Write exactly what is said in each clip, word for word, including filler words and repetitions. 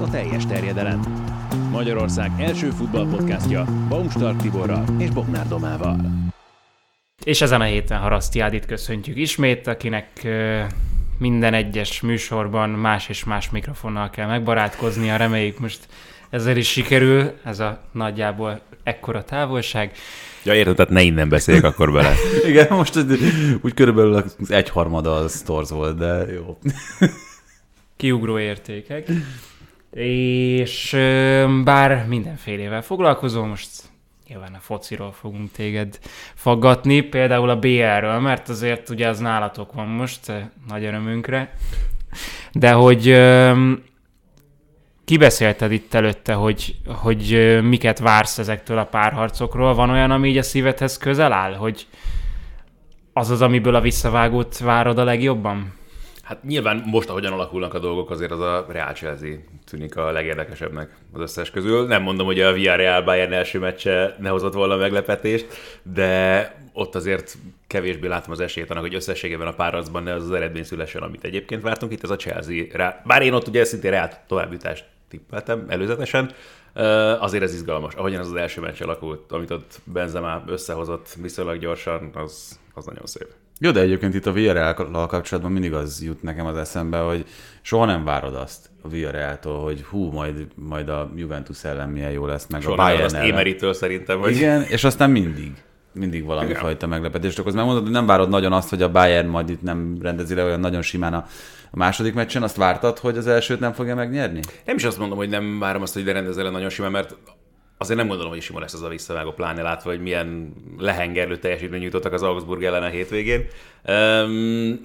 a teljes terjedelem. Magyarország első futballpodcastja Baumstark Tiborral és Bognár Domával. És ezen a héten Haraszti Ádit köszöntjük ismét, akinek uh, minden egyes műsorban más és más mikrofonnal kell megbarátkoznia. Reméljük most ezzel is sikerül, ez a nagyjából ekkora távolság. Ja, érted, tehát ne innen beszéljek akkor bele. Igen, most úgy körülbelül az egyharmada az torz volt, de jó. Kiugró értékek. És bár mindenfélével foglalkozol, most nyilván a fociról fogunk téged faggatni, például a bé el-ről, mert azért ugye az nálatok van most, nagy örömünkre. De hogy kibeszélted itt előtte, hogy, hogy miket vársz ezektől a párharcokról? Van olyan, ami így a szívedhez közel áll, hogy az az, amiből a visszavágót várod a legjobban? Hát nyilván most, ahogyan alakulnak a dolgok, azért az a Real Chelsea tűnik a legérdekesebbnek az összes közül. Nem mondom, hogy a Villarreal Bayern első meccse ne hozott volna meglepetést, de ott azért kevésbé látom az esélyt annak, hogy összességében a párharcban ne az az eredmény szülessen, amit egyébként vártunk. Itt ez a Chelsea, bár én ott ugye szintén Real továbbjutást tippeltem előzetesen, azért ez izgalmas. Ahogyan az az első meccs alakult, amit ott Benzema összehozott viszonylag gyorsan, az, az nagyon szép. Jó, de egyébként itt a Villarreal-kal kapcsolatban mindig az jut nekem az eszembe, hogy soha nem várod azt a Villarreal-tól, hogy hú, majd, majd a Juventus ellen milyen jó lesz, meg soha a Bayern ellen. Soha nem Emerytől szerintem. Hogy... Igen, és aztán mindig. Mindig valami Igen. fajta meglepetés. Akkor megmondod, hogy nem várod nagyon azt, hogy a Bayern majd itt nem rendezi le olyan nagyon simán a a második meccsen. Azt vártad, hogy az elsőt nem fogja megnyerni? Nem is azt mondom, hogy nem várom azt, hogy ide rendezze le nagyon simán, mert azért nem gondolom, hogy sima lesz az a visszavágó, pláne látva, hogy milyen lehengerlő teljesítményt nyújtottak az Augsburg ellen a hétvégén. Um,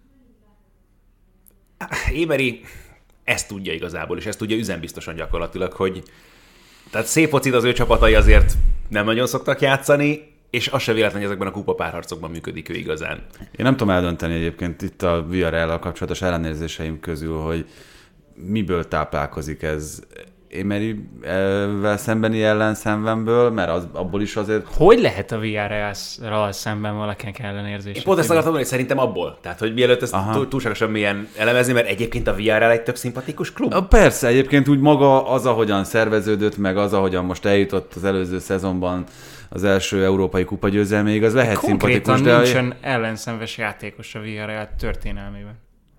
Emery ezt tudja igazából, és ezt tudja üzenbiztosan gyakorlatilag, hogy tehát szép focit az ő csapatai azért nem nagyon szoktak játszani, és az se véletlen, hogy ezekben a kupa párharcokban működik ő igazán. Én nem tudom eldönteni egyébként itt a Villarreal-al kapcsolatos ellenérzéseim közül, hogy miből táplálkozik ez Emeryvel szembeni ellenszenvemből, mert az, abból is azért... Hogy lehet a Villarreal-ral szemben valakinek ellenérzése? Én pont ezt akartam mondani, hogy szerintem abból. Tehát, hogy mielőtt ezt Aha. túlságosan mélyen elemezni, mert egyébként a Villarreal egy tök szimpatikus klub. Persze, egyébként úgy maga az, ahogyan szerveződött, meg az, ahogyan most eljutott az előző szezonban az első európai kupa győzelméig, az lehet Konkrétan szimpatikus. Konkrétan nincsen a... ellenszenves játékos a Villarreal történelmében.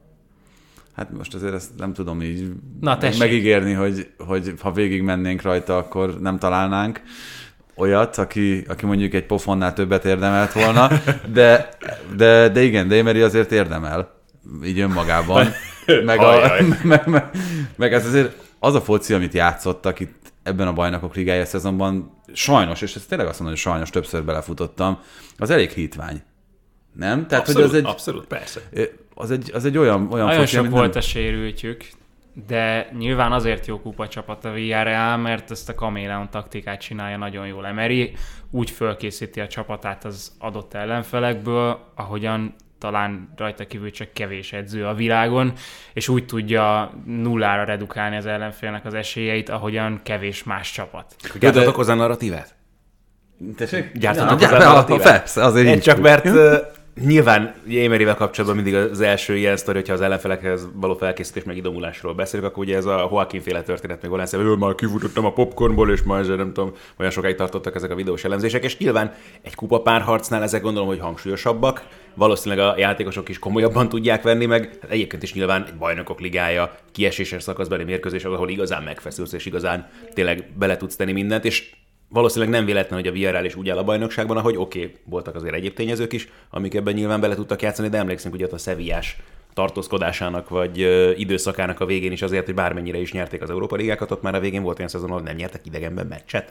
Hát most azért ezt nem tudom így Na, megígérni, hogy, hogy ha végig mennénk rajta, akkor nem találnánk olyat, aki, aki mondjuk egy pofonnál többet érdemelt volna, de, de, de igen, de Emery azért érdemel, így önmagában. Meg, a, meg, meg, meg ez azért az a foci, amit játszottak itt ebben a Bajnokok Ligája szezonban, sajnos, és ezt tényleg azt mondom, hogy sajnos többször belefutottam, az elég hitvány. Nem? Tehát, abszolút, hogy az egy, abszolút, persze. Az egy, az egy olyan, olyan Nagyon foci, sok volt nem... a sérültjük, de nyilván azért jó kupa csapat a Villarreal, mert ezt a kaméleon taktikát csinálja nagyon jól. Emery úgy fölkészíti a csapatát az adott ellenfelekből, ahogyan talán rajta kívül csak kevés edző a világon, és úgy tudja nullára redukálni az ellenfélnek az esélyeit, ahogyan kevés más csapat. Gyártatok hozzá narratívát? Tessék? Gyártatok hozzá narratívát? Persze, azért Én csak mert... Nyilván Emeryvel kapcsolatban mindig az első ilyen sztori, hogyha az ellenfelekhez való felkészítés meg idomulásról beszélünk, akkor ugye ez a Joaquin féle történet még olyan szemben, hogy már kifutottam a popcornból, és már ezzel nem tudom, olyan sokáig tartottak ezek a videós elemzések, és nyilván egy kupa párharcnál ezek gondolom, hogy hangsúlyosabbak, valószínűleg a játékosok is komolyabban tudják venni, meg egyébként is nyilván egy Bajnokok Ligája kieséses szakaszbeli mérkőzés, ahol igazán megfeszülsz, és igazán tényleg bele tudsz tenni mindent, és valószínűleg nem véletlen, hogy a Villarreal is úgy áll a bajnokságban, ahogy oké, okay, voltak azért egyéb tényezők is, amik ebben nyilván bele tudtak játszani, de emlékszünk ugye ott a Sevillás tartózkodásának, vagy ö, időszakának a végén is azért, hogy bármennyire is nyerték az Európa Ligákat, ott már a végén volt olyan szezon, ahol nem nyertek idegenben meccset.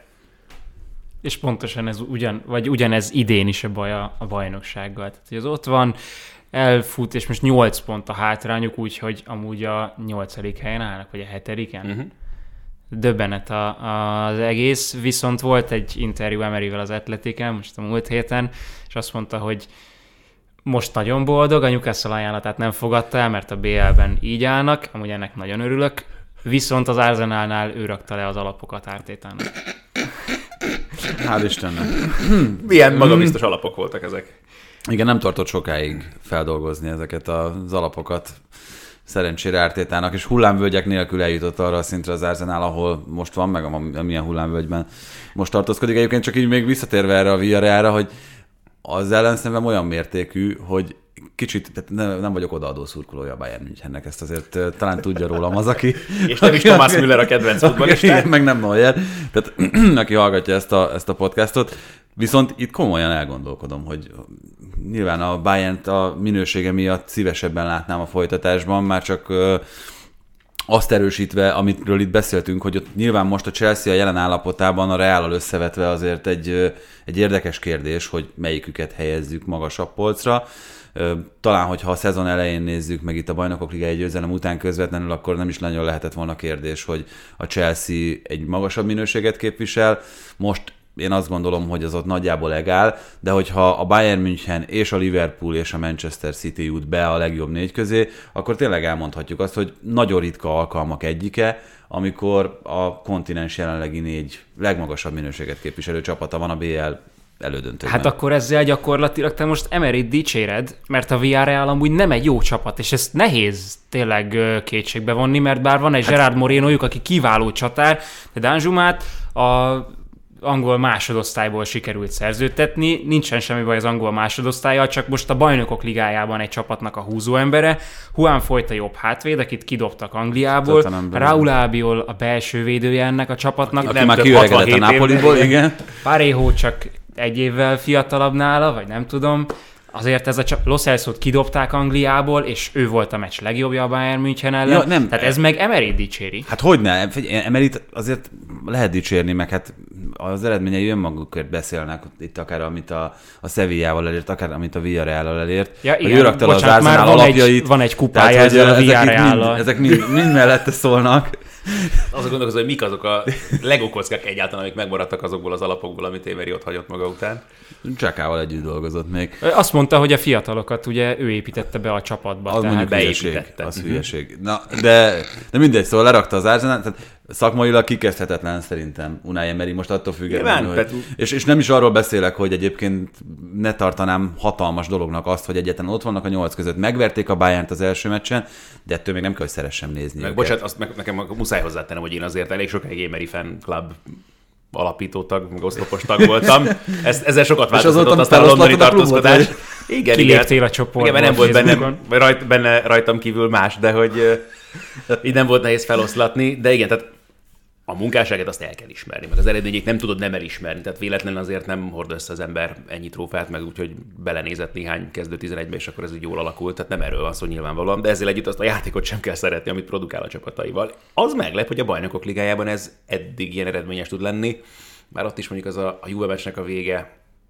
És pontosan ez ugyan, vagy ugyanez idén is a baj a, a bajnoksággal. Tehát, hogy az ott van, elfut, és most nyolc pont a hátrányuk, úgyhogy amúgy a nyolcadik helyen állnak, vagy a hetediken. Uh-huh. Döbbenet a, a, az egész, viszont volt egy interjú Emeryvel az Atletiken, most a múlt héten, és azt mondta, hogy most nagyon boldog, a Newcastle ajánlatát nem fogadta el, mert a bé el-ben így állnak, amúgy ennek nagyon örülök, viszont az Arsenalnál ő rakta le az alapokat Artétának. Hál' Istennek. Milyen magabiztos alapok voltak ezek? Igen, nem tartott sokáig feldolgozni ezeket az alapokat. szerencsére Ártétának, és hullámvölgyek nélkül eljutott arra a szintre az Arsenal, ahol most van, meg amilyen hullámvölgyben most tartózkodik. Egyébként csak így még visszatérve erre a Villarrealra, hogy az ellenszemem olyan mértékű, hogy kicsit, tehát nem, nem vagyok odaadó szurkolója a Bayern Münchennek, ezt azért uh, talán tudja rólam az, aki... És nem is Thomas Müller a kedvenc futballistán. Meg nem Neuer, tehát aki hallgatja ezt a, ezt a podcastot. Viszont itt komolyan elgondolkodom, hogy nyilván a Bayernt a minősége miatt szívesebben látnám a folytatásban, már csak uh, azt erősítve, amitről itt beszéltünk, hogy ott nyilván most a Chelsea a jelen állapotában a Reállal összevetve azért egy, egy érdekes kérdés, hogy melyiküket helyezzük magasabb polcra. Talán, hogyha a szezon elején nézzük meg itt a Bajnokok Ligája győzelem után közvetlenül, akkor nem is nagyon lehetett volna kérdés, hogy a Chelsea egy magasabb minőséget képvisel. Most én azt gondolom, hogy az ott nagyjából egál, de hogyha a Bayern München és a Liverpool és a Manchester City jut be a legjobb négy közé, akkor tényleg elmondhatjuk azt, hogy nagyon ritka alkalmak egyike, amikor a kontinens jelenlegi négy legmagasabb minőséget képviselő csapata van a bé el elődöntőben. Hát akkor ezzel gyakorlatilag te most Emeryt dicséred, mert a Villarreal amúgy nem egy jó csapat, és ezt nehéz tényleg kétségbe vonni, mert bár van egy hát... Gerard Morenojuk, aki kiváló csatár, de Danjumát a angol másodosztályból sikerült szerződtetni, nincsen semmi baj az angol másodosztállyal, csak most a Bajnokok Ligájában egy csapatnak a húzóembere. Juan Foyt a jobb hátvéd, akit kidobtak Angliából, Raúl Albiol a belső védője ennek a csapatnak. Aki már kiöregedett a Napoliból, igen. Parejo csak egy évvel fiatalabb nála, vagy nem tudom. Azért ez a csap- Lo Celso-t kidobták Angliából, és ő volt a meccs legjobbja a Bayern München ellen. Ja, nem, tehát ez meg Emeryt dicséri. Hát hogyne, Emeryt azért lehet dicsérni, meg hát az eredményei önmagukért beszélnek, itt akár amit a, a Sevillával elért, akár amit a Villarreal-al elért. Ja, igen, ő rakta az Arsenal alapjait. Egy, van egy kupája ezzel a Villarreal-al. Ezek mind, mind, mind mellette szólnak. Azok gondolkozom, hogy mik azok a Lego kockák egyáltalán, amik megmaradtak azokból az alapokból, amit Emery ott hagyott maga után. Csákával együtt dolgozott még. Azt mondta, hogy a fiatalokat ugye ő építette be a csapatba. Az mondjuk beépítette. Az hülyeség. Na, de, de mindegy, szóval lerakta az Arsenal, tehát szakmailag kikezdhetetlen szerintem Unai Emery, most attól függetlenül, hogy... És, és nem is arról beszélek, hogy egyébként ne tartanám hatalmas dolognak azt, hogy egyetlen ott vannak a nyolc között. Megverték a Bayernt az első meccsen, de ettől még nem kell, hogy szeressem nézni. Meg, bocsánat, azt meg, nekem muszáj hozzátennem, hogy én azért elég sokáig Emery fan club alapító tag, meg oszlopos tag voltam. Ezt, ezzel sokat változtatott aztán a londoni tartózkodás. Igen, kiléptél a csoportból. Igen, mert nem volt bennem, rajt, benne rajtam kívül más, de hogy így nem volt nehéz feloszlatni. De igen, tehát a munkásságot azt el kell ismerni, mert az eredményét nem tudod nem elismerni, tehát véletlenül azért nem hord össze az ember ennyi trófát, meg úgy, hogy belenézett néhány kezdő tizenegybe, és akkor ez így jól alakult, tehát nem erről van szó nyilvánvalóan, de ezzel együtt azt a játékot sem kell szeretni, amit produkál a csapataival. Az meglep, hogy a Bajnokok Ligájában ez eddig ilyen eredményes tud lenni, már ott is mondjuk az a, a Juve meccsnek a vége,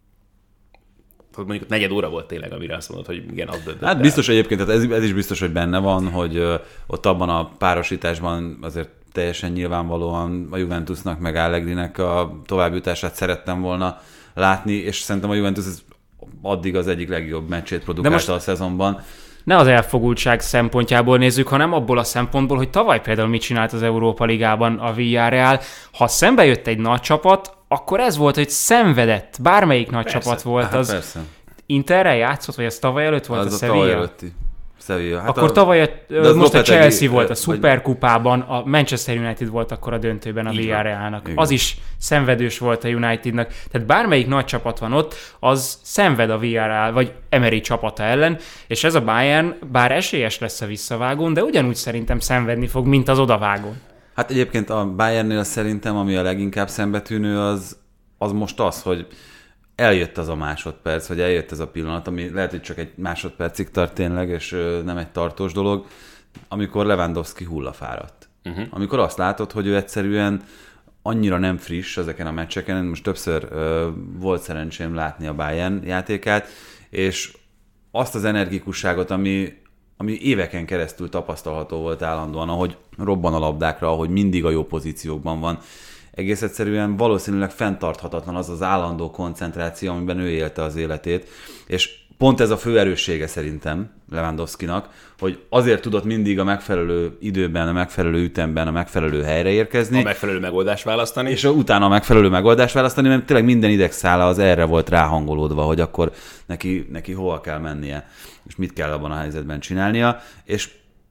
mondjuk negyed óra volt tényleg, amire azt mondod, hogy igen, az döntött. Hát biztos egyébként, tehát ez, ez is biztos, hogy benne van, hogy uh, ott abban a párosításban azért teljesen nyilvánvalóan a Juventusnak meg Allegrinek a továbbjutását szerettem volna látni, és szerintem a Juventus addig az egyik legjobb meccsét produkálta a szezonban. Ne az elfogultság szempontjából nézzük, hanem abból a szempontból, hogy tavaly például mit csinált az Európa Ligában a Villarreal. Ha szembe jött egy nagy csapat, akkor ez volt, hogy szenvedett. Bármelyik nagy persze, csapat volt hát az. Persze. Interrel játszott, vagy az tavaly előtt volt az a Sevilla? Sevilla. Hát akkor a, tavaly most a Chelsea volt a Superkupában, a Manchester United volt akkor a döntőben a Villarrealnak. Az is szenvedős volt a Unitednak. Tehát bármelyik nagy csapat van ott, az szenved a Villarreal, vagy Emery csapata ellen, és ez a Bayern bár esélyes lesz a visszavágón, de ugyanúgy szerintem szenvedni fog, mint az odavágón. Hát egyébként a Bayernnél szerintem, ami a leginkább szembetűnő, az, az most az, hogy eljött az a másodperc, vagy eljött ez a pillanat, ami lehet, hogy csak egy másodpercig tart tényleg, és nem egy tartós dolog, amikor Lewandowski hullafáradt. Uh-huh. Amikor azt látod, hogy ő egyszerűen annyira nem friss ezeken a meccseken, most többször uh, volt szerencsém látni a Bayern játékát, és azt az energikusságot, ami, ami éveken keresztül tapasztalható volt állandóan, ahogy robban a labdákra, ahogy mindig a jó pozíciókban van, egész egyszerűen valószínűleg fenntarthatatlan az az állandó koncentráció, amiben ő élte az életét, és pont ez a fő erőssége szerintem Lewandowskinak, hogy azért tudott mindig a megfelelő időben, a megfelelő ütemben, a megfelelő helyre érkezni. A megfelelő megoldást választani. És utána a megfelelő megoldást választani, mert tényleg minden idegszála az erre volt ráhangolódva, hogy akkor neki, neki hova kell mennie, és mit kell abban a helyzetben csinálnia, és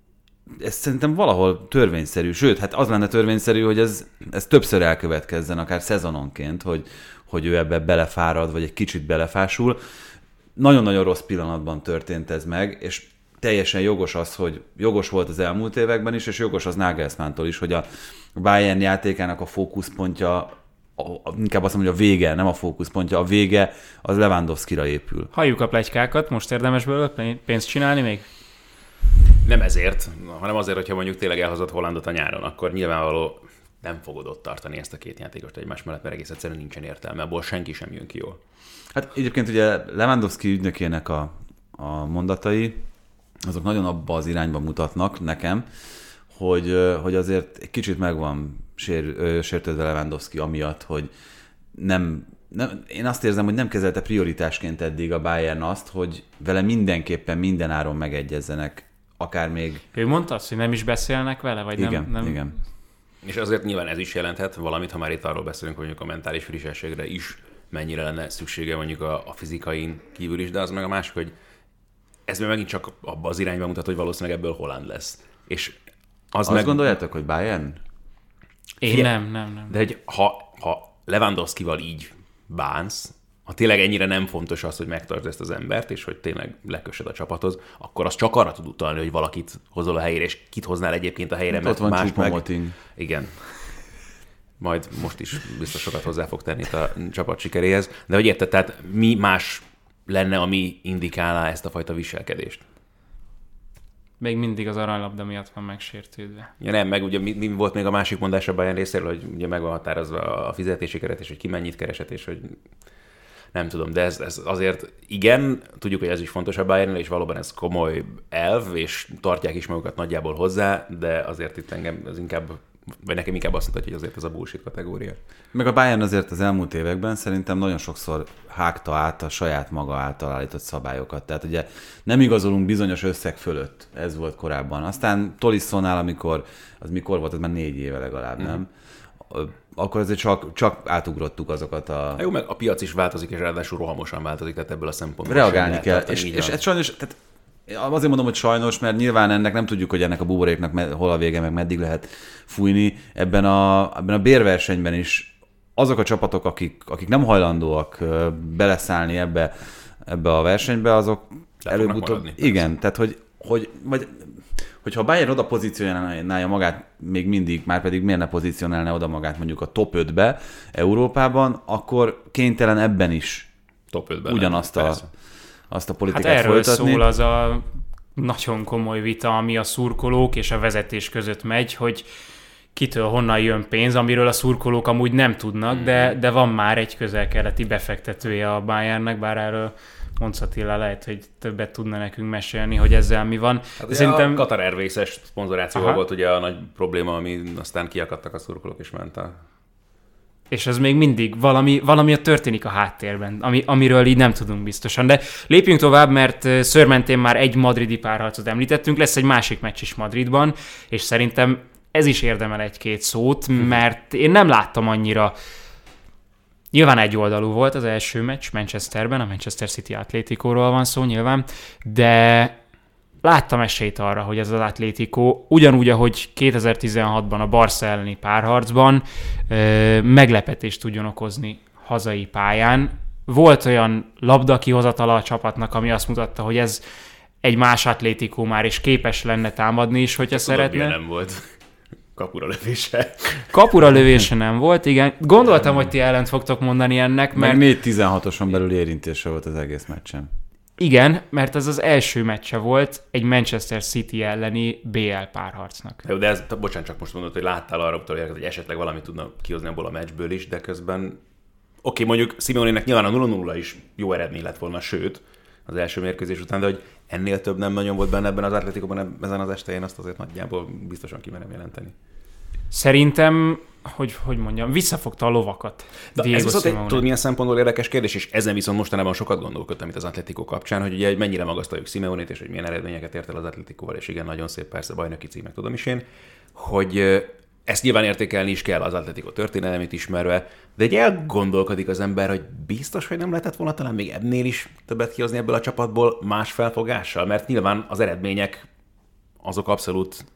ez szerintem valahol törvényszerű, sőt, hát az lenne törvényszerű, hogy ez, ez többször elkövetkezzen, akár szezononként, hogy, hogy ő ebbe belefárad, vagy egy kicsit belefásul. Nagyon-nagyon rossz pillanatban történt ez meg, és teljesen jogos az, hogy jogos volt az elmúlt években is, és jogos az Nagelsmanntól is, hogy a Bayern játékának a fókuszpontja, a, a, inkább azt mondom, hogy a vége, nem a fókuszpontja, a vége az Lewandowskira épül. Halljuk a pletykákat, most érdemes belőle pénzt csinálni még? Nem ezért, hanem azért, hogyha mondjuk tényleg elhozott Hollandot a nyáron, akkor nyilvánvaló nem fogod ott tartani ezt a két játékost egymás mellett, mert egész egyszerűen nincsen értelme, abból senki sem jön ki jól. Hát egyébként ugye Lewandowski ügynökének a, a mondatai, azok nagyon abba az irányba mutatnak nekem, hogy, hogy azért egy kicsit meg van sér, sértődve Lewandowski amiatt, hogy nem, nem, én azt érzem, hogy nem kezelte prioritásként eddig a Bayern azt, hogy vele mindenképpen minden áron megegyezzenek, akár még... Ő mondta azt, hogy nem is beszélnek vele, vagy igen, nem, nem... Igen, És azért nyilván ez is jelenthet valamit, ha már itt arról beszélünk, hogy mondjuk a mentális frissességre is mennyire lenne szüksége mondjuk a, a fizikain kívül is, de az meg a másik, hogy ez még megint csak abba az irányba mutat, hogy valószínűleg ebből Holland lesz. És az azt meg... gondoljátok, hogy Bayern? Én Figyelj, nem, nem, nem. De hogy ha, ha Lewandowskival így bánsz, ha tényleg ennyire nem fontos az, hogy megtartsd ezt az embert, és hogy tényleg lekössed a csapathoz, akkor az csak arra tud utalni, hogy valakit hozol a helyére, és kit hoznál egyébként a helyére, Hát mert ott van más meg... Choupo-Moting. Igen. Majd most is biztos sokat hozzá fog tenni a csapat sikeréhez. De hogy érted, tehát mi más lenne, ami indikálná ezt a fajta viselkedést? Még mindig az aranylabda miatt van megsértődve. Ja nem, meg ugye mi, mi volt még a másik mondás a Bayern részéről, hogy ugye meg van határozva a fizetési keret, és hogy ki mennyit keresett, és hogy nem tudom, de ez, ez azért igen, tudjuk, hogy ez is fontos a Bayernnél, és valóban ez komoly elv, és tartják is magukat nagyjából hozzá, de azért itt engem az inkább, vagy nekem inkább azt mondta, hogy azért ez a bullshit kategória. Meg a Bayern azért az elmúlt években szerintem nagyon sokszor hágta át a saját maga által állított szabályokat. Tehát ugye nem igazolunk bizonyos összeg fölött, ez volt korábban. Aztán Tolissonnál, amikor, az mikor volt, az már négy éve legalább, mm. nem? Akkor azért csak, csak átugrottuk azokat a... Hát jó, meg a piac is változik, és ráadásul rohamosan változik, tehát ebből a szempontból reagálni kell. És, és ez sajnos, tehát azért mondom, hogy sajnos, mert nyilván ennek nem tudjuk, hogy ennek a buboréknak hol a vége, meg meddig lehet fújni. Ebben a, ebben a bérversenyben is azok a csapatok, akik, akik nem hajlandóak beleszállni ebbe, ebbe a versenybe, azok előbb-utóbb... Igen, tehát hogy, hogy vagy, hogyha a Bayern oda pozícionálja magát még mindig, már pedig miért ne pozícionálná oda magát mondjuk a top ötbe Európában, akkor kénytelen ebben is top ötben ugyanazt a, azt a politikát hát erről folytatni. szól az a nagyon komoly vita, ami a szurkolók és a vezetés között megy, hogy kitől honnan jön pénz, amiről a szurkolók amúgy nem tudnak, hmm. de, de van már egy közel-keleti befektetője a Bayernnek, bár erről Monsz Attila lehet, hogy többet tudna nekünk mesélni, hogy ezzel mi van. Hát de szerintem... A Qatar Airways-es szponzorációval Aha. volt ugye a nagy probléma, ami aztán kiakadtak a szurkolók, és ment a... És ez még mindig valami, valami történik a háttérben, ami, amiről így nem tudunk biztosan. De lépjünk tovább, mert szőrmentén már egy madridi párharcot említettünk, lesz egy másik meccs is Madridban, és szerintem ez is érdemel egy-két szót, mert én nem láttam annyira. Nyilván egy oldalú volt az első meccs Manchesterben, a Manchester City Atlétikóról van szó nyilván, de láttam esélyt arra, hogy ez az Atlético ugyanúgy, ahogy kétezer-tizenhatban a Barca elleni párharcban ö, meglepetést tudjon okozni hazai pályán. Volt olyan labda kihozatala a csapatnak, ami azt mutatta, hogy ez egy más Atlético már is képes lenne támadni is, hogyha Ezt szeretne. Tudod, nem volt. Kapura lövése. Kapura lövése nem volt, igen. Gondoltam, hogy ti ellent fogtok mondani ennek, mert... Meg négy tizenhatoson belül érintése volt az egész meccsen. Igen, mert ez az első meccse volt egy Manchester City elleni bé el párharcnak. Jó, de ez, bocsánat, csak most mondod, hogy láttál arra, hogy esetleg valamit tudna kihozni abból a meccsből is, de közben... Oké, mondjuk Simeonének nyilván a nulla nulla is jó eredmény lett volna, sőt, az első mérkőzés után, de hogy ennél több nem nagyon volt benne ebben az Atlétikóban ezen az este, én azt azért nagyjából biztosan kimerem jelenteni. Szerintem, hogy, hogy mondjam, visszafogta a lovakat. De ez viszont egy, tudod, milyen szempontból érdekes kérdés, és ezen viszont mostanában sokat gondolkodtam itt az Atlético kapcsán, hogy ugye mennyire magasztaljuk Simeonét, és hogy milyen eredményeket ért el az Atlétikóval, és igen, nagyon szép persze bajnoki címek, tudom is én, hogy ezt nyilván értékelni is kell az Atlético történelmét ismerve, de egy elgondolkodik az ember, hogy biztos, hogy nem lehetett volna talán még ennél is többet kihozni ebből a csapatból más felfogással, mert nyilván az eredmények azok abszolút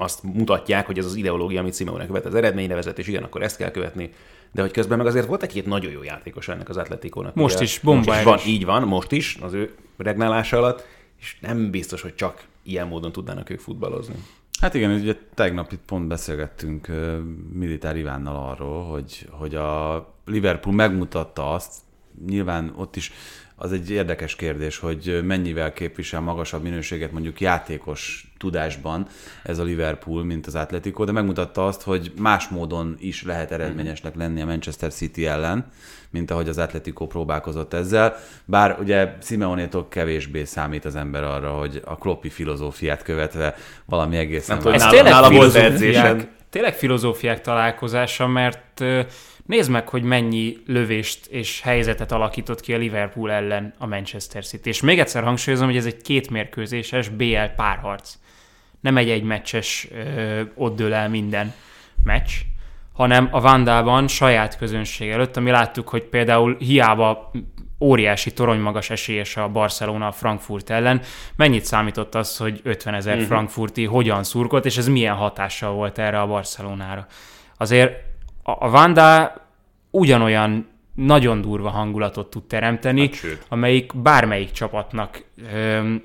azt mutatják, hogy ez az ideológia, amit Simeone követ, az eredményre vezet, és igen, akkor ezt kell követni. De hogy közben meg azért volt egy-két nagyon jó játékos ennek az Atleticónak. Most ugye, is, bomba van, így van, most is, az ő regnálása alatt, és nem biztos, hogy csak ilyen módon tudnának ők futballozni. Hát igen, ugye tegnap itt pont beszélgettünk uh, Militár Ivánnal arról, hogy, hogy a Liverpool megmutatta azt, nyilván ott is az egy érdekes kérdés, hogy mennyivel képvisel magasabb minőséget mondjuk játékos tudásban ez a Liverpool, mint az Atletico, de megmutatta azt, hogy más módon is lehet eredményesnek lenni a Manchester City ellen, mint ahogy az Atletico próbálkozott ezzel. Bár ugye Simeonétól kevésbé számít az ember arra, hogy a Kloppi filozófiát követve valami egészen... Nem Ez nála, tényleg, nála volt filozófiák, edzésen. tényleg filozófiák találkozása, mert nézd meg, hogy mennyi lövést és helyzetet alakított ki a Liverpool ellen a Manchester City. És még egyszer hangsúlyozom, hogy ez egy kétmérkőzéses bé el párharc. Nem egy egymeccses, ott dől el minden meccs, hanem a Wandában saját közönség előtt, ami láttuk, hogy például hiába óriási toronymagas esélyes a Barcelona a Frankfurt ellen, mennyit számított az, hogy ötvenezer uh-huh. frankfurti hogyan szurkolt, és ez milyen hatással volt erre a Barcelonára. Azért a Wanda ugyanolyan nagyon durva hangulatot tud teremteni, hát, amelyik bármelyik csapatnak öm,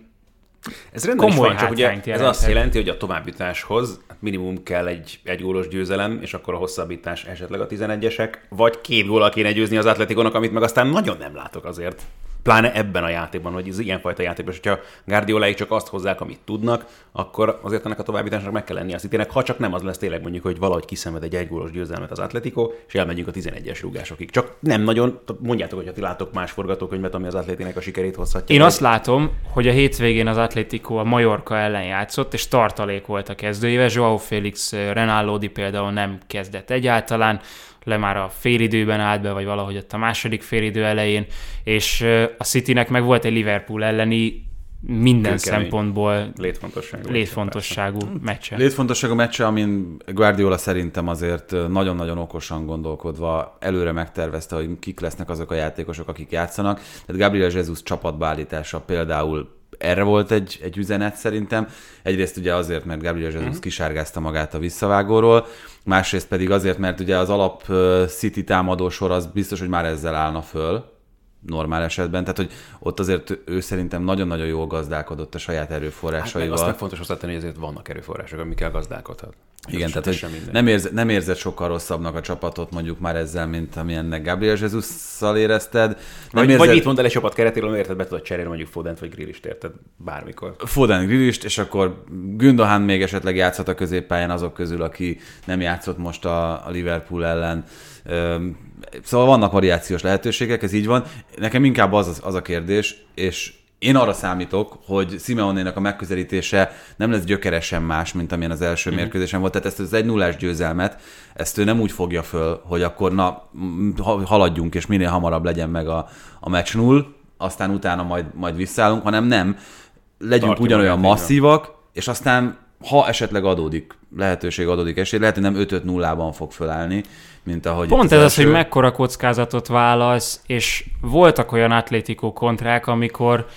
ez rendben is komoly van, csak ugye hátrányt ez jelenthet. azt jelenti, hogy a továbbjutáshoz minimum kell egy, egy gólos győzelem, és akkor a hosszabbítás esetleg a tizenegyesek, vagy két góllal kéne győzni az Atleticónak, amit meg aztán nagyon nem látok azért. Pláne ebben a játékban, hogy ez ilyenfajta játékban, hogyha Guardioláig csak azt hozzák, amit tudnak, akkor azért ennek a továbbításnak meg kell lenni a Citynek, ha csak nem az lesz tényleg mondjuk, hogy valahogy kiszenved egy egygólos győzelmet az Atletico, és elmegyünk a tizenegyes rúgásokig. Csak nem nagyon, mondjátok, hogy ha ti látok más forgatókönyvet, ami az Atlétinek a sikerét hozhatja. Én meg. azt látom, hogy a hétvégén az Atlético a Mallorca ellen játszott, és tartalék volt a kezdőjével. Joao Félix, Renaldi például nem kezdett egyáltalán, le már a félidőben állt be, vagy valahogy ott a második félidő elején, és a Citynek meg volt egy Liverpool elleni minden Kőkemény. szempontból létfontosságú, létfontosságú meccse. Létfontosságú meccse, amin Guardiola szerintem azért nagyon-nagyon okosan gondolkodva előre megtervezte, hogy kik lesznek azok a játékosok, akik játszanak. Tehát Gabriel Jesus csapatba állítása például erre volt egy, egy üzenet szerintem. Egyrészt ugye azért, mert Gabriel Jesus uh-huh. kisárgázta magát a visszavágóról, másrészt pedig azért, mert ugye az alap City támadósor az biztos, hogy már ezzel állna föl normál esetben, tehát hogy ott azért ő szerintem nagyon-nagyon jól gazdálkodott a saját erőforrásaival. Hát azt meg fontos hozzátenni, hogy azért vannak erőforrások, amikkel gazdálkodhat. Igen, tehát hogy nem, érze, nem érzed sokkal rosszabbnak a csapatot mondjuk már ezzel, mint amilyennek Gabriel Jesus-szal érezted. Nem vagy, érzed... vagy itt mondd el egy csapat keretéről, érted, be tudod cserélni mondjuk Fodent vagy Grealist, érted bármikor. Foden, Grealist, és akkor Gündogan még esetleg játszhat a középpályán azok közül, aki nem játszott most a, a Liverpool ellen. Szóval vannak variációs lehetőségek, ez így van. Nekem inkább az, az a kérdés, és én arra számítok, hogy Simeonének a megközelítése nem lesz gyökeresen más, mint amilyen az első mm-hmm. mérkőzésen volt. Tehát ezt az egy nullás győzelmet, ezt ő nem úgy fogja föl, hogy akkor na, haladjunk, és minél hamarabb legyen meg a, a meccs null, aztán utána majd, majd visszaállunk, hanem nem, legyünk Tartjuk ugyanolyan masszívak, és aztán ha esetleg adódik lehetőség, adódik esély, lehet, hogy nem öt öt nullában fog fölállni, mint ahogy... Pont az ez első... az, hogy mekkora kockázatot válasz, és voltak olyan Atlético kontrák, amikor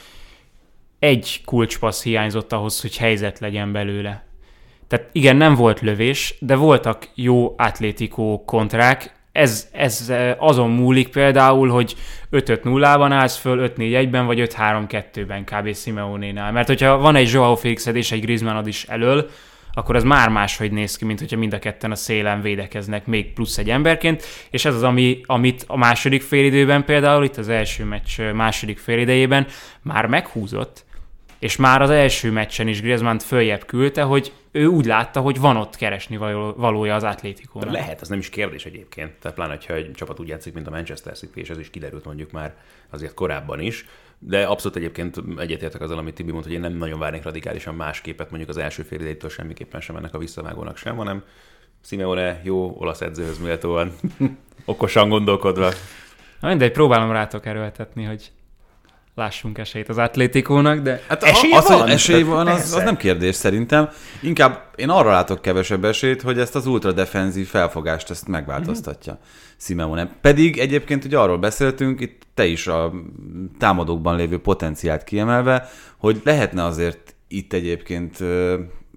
egy kulcspassz hiányzott ahhoz, hogy helyzet legyen belőle. Tehát igen, nem volt lövés, de voltak jó Atlético kontrák. Ez, ez azon múlik például, hogy öt öt nullában állsz föl, öt négy egyben vagy öt három kettőben kb. Simeonénál. Mert hogyha van egy Joao Félixed és egy Griezmannod is elől, akkor az már máshogy néz ki, mint hogyha mind a ketten a szélen védekeznek még plusz egy emberként, és ez az, ami, amit a második félidőben például, itt az első meccs második félidejében már meghúzott, és már az első meccsen is Griezmann-t följebb küldte, hogy ő úgy látta, hogy van ott keresni valója az Atléticónak. Lehet, ez nem is kérdés egyébként. Tehát pláne, hogyha egy csapat úgy játszik, mint a Manchester City, és ez is kiderült mondjuk már azért korábban is. De abszolút egyébként egyetértek azzal, amit Tibi mondta, hogy én nem nagyon várnék radikálisan más képet, mondjuk az első fél idejétől semmiképpen sem ennek a visszavágónak sem, hanem Simeone jó olasz edzőhöz méltóan, okosan gondolkodva. Na mindegy, próbálom rátok erőltetni, hogy lássunk esélyt az Atléticónak, de... Hát esély az, van, hogy esély van, az, az nem kérdés szerintem. Inkább én arra látok kevesebb esélyt, hogy ezt az ultradefenzív felfogást ezt megváltoztatja mm-hmm. Simeone. Pedig egyébként ugye arról beszéltünk, itt te is a támadókban lévő potenciált kiemelve, hogy lehetne azért itt egyébként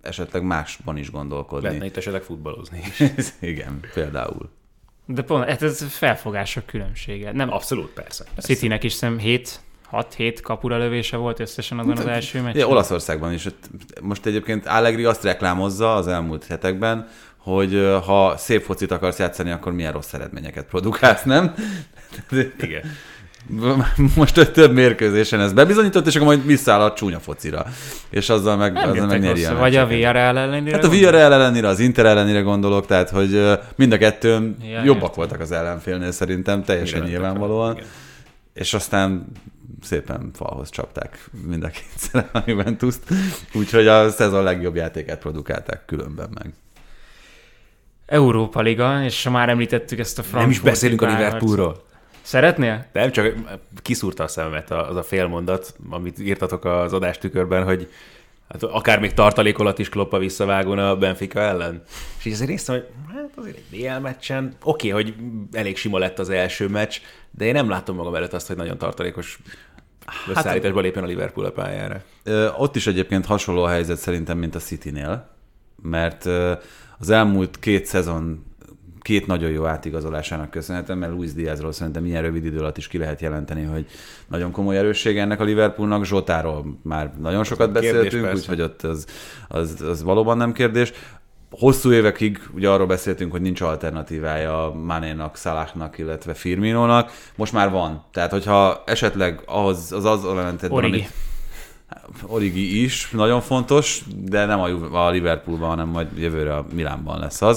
esetleg másban is gondolkodni. Lehetne itt esetleg futballozni is. Igen, például. De pont, hát ez felfogások különbsége. Nem, Abszolút, persze. persze. Citynek is szem hét hat-hét kapura lövése volt összesen azon az első meccsen. Ja, Olaszországban is. Most egyébként Allegri azt reklámozza az elmúlt hetekben, hogy ha szép focit akarsz játszani, akkor milyen rossz eredményeket produkálsz, nem? Igen. Most több mérkőzésen ez bebizonyított, és akkor majd visszaáll a csúnya focira. És azzal meg, azzal meg nyeri a Vagy a Villarreal ellenére? Hát a Villarreal ellenére, az Inter ellenére gondolok, tehát hogy mind a kettőn ja, jobbak értem. voltak az ellenfélnél szerintem, teljesen igen, nyilvánvalóan. Igen. És aztán szépen falhoz csapták mind a kétszer a Juventus-t, úgyhogy a szezon legjobb játékát produkálták különben meg. Európa Liga, és már említettük ezt a Frankfurt. Nem is beszélünk a Liverpoolról. Szeretnél? Nem, csak kiszúrta a szememet az a félmondat, amit írtatok az adástükörben, hogy hát akár még tartalékolat is Klopp a visszavágón a Benfica ellen. És így azért néztem, hogy hát azért egy bé el meccsen, oké, okay, hogy elég sima lett az első meccs, de én nem látom magam előtt azt, hogy nagyon tartalékos összeállításba lépjen a Liverpool a pályára. Ö, ott is egyébként hasonló a helyzet szerintem, mint a Citynél, mert ö, az elmúlt két szezon két nagyon jó átigazolásának köszönhetem, mert Luis Diazról szerintem ilyen rövid idő alatt is ki lehet jelenteni, hogy nagyon komoly erőssége ennek a Liverpoolnak. Zsotáról már nagyon sokat beszéltünk, úgyhogy ott az, az, az valóban nem kérdés. Hosszú évekig ugye arról beszéltünk, hogy nincs alternatívája Manénak, Salahnak, illetve Firminónak. Most már van. Tehát, hogyha esetleg ahhoz az az ellentétben, amit Origi is nagyon fontos, de nem a Liverpoolban, hanem majd jövőre a Milánban lesz az.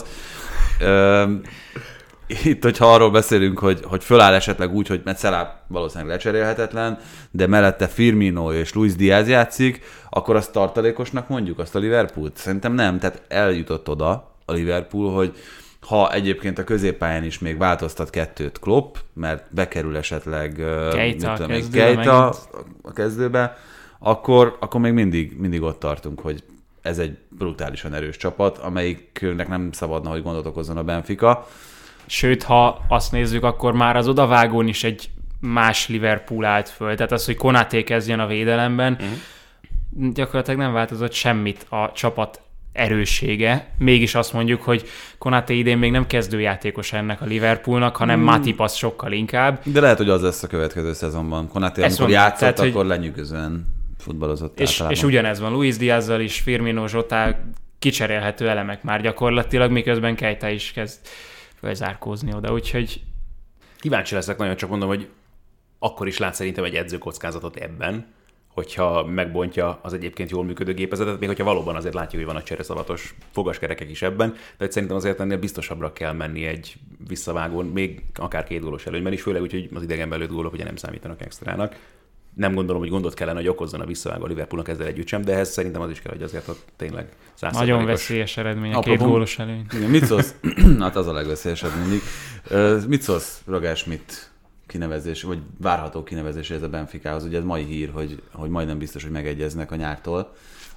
Itt, hogyha arról beszélünk, hogy, hogy föláll esetleg úgy, hogy mert Salah valószínűleg lecserélhetetlen, de mellette Firmino és Luis Diaz játszik, akkor azt tartalékosnak mondjuk, azt a Liverpoolt? Szerintem nem, tehát eljutott oda a Liverpool, hogy ha egyébként a középpályán is még változtat kettőt Klopp, mert bekerül esetleg Keita, tudom, kezdőbe, Keita a kezdőbe, akkor, akkor még mindig, mindig ott tartunk, hogy ez egy brutálisan erős csapat, amelyiknek nem szabadna, hogy gondot okozzon a Benfica. Sőt, ha azt nézzük, akkor már az odavágón is egy más Liverpool állt föl. Tehát az, hogy Konaté kezdjen a védelemben, uh-huh. gyakorlatilag nem változott semmit a csapat erőssége. Mégis azt mondjuk, hogy Konaté idén még nem kezdőjátékos ennek a Liverpoolnak, hanem hmm. Matip az sokkal inkább. De lehet, hogy az lesz a következő szezonban. Konaté, amikor mondjuk, játszott, tehát, akkor hogy... lenyűgözően futballozott és, és ugyanez van Luis Diazzal is, Firmino, Jota kicserélhető elemek már gyakorlatilag, miközben Keita is kezd felzárkózni oda, úgyhogy... Kíváncsi leszek, nagyon csak mondom, hogy akkor is lát szerintem egy edzőkockázatot ebben, hogyha megbontja az egyébként jól működő gépezetet, még hogyha valóban azért látjuk, hogy van a csereszavatos fogaskerekek is ebben, de szerintem azért ennél biztosabbra kell menni egy visszavágón, még akár két gólos előnyben is, főleg úgy, hogy az idegenben lőtt gólok ugye nem számítanak extrának. Nem gondolom, hogy gondot kellene, hogy okozzon a visszavágó a Liverpoolnak ezzel együtt sem, de ehhez szerintem az is kell, hogy azért ott tényleg száz százalékos. Nagyon veszélyes eredmény, a két gólos előny. Igen, mit szólsz? Hát az a legveszélyesebb mindig. Uh, mit szólsz Rogás Schmidt kinevezés, vagy várható kinevezés ez a Benficához? Ugye ez mai hír, hogy, hogy majdnem biztos, hogy megegyeznek a nyártól,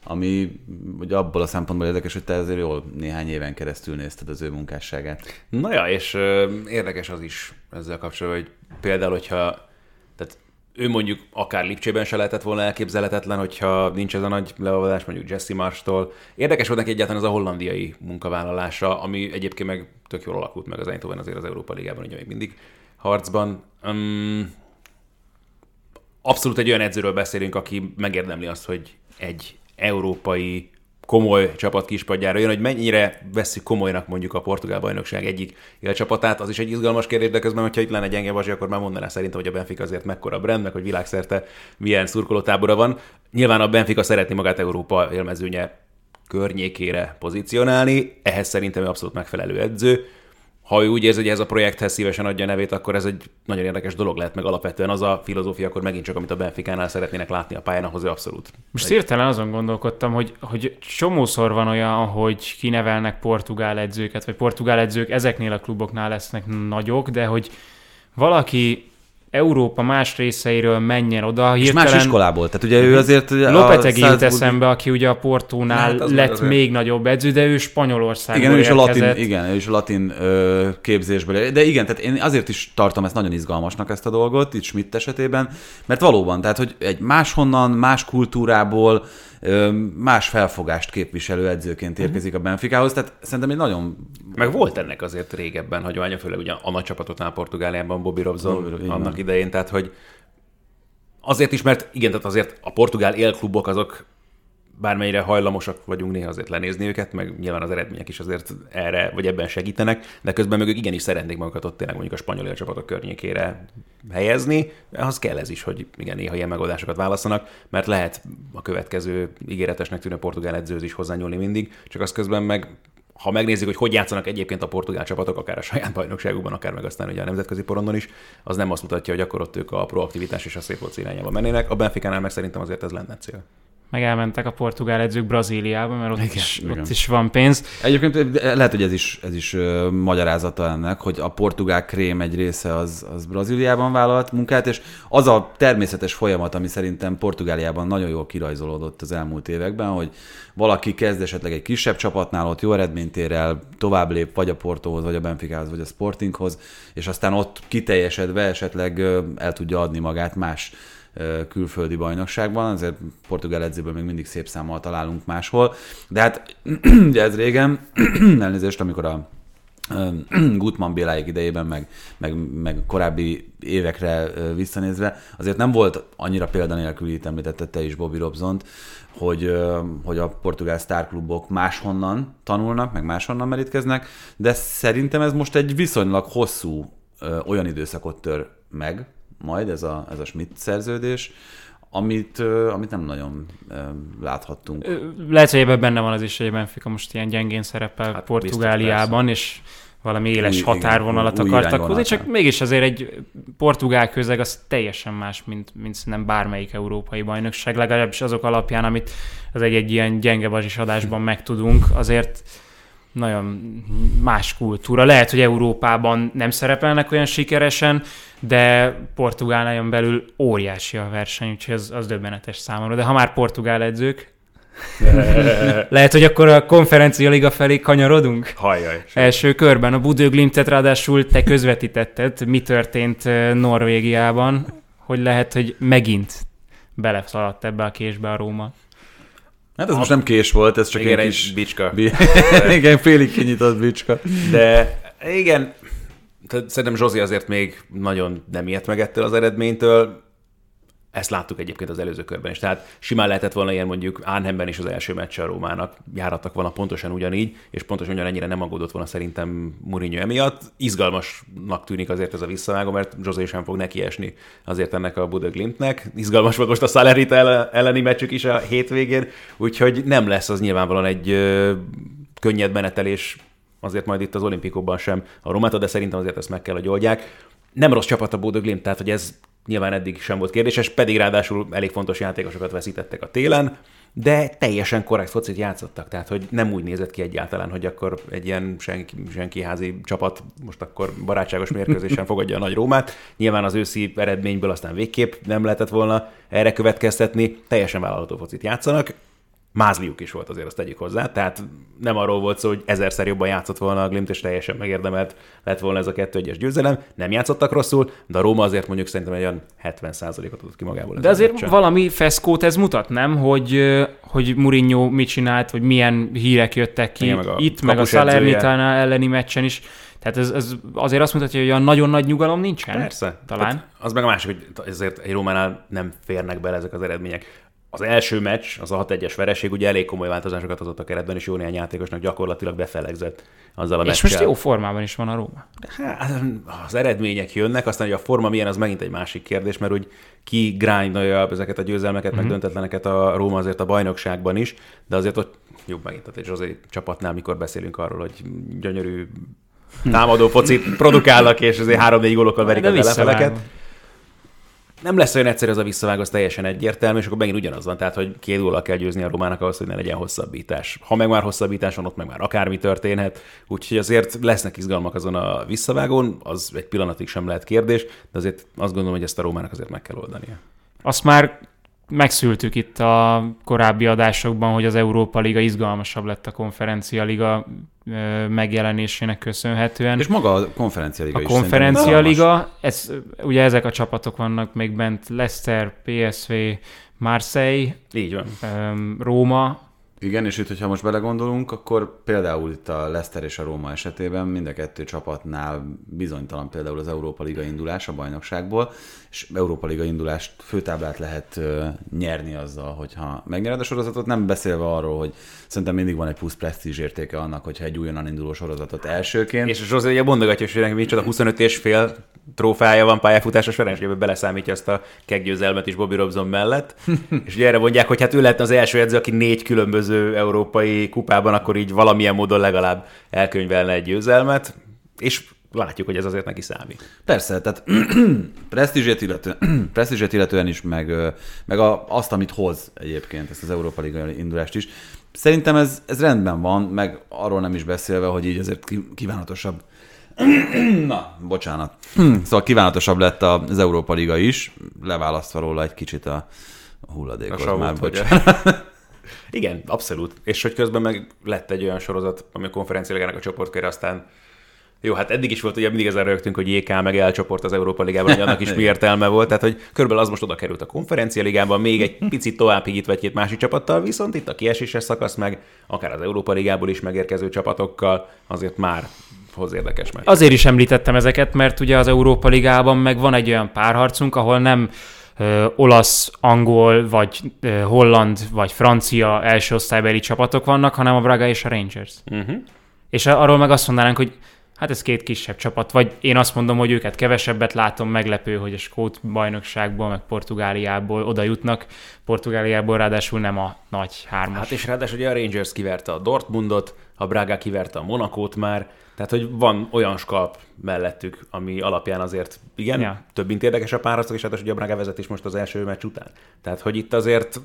ami ugye abból a szempontból érdekes, hogy te azért jól néhány éven keresztül nézted az ő munkásságát. Na ja, és uh, érdekes az is ezzel kapcsolatban, hogy például, hogyha tehát ő mondjuk akár Lipcsében se lehetett volna elképzelhetetlen, hogyha nincs ez a nagy leolvadás, mondjuk Jesse Marsh-tól. Érdekes volt neki egyáltalán ez a hollandiai munkavállalása, ami egyébként meg tök jól alakult meg az Eindhoven azért az Európa Ligában, ugye még mindig harcban. Um, abszolút egy olyan edzőről beszélünk, aki megérdemli azt, hogy egy európai komoly csapat kispadjára jön, hogy mennyire vesszük komolynak mondjuk a portugál bajnokság egyik élcsapatát, az is egy izgalmas kérdés, de közben, hogyha itt lenne gyenge Bazsi, akkor már mondaná szerintem, hogy a Benfica azért mekkora brand, meg hogy világszerte milyen szurkolótábora van. Nyilván a Benfica szeretné magát Európa élmezőnye környékére pozícionálni, ehhez szerintem abszolút megfelelő edző. Ha ő úgy érzi, hogy ez a projekthez szívesen adja a nevét, akkor ez egy nagyon érdekes dolog lehet, meg alapvetően az a filozófia, akkor megint csak, amit a Benficánál szeretnének látni a pályán, ahhoz ő abszolút. Most hirtelen azon gondolkodtam, hogy, hogy csomószor van olyan, hogy kinevelnek portugál edzőket, vagy portugál edzők ezeknél a kluboknál lesznek nagyok, de hogy valaki Európa más részeiről menjen oda. És más iskolából. Tehát ugye ő azért... Lopetegui jut eszembe, aki ugye a Portónál hát lett azért. még nagyobb edző, de ő Spanyolországból igen, ő is a érkezett. latin, igen, ő is a latin ö, képzésből. De igen, tehát én azért is tartom ezt nagyon izgalmasnak ezt a dolgot, itt Schmidt esetében, mert valóban, tehát hogy egy máshonnan, más kultúrából, ö, más felfogást képviselő edzőként érkezik a Benficához, tehát szerintem egy nagyon... Meg volt ennek azért régebben hagyománya, főleg ugye a nagy csapatotnál Portugáliában, Bobby Robson Bobby, annak igen. idején, tehát hogy azért is, mert igen, tehát azért a portugál élklubok azok bármennyire hajlamosak vagyunk néha azért lenézni őket, meg nyilván az eredmények is azért erre, vagy ebben segítenek, de közben meg ők igenis szeretnék magukat ott tényleg mondjuk a spanyol élcsapatok környékére helyezni. Az kell ez is, hogy igen, néha ilyen megoldásokat választanak, mert lehet a következő ígéretesnek tűnő portugál edzőhöz is hozzányúlni mindig, csak az közben meg ha megnézzük, hogy hogy játszanak egyébként a portugál csapatok, akár a saját bajnokságukban, akár meg aztán ugye a nemzetközi porondon is, az nem azt mutatja, hogy akkor ott ők a proaktivitás és a szép volt irányába mennének. A Benficánál meg szerintem azért ez lenne cél. Meg elmentek a portugál edzők Brazíliába, mert ott, Igen, is, igen. ott is van pénz. Egyébként lehet, hogy ez is, ez is uh, magyarázata ennek, hogy a portugál krém egy része az, az Brazíliában vállalt munkát, és az a természetes folyamat, ami szerintem Portugáliában nagyon jól kirajzolódott az elmúlt években, hogy valaki kezd esetleg egy kisebb csapatnál, ott jó eredményt ér el, tovább lép vagy a Portóhoz, vagy a Benficához, vagy a Sportinghoz, és aztán ott kiteljesedve esetleg uh, el tudja adni magát más külföldi bajnokságban, azért portugál edzőből még mindig szép számmal találunk máshol, de hát ugye ez régen, elnézést, amikor a Gutmann Béláék idejében, meg, meg, meg korábbi évekre visszanézve, azért nem volt annyira példanélküli, itt említetted te is Bobby Robsont, hogy, hogy a portugál sztárklubok máshonnan tanulnak, meg máshonnan merítkeznek, de szerintem ez most egy viszonylag hosszú olyan időszakot tör meg, majd ez a, ez a Schmidt szerződés, amit, amit nem nagyon láthattunk. Lehet, hogy ebben benne van az is, hogy a Benfica most ilyen gyengén szerepel hát Portugáliában, és valami éles új, határvonalat igen, akartak hozni, csak mégis azért egy portugál közeg az teljesen más, mint, mint nem bármelyik európai bajnokság, legalábbis azok alapján, amit az egy-egy ilyen gyenge bazsis adásban megtudunk, azért nagyon más kultúra. Lehet, hogy Európában nem szerepelnek olyan sikeresen, de Portugálián belül óriási a verseny, úgyhogy az, az döbbenetes számomra. De ha már portugál edzők, lehet, hogy akkor a konferencia liga felé kanyarodunk? Hajjaj. Első körben a Bodø Glimtet ráadásul te közvetítetted, mi történt Norvégiában, hogy lehet, hogy megint beleszaladt ebbe a késbe a Róma. Hát ez a... most nem kés volt, ez csak igen, egy kis... bicska. Igen, félig kinyitott bicska. De igen, szerintem Zsozi azért még nagyon nem ijedt meg ettől az eredménytől. Ezt láttuk egyébként az előző körben is. Tehát simán lehetett volna ilyen mondjuk Arnhemben is az első meccse a Rómának. Járattak volna pontosan ugyanígy, és pontosan ugyanennyire nem aggódott volna szerintem Mourinho emiatt. Izgalmasnak tűnik azért ez a visszavágó, mert José sem fog nekiesni azért ennek a Bodø Glimtnek. Izgalmas volt most a Salernitana elleni meccsük is a hétvégén, úgyhogy nem lesz az nyilvánvalóan egy ö, könnyed menetelés azért majd itt az olimpikóban sem a Rómától, de szerintem azért ezt meg kell, hogy oldják. Nem rossz csapat a Bodø Glimt, tehát hogy ez nyilván eddig sem volt kérdéses, pedig ráadásul elég fontos játékosokat veszítettek a télen, de teljesen korrekt focit játszottak, tehát hogy nem úgy nézett ki egyáltalán, hogy akkor egy ilyen senki, senki házi csapat most akkor barátságos mérkőzésen fogadja a nagy Rómát. Nyilván az őszi eredményből aztán végképp nem lehetett volna erre következtetni, teljesen vállalható focit játszanak. Mázliuk is volt azért, azt tegyük hozzá, tehát nem arról volt szó, hogy ezerszer jobban játszott volna a Glimt, és teljesen megérdemelt lett volna ez a kettő egyes győzelem. Nem játszottak rosszul, de a Róma azért mondjuk szerintem egy olyan hetven százalékot adott ki magából. De azért meccsen. Valami feszkót ez mutat, nem? Hogy, hogy Mourinho mit csinált, vagy milyen hírek jöttek ki. Igen, meg itt, meg a Salernitana elleni meccsen is. Tehát ez, ez azért azt mutatja, hogy olyan nagyon nagy nyugalom nincsen. Persze. Talán. Tehát az meg a másik, hogy ezért egy Rómánál nem férnek bele ezek az eredmények. Az első meccs, az a hat egyes vereség, ugye elég komoly változásokat hozott a keretben, és jó néhány játékosnak gyakorlatilag befelegzett azzal a meccsel. És most jó formában is van a Róma. Hát, az eredmények jönnek, aztán, hogy a forma milyen, az megint egy másik kérdés, mert úgy ki grindolja ezeket a győzelmeket, mm-hmm. meg döntetleneket a Róma azért a bajnokságban is, de azért ott jobb megint, tehát egy Zsozé csapatnál, mikor beszélünk arról, hogy gyönyörű támadó focit produkálnak, és azért három-négy gólokkal verik az ellenfeleket. nem lesz olyan egyszerű ez a visszavág, az teljesen egyértelmű, és akkor megint ugyanaz van, tehát hogy két góllal kell győzni a Rómának ahhoz, hogy ne legyen hosszabbítás. Ha meg már hosszabbítás van, ott meg már akármi történhet, úgyhogy azért lesznek izgalmak azon a visszavágón, az egy pillanatig sem lehet kérdés, de azért azt gondolom, hogy ezt a Rómának azért meg kell oldania. Azt már megszültük itt a korábbi adásokban, hogy az Európa Liga izgalmasabb lett a Konferencia Liga megjelenésének köszönhetően. És maga a Konferencia Liga a is. A Konferencia Liga, ez, ugye ezek a csapatok vannak még bent, Leicester, pé es vé, Marseille, így van. Róma. Igen, és itt, hogyha most belegondolunk, akkor például itt a Leicester és a Róma esetében mind a kettő csapatnál bizonytalan például az Európa Liga indulás a bajnokságból, és Európa Liga indulást főtáblát lehet uh, nyerni azzal, hogyha megnyered a sorozatot, nem beszélve arról, hogy szerintem mindig van egy plusz presztízs értéke annak, hogyha egy újonnan induló sorozatot elsőként. És Zsózé ugye mondogatja, hogy neki micsoda huszonöt és fél trófája van pályafutása során, és beleszámítja azt a keggyőzelmet is Bobby Robson mellett. És ugye erre mondják, hogy hát ő lehetne az első edző, aki négy különböző európai kupában akkor így valamilyen módon legalább elkönyvelne egy győzelmet, és látjuk, hogy ez azért neki számít. Persze, tehát presztízsét illetően, presztízsét illetően is, meg, meg a, azt, amit hoz egyébként, ezt az Európa Liga indulást is. Szerintem ez, ez rendben van, meg arról nem is beszélve, hogy így azért kívánatosabb Na, bocsánat. Szóval kívánatosabb lett az Európa Liga is, leválasztva róla egy kicsit a hulladékot. A már, bocsánat. Igen, abszolút. És hogy közben meg lett egy olyan sorozat, ami a Konferencia Ligának a csoportkörre, aztán jó, hát eddig is volt, ugye mindig ezzel rögtünk, hogy jé ká meg elcsoport az Európa Ligában, hogy annak is mi értelme volt, tehát hogy körülbelül az most oda került a Konferencia Ligában, még egy picit tovább higítva egy-két másik csapattal, viszont itt a kieséses szakasz meg, akár az Európa Ligából is megérkező csapatokkal, azért már hoz érdekes meg. Azért is említettem ezeket, mert ugye az Európa Ligában meg van egy olyan párharcunk, ahol nem ö, olasz, angol, vagy ö, holland, vagy francia első osztálybeli csapatok vannak, hanem a Braga és a Rangers. Uh-huh. És arról meg azt mondanánk, hogy hát ez két kisebb csapat, vagy én azt mondom, hogy őket kevesebbet látom, meglepő, hogy a skót bajnokságból, meg Portugáliából oda jutnak. Portugáliából ráadásul nem a nagy hármas. Hát és ráadásul ugye a Rangers kiverte a Dortmundot, a Braga kiverte a Monakót már, tehát hogy van olyan skalp mellettük, ami alapján azért igen, ja. több mint érdekes a párharcok, és hát ugye a Braga vezetés most az első meccs után. Tehát hogy itt azért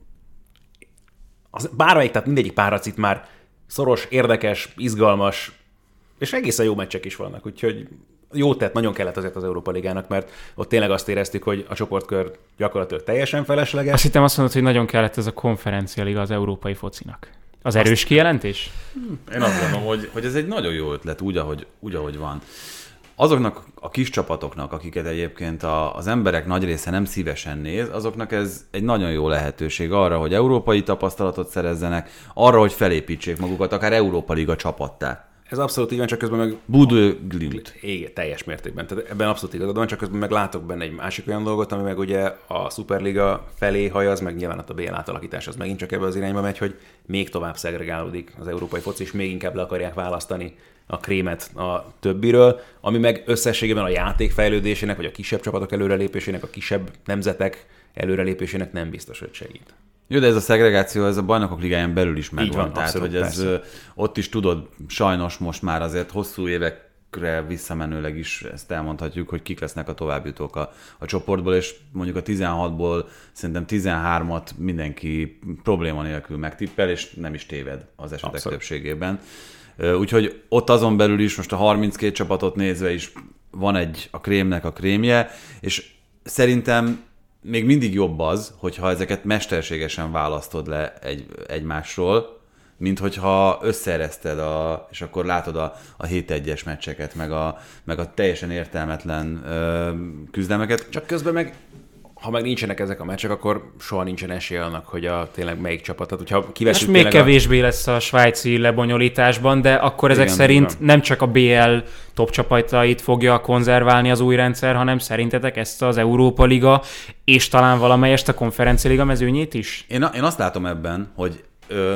az, bármelyik, tehát mindegyik párharc itt már szoros, érdekes, izgalmas, és egészen jó meccsek is vannak, úgyhogy jó tett, nagyon kellett azért az Európa Ligának, mert ott tényleg azt éreztük, hogy a csoportkör gyakorlatilag teljesen felesleges. Azt hittem azt mondod, hogy nagyon kellett ez a Konferencia Liga az európai focinak. Az erős azt... kijelentés? Én azt gondolom, hogy, hogy ez egy nagyon jó ötlet, úgy ahogy, úgy, ahogy van. Azoknak a kis csapatoknak, akiket egyébként a, az emberek nagy része nem szívesen néz, azoknak ez egy nagyon jó lehetőség arra, hogy európai tapasztalatot szerezzenek, arra, hogy felépítsék magukat, akár Európa Liga csapattá. Ez abszolút így van, csak közben meg... Budő Glimt. Igen, teljes mértékben. Tehát ebben abszolút igazad van, csak közben meg látok benne egy másik olyan dolgot, ami meg ugye a Superliga felé hajaz, meg nyilván a bé el átalakítás az megint csak ebbe az irányba megy, hogy még tovább szegregálódik az európai foci, és még inkább le akarják választani a krémet a többiről, ami meg összességében a játék fejlődésének, vagy a kisebb csapatok előrelépésének, a kisebb nemzetek előrelépésének nem biztos, hogy segít. Jó, de ez a szegregáció, ez a bajnokok ligáján belül is megvan. Van, tehát, abszolút, hogy ez persze. Ott is tudod, sajnos most már azért hosszú évekre visszamenőleg is ezt elmondhatjuk, hogy kik lesznek a továbbjutók a, a csoportból, és mondjuk a tizenhatból szerintem tizenhármat mindenki probléma nélkül megtippel, és nem is téved az esetek abszolút. Többségében. Úgyhogy ott azon belül is most a harminckét csapatot nézve is van egy a krémnek a krémje, és szerintem még mindig jobb az, hogyha ezeket mesterségesen választod le egy, egymásról, mint hogyha összeereszted, a, és akkor látod a, a hét egyes meccseket, meg a, meg a teljesen értelmetlen ö, küzdelmeket. Csak közben meg, ha meg nincsenek ezek a meccsek, akkor soha nincsen esély annak, hogy a tényleg melyik csapatot, hogyha és még kevésbé a... lesz a svájci lebonyolításban, de akkor ezek igen, szerint igen. nem csak a bé el top csapatait fogja konzerválni az új rendszer, hanem szerintetek ezt az Európa Liga, és talán valamelyest a Konferencia Liga mezőnyét is? Én, én azt látom ebben, hogy ö,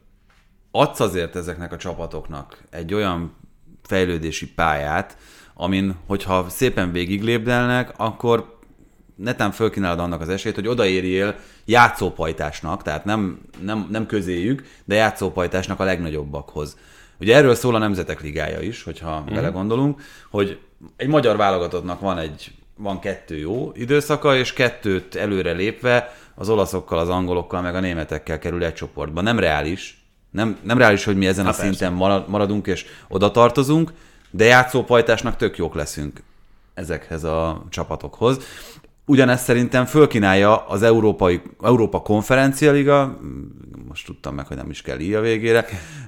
adsz azért ezeknek a csapatoknak egy olyan fejlődési pályát, amin, hogyha szépen végiglépdelnek, akkor netán fölkínálod annak az esélyt, hogy odaérjél játszópajtásnak, tehát nem, nem, nem közéjük, de játszópajtásnak a legnagyobbakhoz. Ugye erről szól a Nemzetek Ligája is, hogyha mm. belegondolunk, hogy egy magyar válogatottnak van egy, van kettő jó időszaka, és kettőt előre lépve az olaszokkal, az angolokkal, meg a németekkel kerül egy csoportba. Nem reális. Nem, nem reális, hogy mi ezen hát a persze. szinten maradunk és oda tartozunk, de játszópajtásnak tök jók leszünk ezekhez a csapatokhoz. Ugyanezt szerintem fölkínálja az Európai, Európa Konferencia Liga, most tudtam meg, hogy nem is kell így a végére,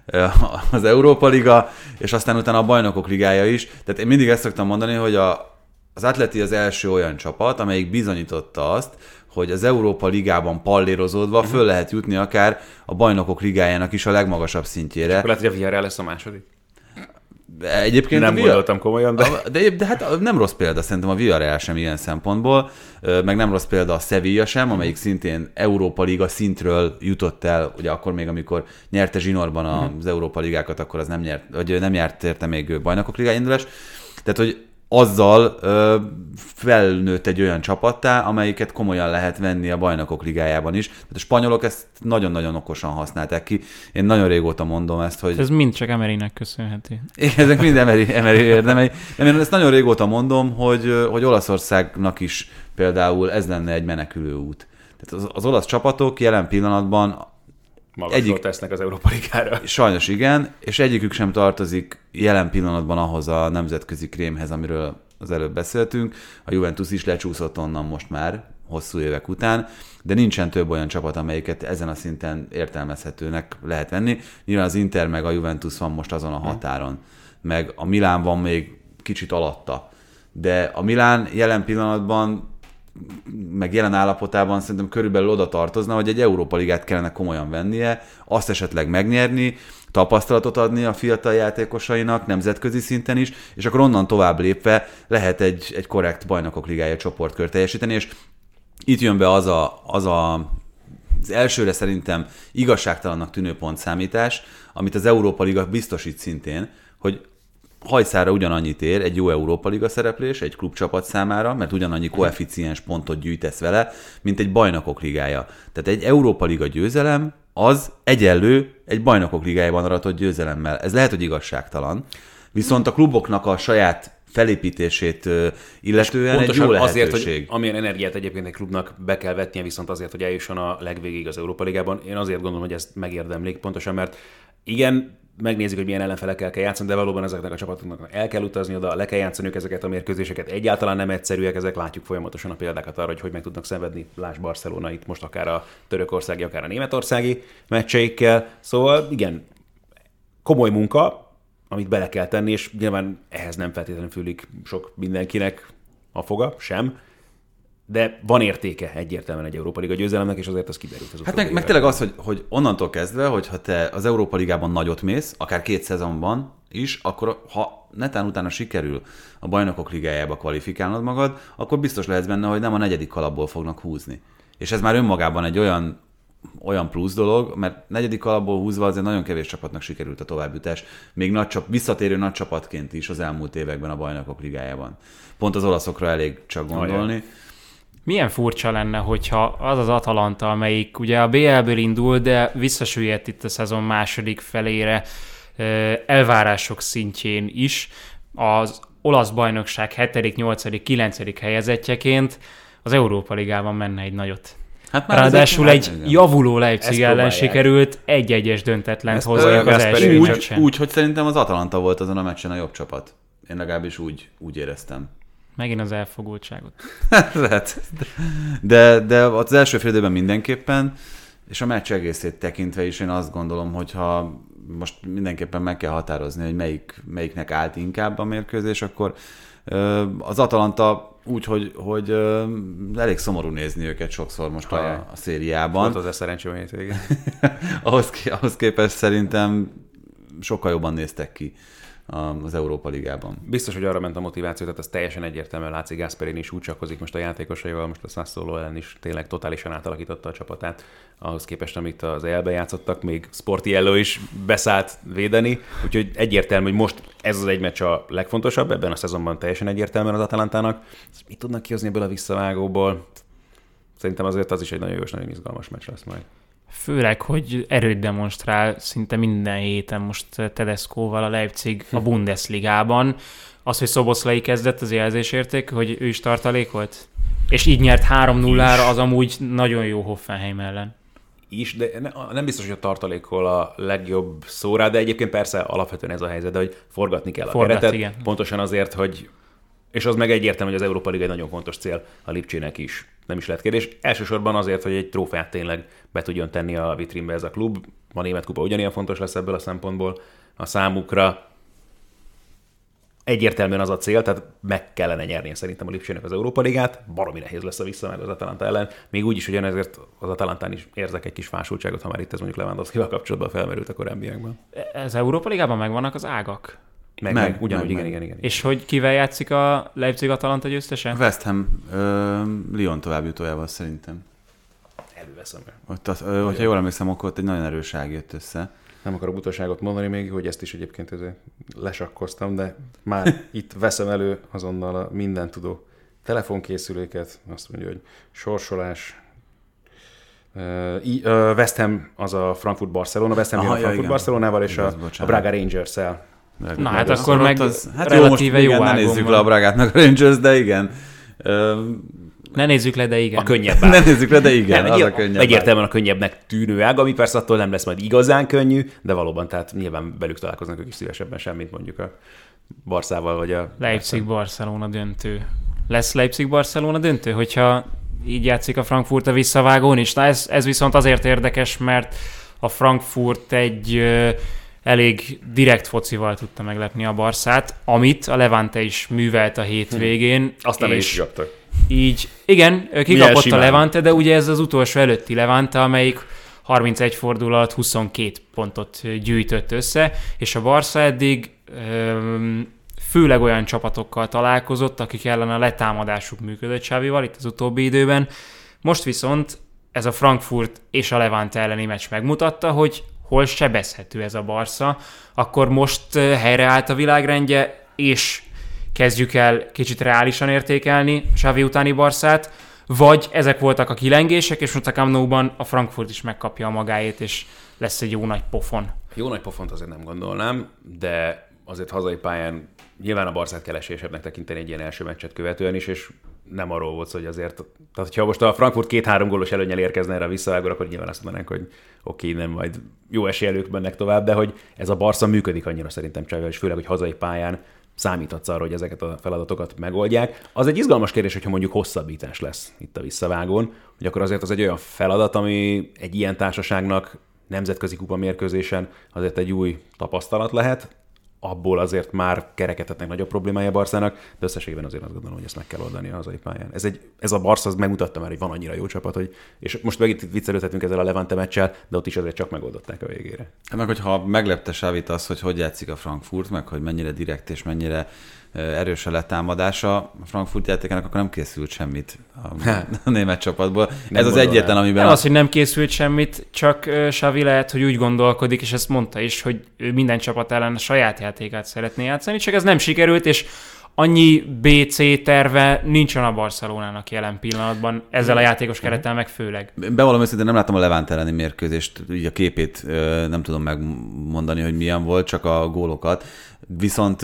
az Európa Liga, és aztán utána a Bajnokok Ligája is. Tehát én mindig ezt szoktam mondani, hogy a, az Atleti az első olyan csapat, amelyik bizonyította azt, hogy az Európa Ligában pallérozódva föl lehet jutni akár a Bajnokok Ligájának is a legmagasabb szintjére. Akkor lehet, hogy a Villarreal lesz a második? Egyébként nem Via... gondoltam komolyan, de... de... De hát nem rossz példa szerintem a Villarreal sem ilyen szempontból, meg nem rossz példa a Sevilla sem, amelyik szintén Európa Liga szintről jutott el, ugye akkor még, amikor nyerte zsinórban az Európa Ligákat, akkor az nem nyert, vagy nem járt érte még Bajnokok Ligája indulás. Tehát, hogy azzal ö, felnőtt egy olyan csapattá, amelyiket komolyan lehet venni a Bajnokok Ligájában is. Tehát a spanyolok ezt nagyon-nagyon okosan használták ki. Én nagyon régóta mondom ezt, hogy... Ez mind csak Emerynek köszönhető. Ezek mind Emery, Emery érdemei. De én ezt nagyon régóta mondom, hogy, hogy Olaszországnak is például ez lenne egy menekülő út. Tehát az, az olasz csapatok jelen pillanatban magasról egyik... tesznek az Európa Ligára. Sajnos igen, és egyikük sem tartozik jelen pillanatban ahhoz a nemzetközi krémhez, amiről az előbb beszéltünk. A Juventus is lecsúszott onnan most már, hosszú évek után, de nincsen több olyan csapat, amelyiket ezen a szinten értelmezhetőnek lehet venni. Nyilván az Inter meg a Juventus van most azon a határon, meg a Milán van még kicsit alatta. De a Milán jelen pillanatban meg jelen állapotában szerintem körülbelül oda tartozna, hogy egy Európa Ligát kellene komolyan vennie, azt esetleg megnyerni, tapasztalatot adni a fiatal játékosainak nemzetközi szinten is, és akkor onnan tovább lépve lehet egy, egy korrekt Bajnokok Ligája csoportkört teljesíteni, és itt jön be az a, az, a, az elsőre szerintem igazságtalannak tűnő pontszámítás, amit az Európa Liga biztosít szintén, hogy hajszára ugyanannyit ér egy jó Európa Liga szereplés egy klubcsapat számára, mert ugyanannyi koeficiens pontot gyűjtesz vele, mint egy Bajnokok Ligája. Tehát egy Európa Liga győzelem az egyenlő egy Bajnokok Ligájában aratott győzelemmel. Ez lehet, hogy igazságtalan. Viszont a kluboknak a saját felépítését illetően egy jó lehetőség. Azért, hogy amilyen energiát egyébként egy klubnak be kell vetnie, viszont azért, hogy eljusson a legvégig az Európa Ligában, én azért gondolom, hogy ezt megérdemlik, pontosan, mert igen, megnézzük, hogy milyen ellenfelekkel kell játszani, de valóban ezeknek a csapatoknak el kell utazni oda, le kell játszaniuk ezeket a mérkőzéseket. Egyáltalán nem egyszerűek, ezek látjuk folyamatosan a példákat arra, hogy hogy meg tudnak szenvedni, lásd Barcelona itt most akár a törökországi, akár a németországi meccseikkel. Szóval igen, komoly munka, amit bele kell tenni, és nyilván ehhez nem feltétlenül fűlik sok mindenkinek a foga, sem. De van értéke egyértelműen egy Európa Liga győzelemnek, és azért az kiderült. Az hát meg, meg tényleg az, hogy, hogy onnantól kezdve, hogyha te az Európa Ligában nagyot mész, akár két szezonban is, akkor ha netán utána sikerül a Bajnokok Ligájába kvalifikálnod magad, akkor biztos lehetsz benne, hogy nem a negyedik kalapból fognak húzni. És ez már önmagában egy olyan, olyan plusz dolog, mert negyedik kalapból húzva azért nagyon kevés csapatnak sikerült a továbbjutás, még nagy csap, visszatérő nagy csapatként is az elmúlt években a Bajnokok Ligájában. Pont az olaszokra elég csak gondolni. Olyan. Milyen furcsa lenne, hogyha az az Atalanta, amelyik ugye a bé el-ből indul, de visszasüllyedt itt a szezon második felére elvárások szintjén is, az olasz bajnokság hetedik, nyolcadik, kilencedik helyezettjeként az Európa Ligában menne egy nagyot. Hát ráadásul egy hát, javuló Leipzig ellen sikerült egy-egyes döntetlent hozniuk az első úgy, úgy, hogy szerintem az Atalanta volt azon a meccsen a jobb csapat. Én legalábbis úgy, úgy éreztem. Megint az elfogultságot. Lehet. De, de az első fél időben mindenképpen, és a meccs egészét tekintve is én azt gondolom, hogyha most mindenképpen meg kell határozni, hogy melyik, melyiknek állt inkább a mérkőzés, akkor az Atalanta úgy, hogy, hogy elég szomorú nézni őket sokszor most a, a szériában. Volt az a szerencsém, igen. ahhoz, ahhoz képest szerintem sokkal jobban néztek ki az Európa Ligában. Biztos, hogy arra ment a motiváció, tehát ez teljesen egyértelműen látszik, Gasperini is úgy csakkozik most a játékosaival, most a Sassuolo ellen is tényleg totálisan átalakította a csapatát, ahhoz képest, amit az é el-be játszottak, még Sportiello is beszállt védeni, úgyhogy egyértelmű, hogy most ez az egy meccs a legfontosabb, ebben a szezonban teljesen egyértelműen az Atalantának. Mit tudnak kihozni ebből a visszavágóból? Szerintem azért az is egy nagyon jó és nagyon izgalmas meccs lesz majd. Főleg, hogy erőt demonstrál szinte minden héten most Tedescóval a Leipzig a Bundesligában. Az, hogy Szoboszlai kezdett, az jelzésérték, hogy ő is tartalékolt? És így nyert három nullára, az amúgy nagyon jó Hoffenheim ellen. Is, de nem biztos, hogy a tartalékol a legjobb szóra, de egyébként persze alapvetően ez a helyzet, de hogy forgatni kell a Forgat, keretet. Igen. Pontosan azért, hogy és az meg egyértelmű, hogy az Európa Liga egy nagyon fontos cél a Lipcsének is. Nem is lehet kérdés. Elsősorban azért, hogy egy trófeát tényleg be tudjon tenni a vitrínbe ez a klub. A német kupa ugyanilyen fontos lesz ebből a szempontból a számukra. Egyértelműen az a cél, tehát meg kellene nyernie szerintem a Lipcsének az Európa Ligát. Baromi nehéz lesz a vissza meg az Atalanta ellen. Még úgy is, hogy ezért az Atalantán is érzek egy kis fásultságot, ha már itt ez mondjuk Lewandowskival kapcsolatban felmerült a korábbiakban. Ez Európa Ligában megvannak az ágak? Meg, Meg, meg ugyanúgy, meg, igen, meg. igen, igen. És hogy kivel játszik a Leipzig-Atalanta győztese? West Ham ö, Lyon továbbjutójával szerintem. Előveszem el. Ott az, ö, hogyha jól emlékszem, akkor ott egy nagyon erős ág jött össze. Nem akarok butaságot mondani még, hogy ezt is egyébként ezért lesakkoztam, de már itt veszem elő azonnal a mindentudó telefonkészüléket. Azt mondja, hogy sorsolás. Uh, West Ham az a Frankfurt-Barcelona, West Ham Aha, jön a ja, Frankfurt-Barcelonával, és Igaz, a, bocsánat. a Braga Rangers-el. Na hát akkor meg az, hát relatíve jó, jó, most, ágon igen, ne nézzük van. le a Bragát meg a Rangers, de igen. Ö, Ne nézzük le, de igen. A könnyebb ne nézzük le, de igen, nem, az egy, a könnyebb. egyértelműen a könnyebbnek tűnő ág, ami persze attól nem lesz majd igazán könnyű, de valóban, tehát nyilván velük találkoznak ők is szívesebben semmit mondjuk a Barszával, vagy a... Leipzig-Barcelona döntő. Lesz Leipzig-Barcelona döntő, hogyha így játszik a Frankfurt a visszavágón is? Na ez, ez viszont azért érdekes, mert a Frankfurt egy ö, elég direkt focival tudta meglepni a Barszát, amit a Levante is művelt a hétvégén. Aztán is és kikaptak. így, igen, kikapott a simán. Levante, de ugye ez az utolsó előtti Levante, amelyik harmincegy fordulat huszonkettő pontot gyűjtött össze, és a Barca eddig öm, főleg olyan csapatokkal találkozott, akik ellen a letámadásuk működött Xavival itt az utóbbi időben. Most viszont ez a Frankfurt és a Levante elleni meccs megmutatta, hogy hol sebezhető ez a Barca. Akkor most helyreállt a világrendje, és kezdjük el kicsit reálisan értékelni Xavi utáni Barszát, vagy ezek voltak a kilengések, és most a Camp Nou-ban a Frankfurt is megkapja a magáét, és lesz egy jó nagy pofon. Jó nagy pofont azért nem gondolnám, de azért hazai pályán nyilván a Barszát kell esélyesebbnek tekinteni egy ilyen első meccset követően is, és nem arról volt szó, hogy azért... Tehát, ha most a Frankfurt két-három gólos előnnyel érkezne erre a visszavágóra, akkor nyilván azt mondanánk, hogy oké, okay, nem majd jó esélyelők mennek tovább, de hogy ez a Barca működik annyira szerintem Xavival, és főleg, hogy hazai pályán számíthatsz arra, hogy ezeket a feladatokat megoldják. Az egy izgalmas kérdés, hogyha mondjuk hosszabbítás lesz itt a visszavágón, hogy akkor azért az egy olyan feladat, ami egy ilyen társaságnak nemzetközi kupa mérkőzésen azért egy új tapasztalat lehet. Abból azért már kerekedhetnek nagyobb problémája Barszának, de összességében azért azt gondolom, hogy ezt meg kell oldani a hazai pályán. Ez, egy, ez a Barca az megmutatta már, hogy van annyira jó csapat, hogy, és most megint viccelődhetünk ezzel a Levante meccsel, de ott is azért csak megoldották a végére. Meg hogyha meglepte Xavit az, hogy hogy játszik a Frankfurt, meg hogy mennyire direkt és mennyire erős a letámadása, a Frankfurt játékának akkor nem készült semmit a, a német csapatból. Nem Ez az egyetlen, amiben... Nem az, hogy nem készült semmit, csak Xavi lehet, hogy úgy gondolkodik, és ezt mondta is, hogy ő minden csapat ellen a saját játékát szeretné játszani, csak ez nem sikerült, és annyi bé cé terve nincsen a Barcelonának jelen pillanatban, ezzel a játékos kerettel meg főleg. Bevallom őszintén, nem láttam a Levante elleni mérkőzést, így a képét nem tudom megmondani, hogy milyen volt, csak a gólokat. Viszont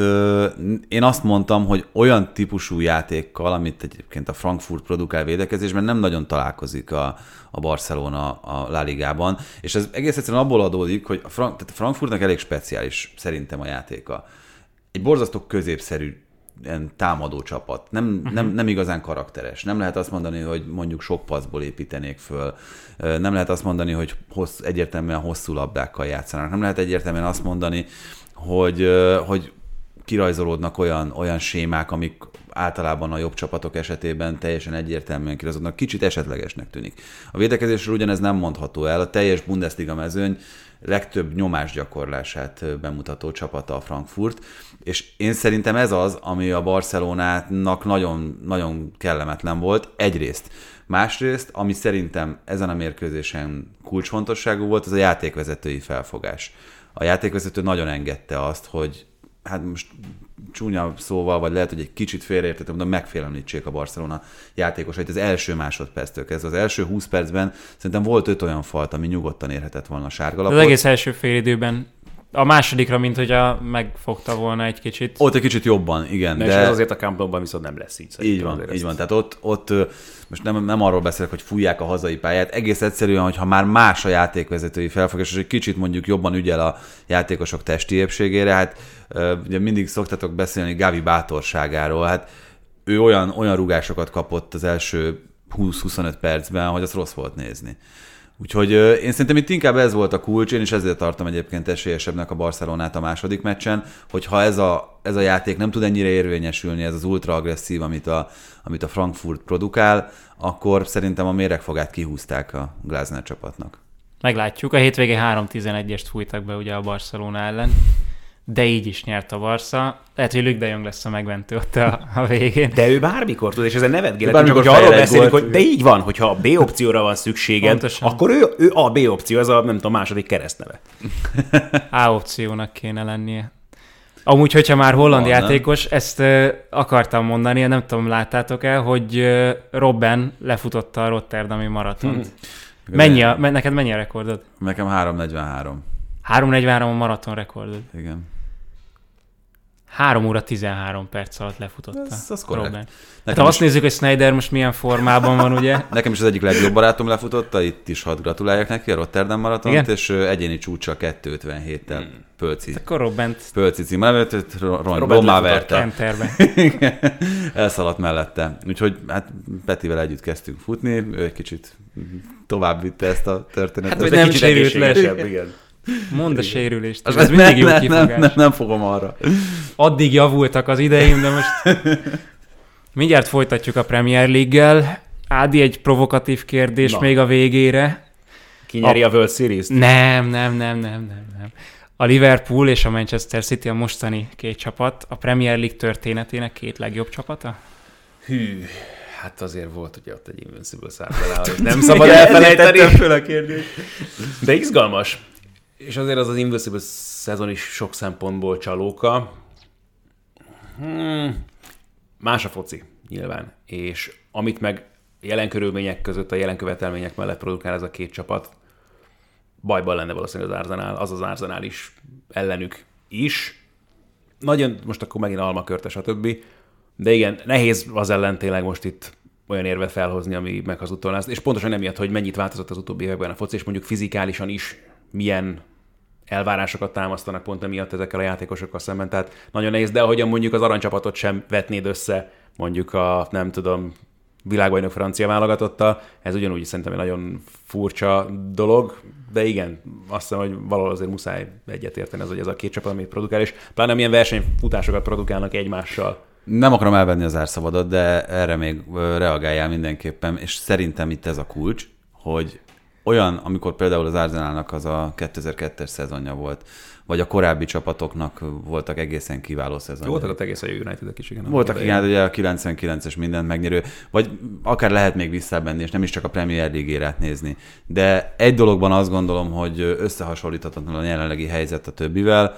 én azt mondtam, hogy olyan típusú játékkal, amit egyébként a Frankfurt produkál védekezésben, nem nagyon találkozik a, a Barcelona a La Ligában, és ez egész egyszerűen abból adódik, hogy a, Frank, tehát a Frankfurtnak elég speciális szerintem a játéka. Egy borzasztó középszerű ilyen támadó csapat. Nem, uh-huh. nem, nem igazán karakteres. Nem lehet azt mondani, hogy mondjuk sok passzból építenék föl. Nem lehet azt mondani, hogy hossz, egyértelműen hosszú labdákkal játszanak. Nem lehet egyértelműen azt mondani, hogy, hogy kirajzolódnak olyan, olyan sémák, amik általában a jobb csapatok esetében teljesen egyértelműen kirajzolódnak. Kicsit esetlegesnek tűnik. A védekezésről ugyanez nem mondható el. A teljes Bundesliga mezőny legtöbb nyomásgyakorlását bemutató csapata a Frankfurt, és én szerintem ez az, ami a Barcelonának nagyon, nagyon kellemetlen volt, egyrészt. Másrészt, ami szerintem ezen a mérkőzésen kulcsfontosságú volt, az a játékvezetői felfogás. A játékvezető nagyon engedte azt, hogy hát most csúnya szóval, vagy lehet, hogy egy kicsit félreértettem, de megfélemlítsék a Barcelona játékosait az első másodperctől kezdve. Az első húsz percben szerintem volt öt olyan falt, ami nyugodtan érhetett volna a sárgalapot. Az egész első félidőben a másodikra, mint hogyha megfogta volna egy kicsit. Ott egy kicsit jobban, igen. De, de ez azért a Camp Nou-ban viszont nem lesz így. Így van, így van. Tehát ott, ott most nem, nem arról beszélek, hogy fújják a hazai pályát, egész egyszerűen, hogyha már más a játékvezetői felfogás, és egy kicsit mondjuk jobban ügyel a játékosok testi épségére, hát ugye mindig szoktatok beszélni Gavi bátorságáról, hát ő olyan, olyan rúgásokat kapott az első húsz-huszonöt percben, hogy az rossz volt nézni. Úgyhogy én szerintem itt inkább ez volt a kulcs, én is ezért tartom egyébként esélyesebbnek a Barcelonát a második meccsen, hogyha ez a, ez a játék nem tud ennyire érvényesülni, ez az ultra agresszív, amit a, amit a Frankfurt produkál, akkor szerintem a méregfogát kihúzták a Glasner csapatnak. Meglátjuk, a hétvégén három tizenegyest fújtak be ugye a Barcelona ellen, de így is nyert a Barca. Lehet, hogy Luc de Jong lesz a megmentő ott a, a végén. De ő bármikor tud, és ezen nevetgélek, csak hogyha arról beszélünk, hogy de így van, hogyha a B opcióra van szükséged, pontosan. Akkor ő, ő a B opció, ez a nem tudom, második keresztneve. A opciónak kéne lennie. Amúgy, hogyha már holland van, játékos, nem? ezt uh, akartam mondani, nem tudom, láttátok-e, hogy uh, Robben lefutotta a rotterdami maratont. Hmm. Mennyi a, neked mennyi a rekordod? Nekem három negyvenhárom. három negyvenhárom a maraton rekordod. Igen. három óra tizenhárom perc alatt lefutotta. Ez, az korrekt. Hát ha azt nézzük, hogy Sneijder most milyen formában van, ugye? Nekem is az egyik legjobb barátom lefutotta, itt is hadd gratuláljak neki a Rotterdam maratont, igen? És egyéni csúcsa kettő ötvenhéttel hmm. Pölci. Akkor Robbent... Pölci címmel, Rommá verte. Enterbe. Elszaladt mellette. Úgyhogy hát Petivel együtt kezdtünk futni, ő egy kicsit tovább vitte ezt a történetet. Hát, hogy nem sérült le. Igen. Mondd a sérülést. Ez mindig nem, jó nem, kifogás. Nem, nem, nem fogom arra. Addig javultak az ideim, de most mindjárt folytatjuk a Premier League-gel. Ádi, egy provokatív kérdés Na. még a végére. Ki nyeri a, a World Series-t? Nem, nem, nem, nem, nem, nem. A Liverpool és a Manchester City a mostani két csapat, a Premier League történetének két legjobb csapata? Hű, hát azért volt ugye ott egy Invincible szárnalál, nem szabad elfelejteni. Föl a kérdést. De izgalmas. És azért az az Invincible szezon is sok szempontból csalóka. Hmm. Más a foci, nyilván. És amit meg jelen körülmények között, a jelen követelmények mellett produkál ez a két csapat, bajban lenne valószínűleg az Arsenal, az az Arsenal is ellenük is. Nagyon, most akkor megint almakörte, stb. De igen, nehéz az ellen tényleg most itt olyan érvet felhozni, ami meghazudtolná ezt. És pontosan emiatt, hogy mennyit változott az utóbbi években a foci, és mondjuk fizikálisan is milyen elvárásokat támasztanak pont emiatt ezekkel a játékosokkal szemben. Tehát nagyon nehéz, de ahogyan mondjuk az aranycsapatot sem vetnéd össze, mondjuk a, nem tudom, világbajnok francia válogatottal, ez ugyanúgy szerintem egy nagyon furcsa dolog, de igen, azt hiszem, hogy valahol azért muszáj egyetérteni ez, hogy ez a két csapat, amit produkál, és pláne milyen versenyfutásokat produkálnak egymással. Nem akarom elvenni az árszabadot, de erre még reagáljál mindenképpen, és szerintem itt ez a kulcs, hogy olyan, amikor például az Arsenalnak az a kétezer-kettes szezonja volt, vagy a korábbi csapatoknak voltak egészen kiváló szezonja. Voltak ott egészen jó United-ek is, igen. Voltak, igen, ugye a kilencvenkilences mindent megnyerő, vagy akár lehet még visszabenni, és nem is csak a Premier League-ét nézni. De egy dologban azt gondolom, hogy összehasonlíthatatlan a jelenlegi helyzet a többivel,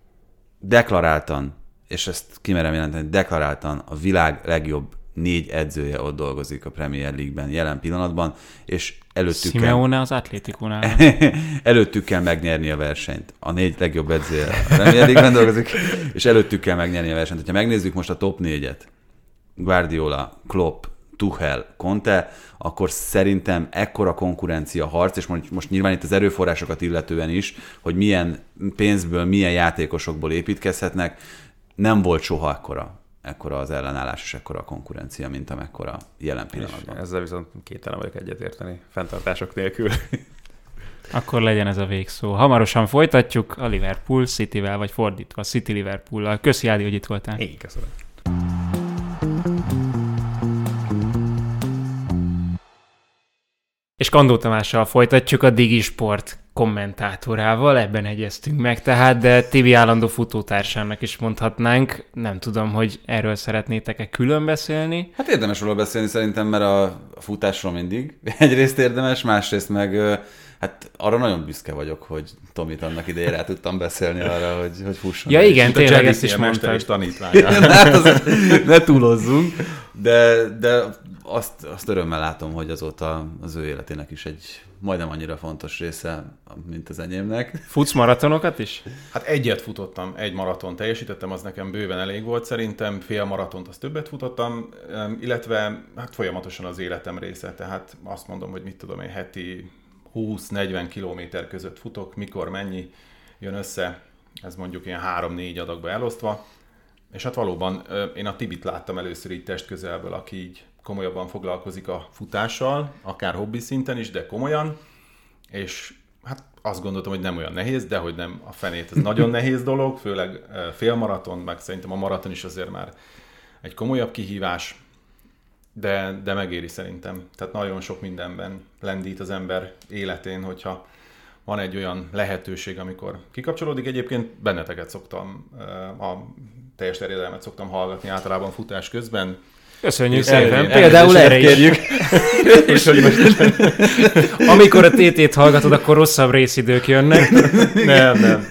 deklaráltan, és ezt kimerem jelenteni, deklaráltan a világ legjobb négy edzője ott dolgozik a Premier League-ben jelen pillanatban, és előttük Simeone kell... az Atlétikónál. előttük kell megnyerni a versenyt. A négy legjobb edzője a Premier League-ben dolgozik, és előttük kell megnyerni a versenyt. Ha megnézzük most a top négyet, Guardiola, Klopp, Tuchel, Conte, akkor szerintem ekkora konkurencia harc, és most nyilván itt az erőforrásokat illetően is, hogy milyen pénzből, milyen játékosokból építkezhetnek, nem volt soha ekkora. ekkora az ellenállás és ekkora a konkurencia, mint amekkora jelen pillanatban. És ezzel viszont képtelen vagyok egyetérteni, fenntartások nélkül. Akkor legyen ez a végszó. Hamarosan folytatjuk a Liverpool Cityvel, vagy fordítva a City Liverpool-al. Köszi, Ádi, hogy itt voltál. Én köszönöm. És Kandó Tamással folytatjuk a Digi Sport kommentátorával, ebben egyeztünk meg tehát, de Tibi állandó futótársának is mondhatnánk. Nem tudom, hogy erről szeretnétek-e külön beszélni? Hát érdemes róla beszélni szerintem, mert a futásról mindig egyrészt érdemes, másrészt meg Hát arra nagyon büszke vagyok, hogy Tomit annak idején rá tudtam beszélni arra, hogy, hogy fusson. Ja igen, Itt tényleg a ezt is mondtad. és tanítványa. Hát az, ne túlozzunk, de, de azt, azt örömmel látom, hogy azóta az ő életének is egy majdnem annyira fontos része, mint az enyémnek. Futsz maratonokat is? Hát egyet futottam, egy maraton teljesítettem, az nekem bőven elég volt szerintem, fél maratont, az többet futottam, illetve hát folyamatosan az életem része, tehát azt mondom, hogy mit tudom én, heti húsz-negyven kilométer között futok, mikor mennyi jön össze, ez mondjuk ilyen három-négy adagba elosztva, és hát valóban én a Tibit láttam először így testközelből, aki így komolyabban foglalkozik a futással, akár hobbi szinten is, de komolyan, és hát azt gondoltam, hogy nem olyan nehéz, de hogy nem a fenét, ez nagyon nehéz dolog, főleg félmaraton, meg szerintem a maraton is azért már egy komolyabb kihívás, de, de megéri szerintem. Tehát nagyon sok mindenben lendít az ember életén, hogyha van egy olyan lehetőség, amikor kikapcsolódik. Egyébként benneteket szoktam, a teljes terjedelmet szoktam hallgatni általában futás közben. Köszönjük Elég- szépen. elég- Például erre is. Kérjük. És hogy most Amikor a té tét hallgatod, akkor rosszabb részidők jönnek. nem, nem.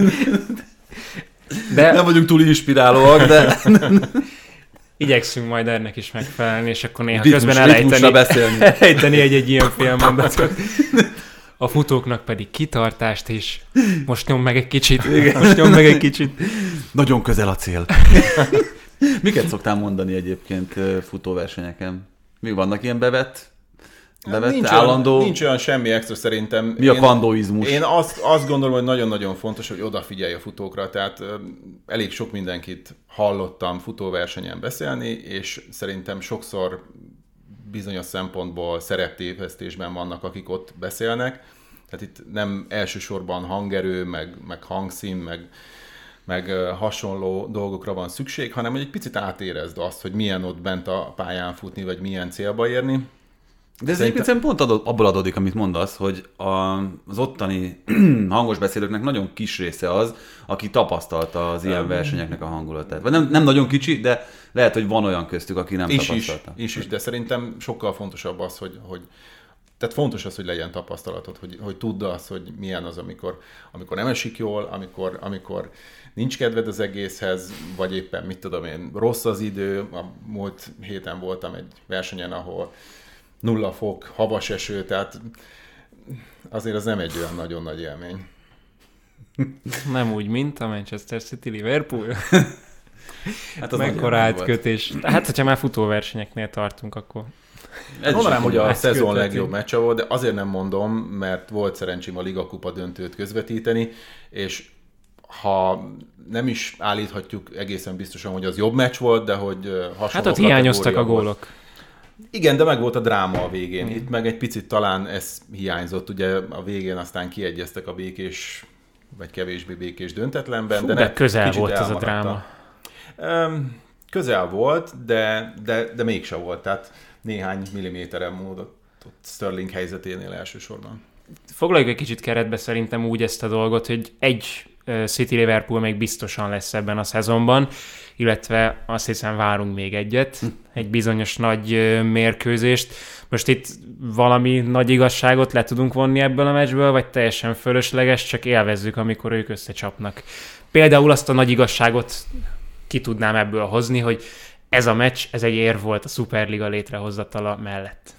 De Nem vagyunk túl inspirálóak, de igyekszünk majd ennek is megfelelni, és akkor néha ritmus, közben ritmusra elejteni, beszélni. elejteni egy-egy ilyen félmondatot. A futóknak pedig kitartást is. Most nyom meg egy kicsit. Most nyom meg egy kicsit. Nagyon közel a cél. Miket szoktál mondani egyébként futóversenyeken? Mi vannak ilyen bevett? Bevett nincs állandó? Olyan, nincs olyan semmi extra szerintem. Mi a Én- kvandoizmus? Én azt, azt gondolom, hogy nagyon-nagyon fontos, hogy odafigyelj a futókra, tehát ö, elég sok mindenkit hallottam futóversenyen beszélni, és szerintem sokszor bizonyos szempontból szereptévesztésben vannak, akik ott beszélnek. Tehát itt nem elsősorban hangerő, meg, meg hangszín, meg, meg ö, hasonló dolgokra van szükség, hanem hogy egy picit átérezd azt, hogy milyen ott bent a pályán futni, vagy milyen célba érni. De ez Szerintem- egyébként pont adod, abból adódik, amit mondasz, hogy a, az ottani hangos beszélőknek nagyon kis része az, aki tapasztalta az ilyen versenyeknek a hangulatát. Vagy nem, nem nagyon kicsi, de lehet, hogy van olyan köztük, aki nem Is is, tapasztalta. is is, de szerintem sokkal fontosabb az, hogy, hogy tehát fontos az, hogy legyen tapasztalatod, hogy, hogy tudd azt, hogy milyen az, amikor, amikor nem esik jól, amikor, amikor nincs kedved az egészhez, vagy éppen, mit tudom én, rossz az idő. A múlt héten voltam egy versenyen, ahol nulla fok, havas eső, tehát azért az nem egy olyan nagyon nagy élmény. Nem úgy, mint a Manchester City Liverpool. Hát az Mekkora nagyon volt. átkötés. Hát, hogyha már futóversenyeknél tartunk, akkor... Ez Mondanám, is hogy a ezt szezon köthetünk. legjobb meccse volt, de azért nem mondom, mert volt szerencsém a Liga Kupa döntőt közvetíteni, és ha nem is állíthatjuk egészen biztosan, hogy az jobb meccs volt, de hogy ö, hasonló Hát ott hiányoztak a kategória volt. gólok. Igen, de meg volt a dráma a végén. Itt meg egy picit talán ez hiányzott. Ugye a végén aztán kiegyeztek a békés, vagy kevésbé békés döntetlenben. Fú, de, de ne- közel kicsit volt az a elmaradtam. dráma. Öm, közel volt, de, de, de mégse volt. Tehát néhány milliméteren módot ott Sterling helyzeténél elsősorban. Foglaljuk egy kicsit keretbe szerintem úgy ezt a dolgot, hogy egy ö, City Liverpool még biztosan lesz ebben a szezonban, illetve azt hiszem várunk még egyet, egy bizonyos nagy ö, mérkőzést. Most itt valami nagy igazságot le tudunk vonni ebből a meccsből, vagy teljesen fölösleges, csak élvezzük, amikor ők összecsapnak. Például azt a nagy igazságot ki tudnám ebből hozni, hogy ez a meccs, ez egy érv volt a Superliga létrehozatala mellett.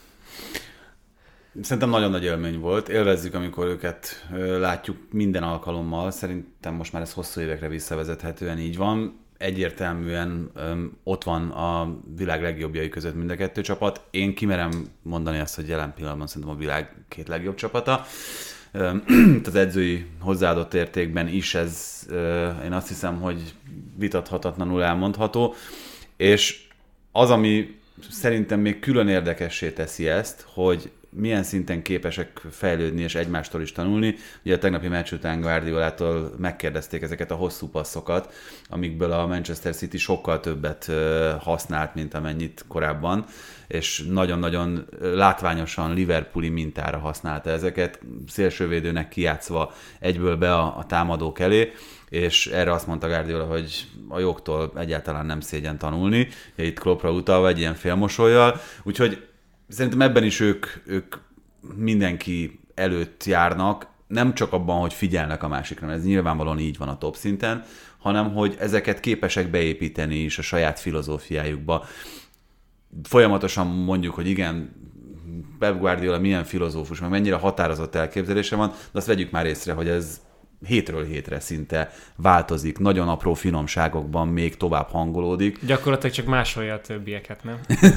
Szerintem nagyon nagy élmény volt. Élvezzük, amikor őket ö, látjuk minden alkalommal. Szerintem most már ez hosszú évekre visszavezethetően így van. Egyértelműen öm, ott van a világ legjobbjai között mind a kettő csapat. Én kimerem mondani azt, hogy jelen pillanatban szerintem a világ két legjobb csapata. Öm, az edzői hozzáadott értékben is ez, ö, én azt hiszem, hogy vitathatatlanul elmondható. És az, ami szerintem még külön érdekessé teszi ezt, hogy milyen szinten képesek fejlődni és egymástól is tanulni. Ugye a tegnapi meccs után Guardiolától megkérdezték ezeket a hosszú passzokat, amikből a Manchester City sokkal többet használt, mint amennyit korábban, és nagyon-nagyon látványosan Liverpooli mintára használta ezeket, szélsővédőnek kijátszva egyből be a, a támadók elé, és erre azt mondta Guardiola, hogy a jogtól egyáltalán nem szégyen tanulni, itt Kloppra utalva egy ilyen félmosollyal, úgyhogy szerintem ebben is ők, ők mindenki előtt járnak, nem csak abban, hogy figyelnek a másikra, ez nyilvánvalóan így van a top szinten, hanem hogy ezeket képesek beépíteni is a saját filozófiájukba. Folyamatosan mondjuk, hogy igen, Pep Guardiola milyen filozófus, meg mennyire határozott elképzelése van, de azt vegyük már észre, hogy ez hétről hétre szinte változik, nagyon apró finomságokban még tovább hangolódik. Gyakorlatilag csak másolja a többieket, nem?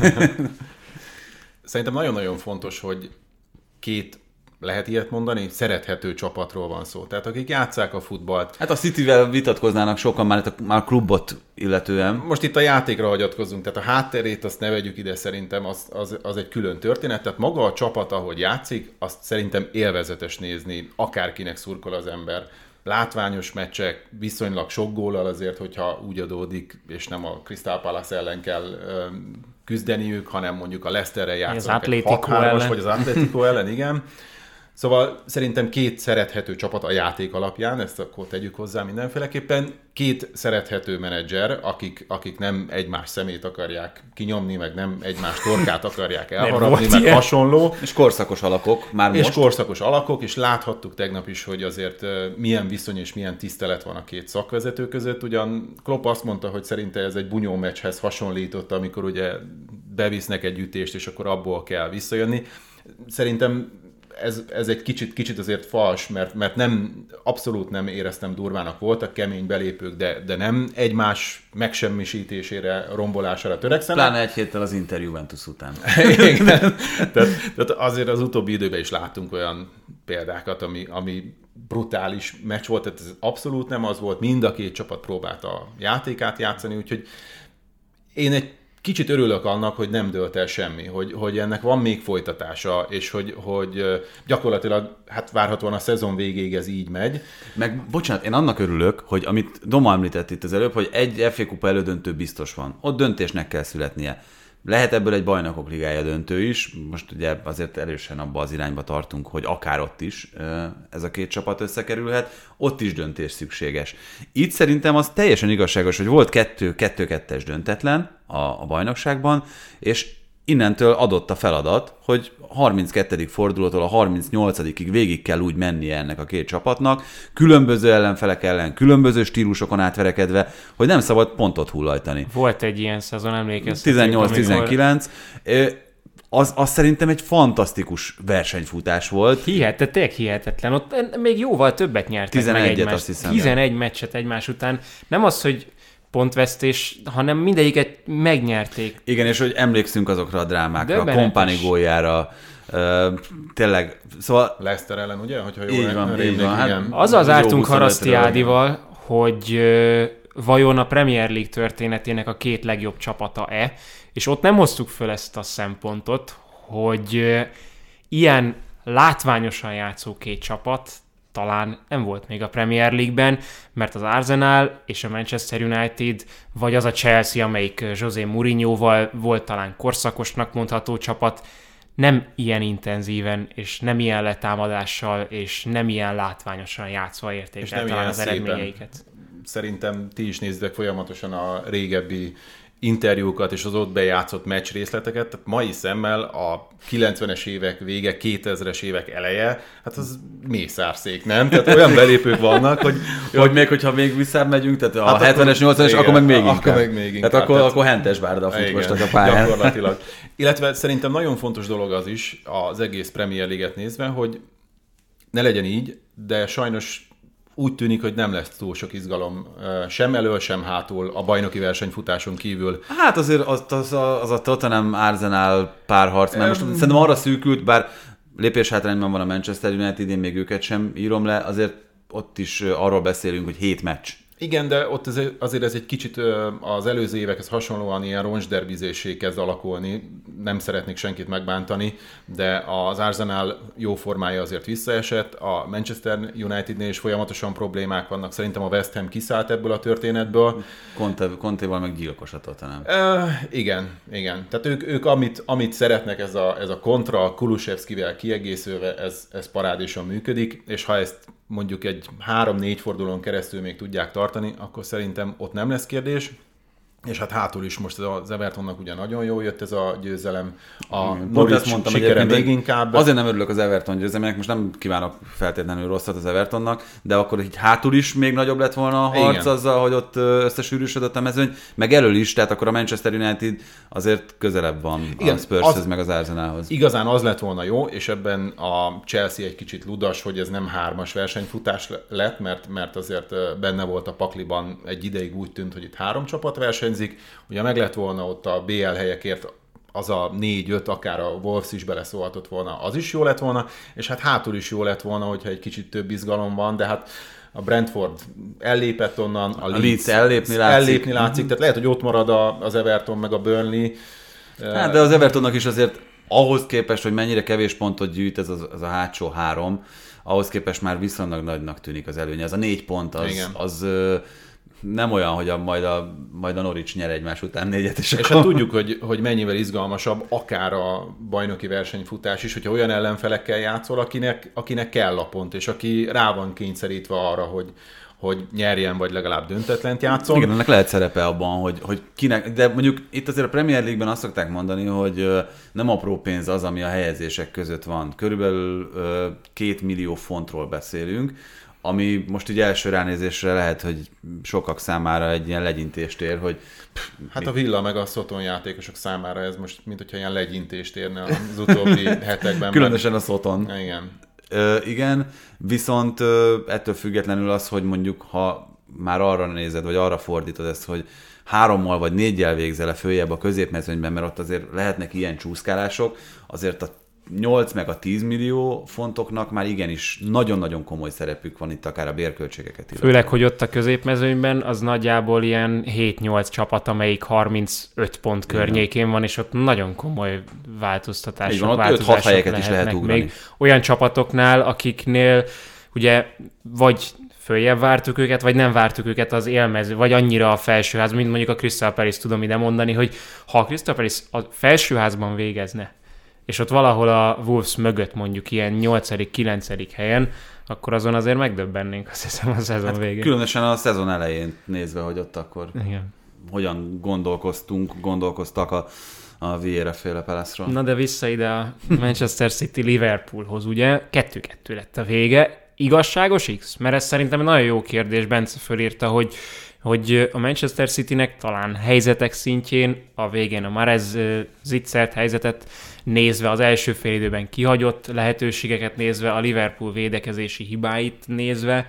Szerintem nagyon-nagyon fontos, hogy két, lehet ilyet mondani, szerethető csapatról van szó. Tehát akik játsszák a futballt. Hát a Cityvel vitatkoznának sokan már, már a klubot illetően. Most itt a játékra hagyatkozzunk, tehát a hátterét azt ne vegyük ide, szerintem az, az, az egy külön történet. Tehát maga a csapat, ahogy játszik, azt szerintem élvezetes nézni, akárkinek szurkol az ember. Látványos meccsek, viszonylag sok góllal azért, hogyha úgy adódik, és nem a Crystal Palace ellen kell ö, küzdeniük, hanem mondjuk a Leicesterrel játszanak egy hat hármas, vagy az Atletico ellen, igen. Szóval szerintem két szerethető csapat a játék alapján, ezt akkor tegyük hozzá mindenféleképpen. Két szerethető menedzser, akik, akik nem egymás szemét akarják kinyomni, meg nem egymás torkát akarják elharapni, meg ilyen hasonló. És korszakos alakok már és most. És korszakos alakok, és láthattuk tegnap is, hogy azért milyen viszony és milyen tisztelet van a két szakvezető között. Ugyan Klopp azt mondta, hogy szerinte ez egy bunyó meccshez hasonlította, amikor ugye bevisznek egy ütést, és akkor abból kell visszajönni. Szerintem Ez, ez egy kicsit, kicsit azért fals, mert, mert nem, abszolút nem éreztem durvának, voltak kemény belépők, de, de nem egymás megsemmisítésére, rombolására törekszenek. Pláne egy héttel az Inter Juventus után. Igen. tehát, tehát azért az utóbbi időben is láttunk olyan példákat, ami, ami brutális meccs volt, tehát ez abszolút nem az volt, mind a két csapat próbálta a játékát játszani, úgyhogy én egy kicsit örülök annak, hogy nem dőlt el semmi, hogy, hogy ennek van még folytatása, és hogy, hogy gyakorlatilag hát várhatóan a szezon végéig ez így megy. Meg bocsánat, én annak örülök, hogy amit Doma említett itt az előbb, hogy egy ef á kupa elődöntő biztos van. Ott döntésnek kell születnie. Lehet ebből egy bajnokok ligája döntő is, most ugye azért erősen abba az irányba tartunk, hogy akár ott is ez a két csapat összekerülhet, ott is döntés szükséges. Itt szerintem az teljesen igazságos, hogy volt kettő, kettő-kettes döntetlen a, a bajnokságban, és innentől adott a feladat, hogy harminckettedik fordulótól a harmincnyolcadikig végig kell úgy mennie ennek a két csapatnak, különböző ellenfelek ellen, különböző stílusokon átverekedve, hogy nem szabad pontot hullajtani. Volt egy ilyen szezon, emlékeztetünk. tizennyolc-tizenkilenc. Az, az szerintem egy fantasztikus versenyfutás volt. Hihetetlen, tényleg hihetetlen. Ott még jóval többet nyertek meg egymást. Azt hiszem. tizenegy meccset egymás után. Nem az, hogy pontvesztés, hanem mindegyiket megnyerték. Igen, és hogy emlékszünk azokra a drámákra, a Kompány góljára, uh, tényleg, szóval... Leicester ellen, ugye? Hogyha jól így van, így van. Hát, azzal zártunk Harasztiádival, hogy uh, vajon a Premier League történetének a két legjobb csapata-e, és ott nem hoztuk föl ezt a szempontot, hogy uh, ilyen látványosan játszó két csapat talán nem volt még a Premier League-ben, mert az Arsenal és a Manchester United, vagy az a Chelsea, amelyik José Mourinhoval volt talán korszakosnak mondható csapat, nem ilyen intenzíven, és nem ilyen letámadással, és nem ilyen látványosan játszva érték el talán az eredményeiket. Szerintem ti is néztek folyamatosan a régebbi interjúkat és az ott bejátszott meccs részleteket, tehát mai szemmel a kilencvenes évek vége, kétezres évek eleje, hát az mészárszék, nem? Tehát olyan belépők vannak, hogy... hogy még, hogyha még visszább megyünk, tehát a hát hetvenes, nyolcvanas, akkor meg még inkább. Akkor meg még inkább. Tehát akkor, tehát, akkor hentes bárda fut most a pályán. Gyakorlatilag. Illetve szerintem nagyon fontos dolog az is, az egész Premier League-et nézve, hogy ne legyen így, de sajnos úgy tűnik, hogy nem lesz túl sok izgalom sem elől, sem hátul a bajnoki versenyfutáson kívül. Hát azért az, az, a, az a Tottenham Arsenal párharc, mert most um, szerintem arra szűkült, bár lépéshátrányban van a Manchester United, én még őket sem írom le, azért ott is arról beszélünk, hogy hét meccs. Igen, de ott ez, azért ez egy kicsit az előző évekhez hasonlóan ilyen roncsderbizésé kezd alakulni. Nem szeretnék senkit megbántani, de az Arsenal jó formája azért visszaesett, a Manchester Unitednél is folyamatosan problémák vannak. Szerintem a West Ham kiszállt ebből a történetből. Conte, Contéval meg gyilkos a Tottenham. Uh, igen, igen. Tehát ők, ők amit, amit szeretnek, ez a, ez a kontra, Kulusevszkivel kiegészülve, ez, ez parádésan működik, és ha ezt mondjuk egy három-négy fordulón keresztül még tudják tartani, akkor szerintem ott nem lesz kérdés. és hát hátul is most az Evertonnak ugye nagyon jól jött ez a győzelem. A Norwich mondtam, sikere még inkább. Azért nem örülök az Everton győzelmének, most nem kívánok feltétlenül rosszat az Evertonnak, de akkor így hátul is még nagyobb lett volna a harc igen. azzal, hogy ott összesűrűsödött a mezőny, meg elől is, tehát akkor a Manchester United azért közelebb van igen, a Spurshez az, meg az Arsenalhoz. Igazán az lett volna jó, és ebben a Chelsea egy kicsit ludas, hogy ez nem hármas versenyfutás lett, mert, mert azért benne volt a pakliban egy ideig úgy tűnt, hogy itt három csapat versenyzik. Ugye meg lett volna ott a bé el helyekért az a négy-öt, akár a Wolves is beleszólhatott volna, az is jó lett volna, és hát hátul is jó lett volna, hogyha egy kicsit több izgalom van, de hát a Brentford ellépett onnan, a, a Leeds, Leeds ellépni látszik. ellépni látszik, tehát lehet, hogy ott marad a, az Everton meg a Burnley. Hát, de az Evertonnak is azért ahhoz képest, hogy mennyire kevés pontot gyűjt ez az, az a hátsó három, ahhoz képest már viszonylag nagynak tűnik az előnye. Ez a négy pont az... Igen. az nem olyan, hogy a, majd, a, majd a Norwich nyer egymás után négyet. És, és akkor... hát tudjuk, hogy, hogy mennyivel izgalmasabb akár a bajnoki versenyfutás is, hogyha olyan ellenfelekkel játszol, akinek, akinek kell a pont, és aki rá van kényszerítve arra, hogy, hogy nyerjen, vagy legalább döntetlent játszon. Igen, ennek lehet szerepe abban, hogy, hogy kinek, de mondjuk itt azért a Premier League-ben azt szokták mondani, hogy nem apró pénz az, ami a helyezések között van. Körülbelül két millió fontról beszélünk, ami most így első ránézésre lehet, hogy sokak számára egy ilyen legyintést ér, hogy... Pff, hát mi... a Villa meg a Soton játékosok számára ez most, mint hogyha ilyen legyintést érne az utóbbi hetekben. Különösen a Soton. Igen. Ö, igen, viszont ö, ettől függetlenül az, hogy mondjuk, ha már arra nézed, vagy arra fordítod ezt, hogy hárommal vagy négyel végzel le följebb a középmezőnyben, mert ott azért lehetnek ilyen csúszkálások, azért a nyolc meg a tíz millió fontoknak már igenis nagyon-nagyon komoly szerepük van itt akár a bérköltségeket. Illetve. Főleg, hogy ott a középmezőnyben az nagyjából ilyen hét-nyolc csapat, amelyik harmincöt pont környékén van, és ott nagyon komoly változtatások, van, ott öt-hat helyeket is lehet ugrani. Még olyan csapatoknál, akiknél ugye vagy följebb vártuk őket, vagy nem vártuk őket az élmező, vagy annyira a felsőház, mint mondjuk a Crystal Palace, tudom ide mondani, hogy ha a Crystal Palace a felsőházban végezne, és ott valahol a Wolves mögött mondjuk ilyen nyolcadik-kilencedik helyen, akkor azon azért megdöbbennénk, azt hiszem, a szezon hát végén. Különösen a szezon elején nézve, hogy ott akkor igen. hogyan gondolkoztunk, gondolkoztak a, a Vieira féle Palace-ról. Na de vissza ide a Manchester City Liverpoolhoz, ugye kettő-kettő lett a vége. Igazságos X? Mert ez szerintem egy nagyon jó kérdés, Bence fölírta, hogy hogy a Manchester Citynek talán helyzetek szintjén a végén a Mahrez zicsert helyzetet nézve, az első félidőben kihagyott lehetőségeket nézve, a Liverpool védekezési hibáit nézve,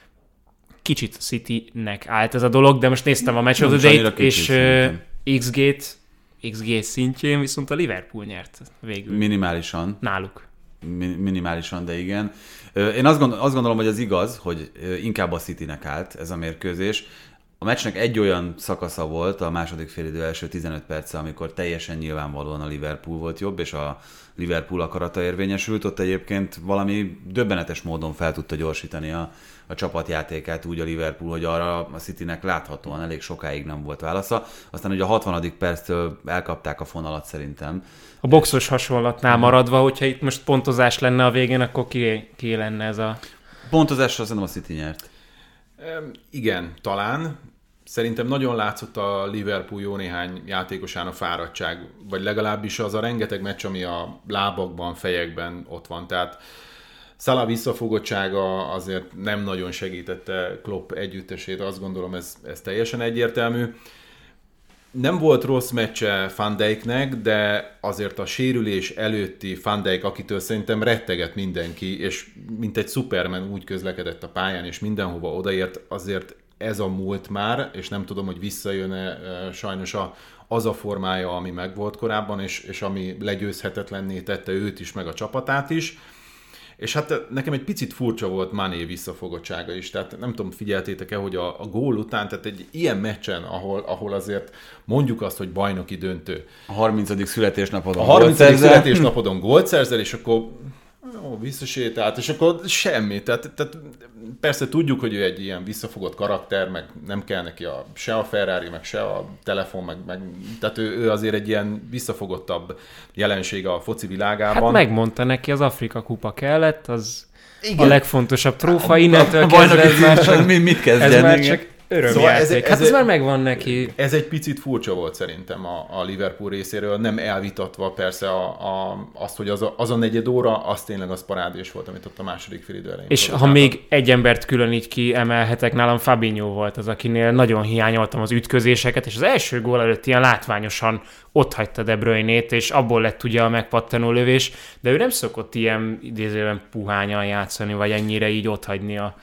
kicsit Citynek állt ez a dolog, de most néztem a Match of the Day-t, és iksz gé-t, iksz gé szintjén viszont a Liverpool nyert végül. Minimálisan. Náluk. Min- minimálisan, de igen. Én azt, gondol, azt gondolom, hogy az igaz, hogy inkább a Citynek állt ez a mérkőzés. A meccsnek egy olyan szakasza volt, a második félidő első tizenöt perce, amikor teljesen nyilvánvalóan a Liverpool volt jobb, és a Liverpool akarata érvényesült. Ott egyébként valami döbbenetes módon fel tudta gyorsítani a, a csapatjátékát úgy a Liverpool, hogy arra a Citynek láthatóan elég sokáig nem volt válasza. Aztán ugye a hatvanadik perctől elkapták a fonalat szerintem. A boxos hasonlatnál maradva, hogyha itt most pontozás lenne a végén, akkor ki, ki lenne ez a... Pontozásra szerintem a City nyert. Igen, talán. Szerintem nagyon látszott a Liverpool jó néhány játékosán a fáradtság, vagy legalábbis az a rengeteg meccs, ami a lábakban, fejekben ott van. Tehát Salah visszafogottsága azért nem nagyon segítette Klopp együttesét, azt gondolom ez, ez teljesen egyértelmű. Nem volt rossz meccse Van Dijknek, de azért a sérülés előtti Van Dijk, akitől szerintem retteget mindenki, és mint egy Superman úgy közlekedett a pályán, és mindenhova odaért, azért ez a múlt már, és nem tudom, hogy visszajön-e sajnos a, az a formája, ami megvolt korábban, és, és ami legyőzhetetlenné tette őt is, meg a csapatát is. És hát nekem egy picit furcsa volt Mané visszafogottsága is, tehát nem tudom, figyeltétek-e, hogy a, a gól után, tehát egy ilyen meccsen, ahol, ahol azért mondjuk azt, hogy bajnoki döntő. A harmincadik születésnapodon A harmincadik születésnapodon gólt szerzel, és akkor ó, visszasétált, és akkor semmi. Tehát, tehát persze tudjuk, hogy ő egy ilyen visszafogott karakter, meg nem kell neki a, se a Ferrari, meg se a telefon, meg, meg tehát ő, ő azért egy ilyen visszafogottabb jelenség a foci világában. Hát megmondta neki, az Afrika kupa kellett, az igen. A legfontosabb trófa, innentől kezdve ez már csak, mit kezdjen, ez már csak örömjáték. Szóval ez, hát ez, ez már megvan neki. Ez egy picit furcsa volt szerintem a, a Liverpool részéről, nem elvitatva persze a, a, azt, hogy az a, az a negyed óra, az tényleg az parádés volt, amit ott a második félidő elején. És ha még egy embert külön így kiemelhetek, nálam Fabinho volt az, akinél nagyon hiányoltam az ütközéseket, és az első gól előtt ilyen látványosan ott hagyta De Bruyne-t, és abból lett ugye a megpattanó lövés, de ő nem szokott ilyen idézően puhányan játszani, vagy ennyire így ott hagyni a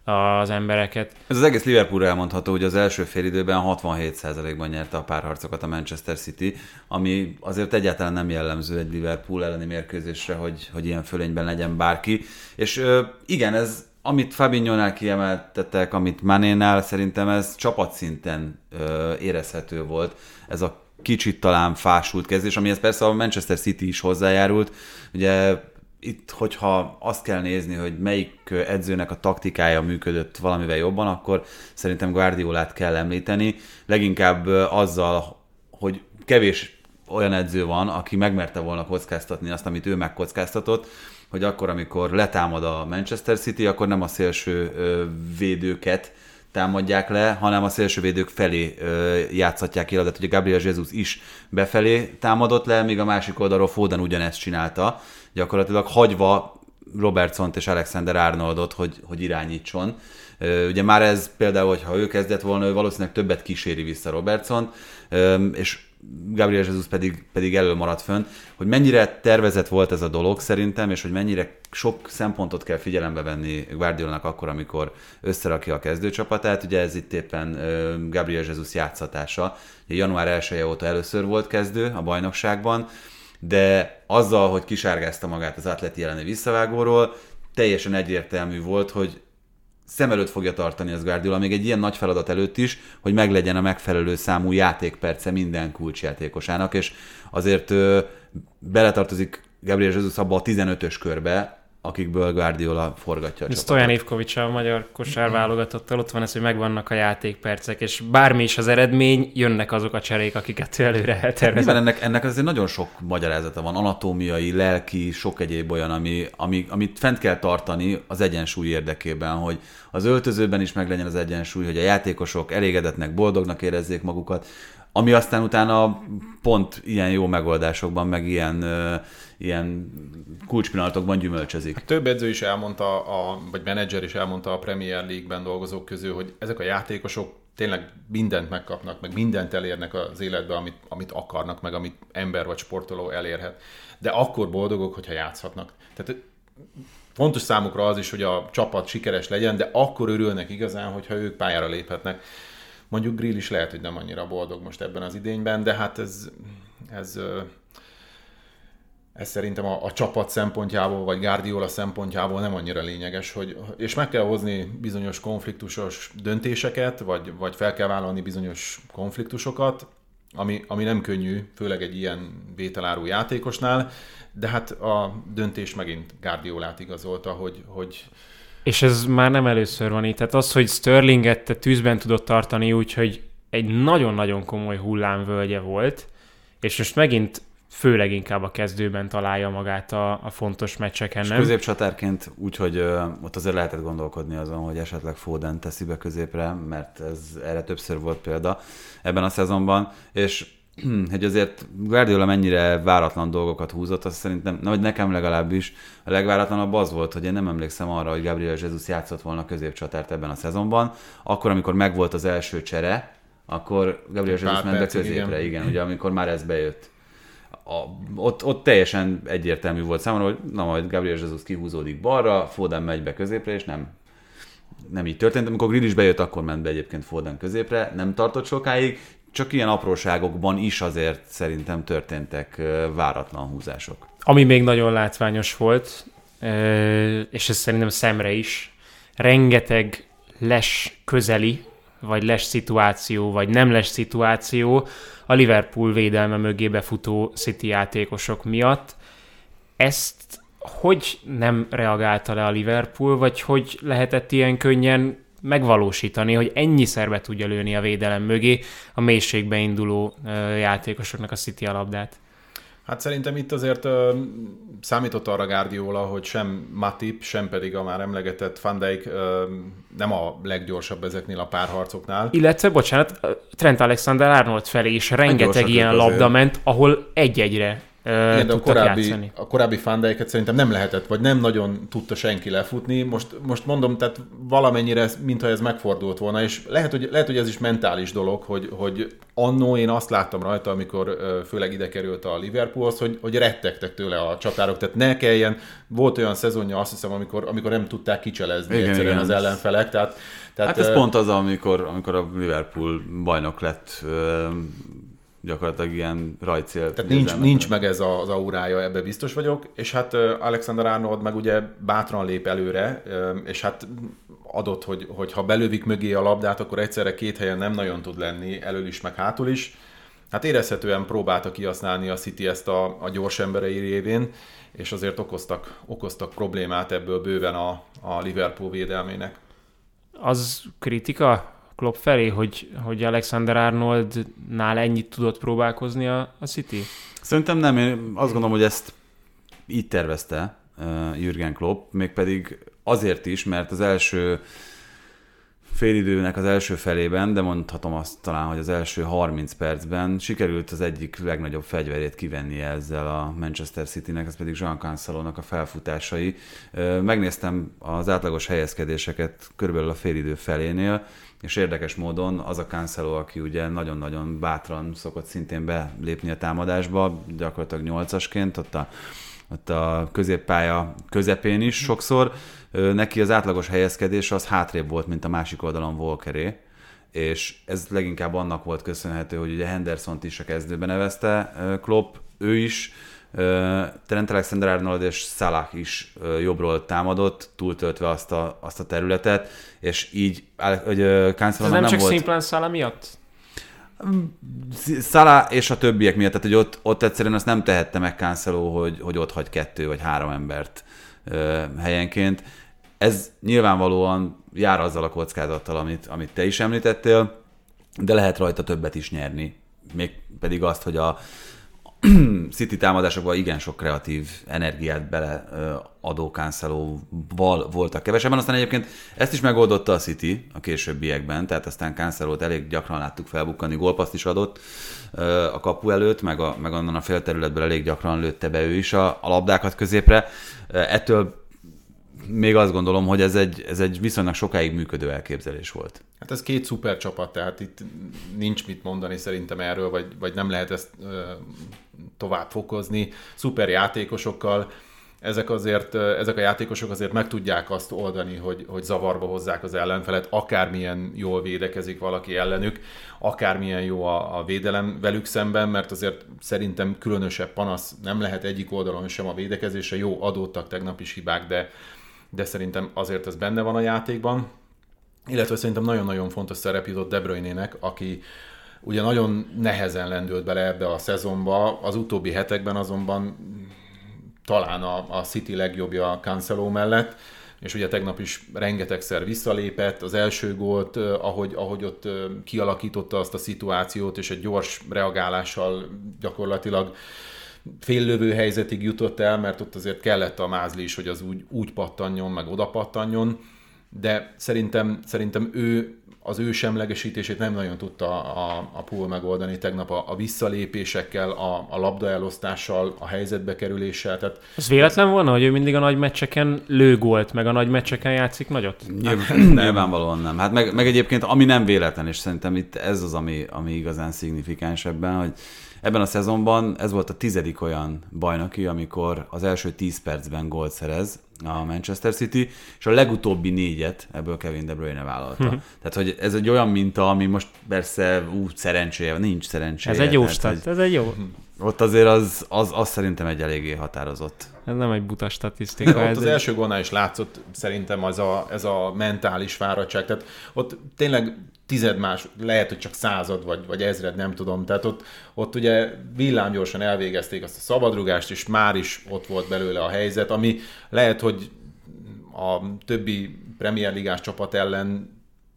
az embereket. Ez az egész Liverpoolra elmondható, hogy az első fél időben hatvanhét százalékban nyerte a párharcokat a Manchester City, ami azért egyáltalán nem jellemző egy Liverpool elleni mérkőzésre, hogy, hogy ilyen fölényben legyen bárki. És igen, ez, amit Fabinho-nál kiemeltettek, amit Manénál, szerintem ez csapatszinten érezhető volt. Ez a kicsit talán fásult kezdés, amihez persze a Manchester City is hozzájárult. Ugye itt, hogyha azt kell nézni, hogy melyik edzőnek a taktikája működött valamivel jobban, akkor szerintem Guardiolát kell említeni. Leginkább azzal, hogy kevés olyan edző van, aki megmerte volna kockáztatni azt, amit ő megkockáztatott, hogy akkor, amikor letámad a Manchester City, akkor nem a szélső védőket támadják le, hanem a szélsővédők felé játszhatják ki, tehát ugye Gabriel Jesus is befelé támadott le, míg a másik oldalról Foden ugyanezt csinálta, gyakorlatilag hagyva Robertsont és Alexander Arnoldot, hogy, hogy irányítson. Ugye már ez például, hogyha ő kezdett volna, ő valószínűleg többet kíséri vissza Robertson, és Gabriel Jesus pedig, pedig elől maradt fönn. Hogy mennyire tervezett volt ez a dolog szerintem, és hogy mennyire sok szempontot kell figyelembe venni Guardiolának akkor, amikor összerakja a kezdőcsapatát. Ugye ez itt éppen Gabriel Jesus játszatása. január elseje óta először volt kezdő a bajnokságban, de azzal, hogy kisárgázta magát az Atleti elleni visszavágóról, teljesen egyértelmű volt, hogy szem előtt fogja tartani az Guardiola még egy ilyen nagy feladat előtt is, hogy meglegyen a megfelelő számú játékperce minden kulcsjátékosának, és azért ö, beletartozik Gabriel Jesus abba a tizenötös körbe, akikből Guardiola forgatja a csapatot. Stojan Ivkovics a magyar kosárválogatottal, ott van ez, hogy megvannak a játékpercek, és bármi is az eredmény, jönnek azok a cserék, akiket előre eltervezett. Ennek, ennek azért nagyon sok magyarázata van, anatómiai, lelki, sok egyéb olyan, ami, ami, amit fent kell tartani az egyensúly érdekében, hogy az öltözőben is meglegyen az egyensúly, hogy a játékosok elégedetnek, boldognak érezzék magukat, ami aztán utána pont ilyen jó megoldásokban, meg ilyen, uh, ilyen kulcspillanatokban gyümölcsözik. Több edző is elmondta, a, vagy menedzser is elmondta a Premier League-ben dolgozók közül, hogy ezek a játékosok tényleg mindent megkapnak, meg mindent elérnek az életben, amit, amit akarnak, meg amit ember vagy sportoló elérhet. De akkor boldogok, hogyha játszhatnak. Tehát fontos számukra az is, hogy a csapat sikeres legyen, de akkor örülnek igazán, hogyha ők pályára léphetnek. Mondjuk Grill is lehet, hogy nem annyira boldog most ebben az idényben, de hát ez, ez, ez szerintem a, a csapat szempontjából, vagy Guardiola szempontjából nem annyira lényeges, hogy, és meg kell hozni bizonyos konfliktusos döntéseket, vagy, vagy fel kell vállalni bizonyos konfliktusokat, ami, ami nem könnyű, főleg egy ilyen vételárú játékosnál, de hát a döntés megint Guardiolát igazolta, hogy, hogy és ez már nem először van így. Tehát az, hogy Sterlinget te tűzben tudott tartani úgy, hogy egy nagyon-nagyon komoly hullámvölgye volt, és most megint főleg inkább a kezdőben találja magát a, a fontos meccseken, és nem? Középcsatárként úgy, hogy ö, ott azért lehetett gondolkodni azon, hogy esetleg Foden teszi be középre, mert ez erre többször volt példa ebben a szezonban, és hogy azért Guardiola mennyire váratlan dolgokat húzott, azt szerintem, vagy nekem legalábbis a legváratlanabb az volt, hogy én nem emlékszem arra, hogy Gabriel Jesus játszott volna középcsatárt ebben a szezonban. Akkor, amikor megvolt az első csere, akkor Gabriel Jesus ment be középre, igen, igen ugye amikor már ez bejött. A, ott, ott teljesen egyértelmű volt számomra, hogy na majd Gabriel Jesus kihúzódik balra, Foden megy be középre, és nem, nem így történt. Amikor Grealish bejött, akkor ment be egyébként Foden középre, nem tartott sokáig, csak ilyen apróságokban is azért szerintem történtek váratlan húzások. Ami még nagyon látványos volt, és ez szerintem szemre is, rengeteg les közeli, vagy les szituáció, vagy nem les szituáció a Liverpool védelme mögé befutó City játékosok miatt. Ezt hogy nem reagálta le a Liverpool, vagy hogy lehetett ilyen könnyen megvalósítani, hogy ennyiszer be tudja lőni a védelem mögé a mélységbe induló játékosoknak a City a labdát? Hát szerintem itt azért ö, számított arra Guardiola, hogy sem Matip, sem pedig a már emlegetett Van Dijk ö, nem a leggyorsabb ezeknél a párharcoknál. Illetve, bocsánat, Trent Alexander-Arnold felé is rengeteg ilyen labda ment, ahol egy-egyre Igen, de a korábbi, játszani. a korábbi Van Dijket szerintem nem lehetett, vagy nem nagyon tudta senki lefutni. Most, most mondom, tehát valamennyire, ez, mintha ez megfordult volna, és lehet, hogy, lehet, hogy ez is mentális dolog, hogy, hogy annó én azt láttam rajta, amikor főleg ide került a Liverpoolhoz, hogy, hogy rettegtek tőle a csatárok, tehát ne kelljen, volt olyan szezonja, azt hiszem, amikor, amikor nem tudták kicselezni igen, egyszerűen igen. az ellenfelek. Tehát, tehát, hát ez uh, pont az, amikor, amikor a Liverpool bajnok lett, uh, gyakorlatilag ilyen rajcél. Tehát nincs, nincs meg ez az aurája, ebbe biztos vagyok, és hát Alexander-Arnold meg ugye bátran lép előre, és hát adott, hogy, hogy ha belövik mögé a labdát, akkor egyszerre két helyen nem nagyon tud lenni, elől is, meg hátul is. Hát érezhetően próbálta kihasználni a City ezt a, a gyors emberei révén, és azért okoztak, okoztak problémát ebből bőven a, a Liverpool védelmének. Az kritika Klopp felé, hogy, hogy Alexander-Arnoldnál ennyit tudott próbálkozni a, a City? Szerintem nem, én azt gondolom, hogy ezt így tervezte uh, Jürgen Klopp, mégpedig azért is, mert az első félidőnek az első felében, de mondhatom azt talán, hogy az első harminc percben sikerült az egyik legnagyobb fegyverét kivenni ezzel a Manchester Citynek, ez pedig João Cancelónak a felfutásai. Megnéztem az átlagos helyezkedéseket körülbelül a félidő felénél, és érdekes módon az a Cancelo, aki ugye nagyon-nagyon bátran szokott szintén belépni a támadásba, gyakorlatilag nyolcasként, ott a, ott a középpálya közepén is sokszor, neki az átlagos helyezkedés az hátrébb volt, mint a másik oldalon Walkeré, és ez leginkább annak volt köszönhető, hogy ugye Hendersont is a kezdőben nevezte Klopp, ő is, Trent Alexander-Arnold és Salah is jobbról támadott, túltöltve azt a, azt a területet, és így hogy Cancelo nem, nem csak volt... szimplán Salah miatt? Salah és a többiek miatt, tehát hogy ott, ott egyszerűen azt nem tehette meg Cancelo, hogy, hogy ott hagy kettő vagy három embert ö, helyenként. Ez nyilvánvalóan jár azzal a kockázattal, amit, amit te is említettél, de lehet rajta többet is nyerni. Még pedig azt, hogy a City támadásokban igen sok kreatív energiát beleadó Cancelóval voltak kevesebben, aztán egyébként ezt is megoldotta a City a későbbiekben, tehát aztán Cancelót elég gyakran láttuk felbukkani, gólpaszt is adott a kapu előtt, meg, a, meg onnan a félterületből elég gyakran lőtte be ő is a, a labdákat középre. Ettől még azt gondolom, hogy ez egy, ez egy viszonylag sokáig működő elképzelés volt. Hát ez két szuper csapat, tehát itt nincs mit mondani szerintem erről, vagy, vagy nem lehet ezt ö, tovább fokozni. Szuper játékosokkal, ezek, azért, ezek a játékosok azért meg tudják azt oldani, hogy, hogy zavarba hozzák az ellenfelet, akármilyen jól védekezik valaki ellenük, akármilyen jó a, a védelem velük szemben, mert azért szerintem különösebb panasz nem lehet egyik oldalon sem a védekezésre. Jó, adódtak tegnap is hibák, de de szerintem azért ez benne van a játékban. Illetve szerintem nagyon-nagyon fontos szerep jutott De Bruyne-nek, aki ugye nagyon nehezen lendült bele ebbe a szezonba, az utóbbi hetekben azonban talán a, a City legjobbja Cancelo mellett, és ugye tegnap is rengetegszer visszalépett, az első gólt, ahogy, ahogy ott kialakította azt a szituációt, és egy gyors reagálással gyakorlatilag féllövő helyzetig jutott el, mert ott azért kellett a mázli is, hogy az úgy, úgy pattanjon, meg oda pattanjon, de szerintem, szerintem ő az ő semlegesítését nem nagyon tudta a, a Pool megoldani tegnap a, a visszalépésekkel, a, a labdaelosztással, a helyzetbe kerüléssel. Tehát az véletlen volna, hogy ő mindig a nagy meccseken lő gólt, meg a nagy meccseken játszik nagyot? Nyilván, nyilvánvalóan nem. Hát meg, meg egyébként, ami nem véletlen, és szerintem itt ez az, ami, ami igazán szignifikáns ebben, hogy ebben a szezonban ez volt a tizedik olyan bajnoki, amikor az első tíz percben gólt szerez a Manchester City, és a legutóbbi négyet ebből Kevin De Bruyne vállalta. Uh-huh. Tehát, hogy ez egy olyan minta, ami most persze ú, szerencséje, nincs szerencséje. Ez egy jó tehát, stat, ez egy jó. Ott azért az, az, az szerintem egy eléggé határozott. Ez nem egy buta statisztika. Ott ez az egy... első gólnál is látszott szerintem az a, ez a mentális fáradtság. Tehát ott tényleg tized más, lehet, hogy csak század vagy, vagy ezred, nem tudom. Tehát ott, ott ugye villámgyorsan elvégezték azt a szabadrugást, és már is ott volt belőle a helyzet, ami lehet, hogy a többi Premier Ligás csapat ellen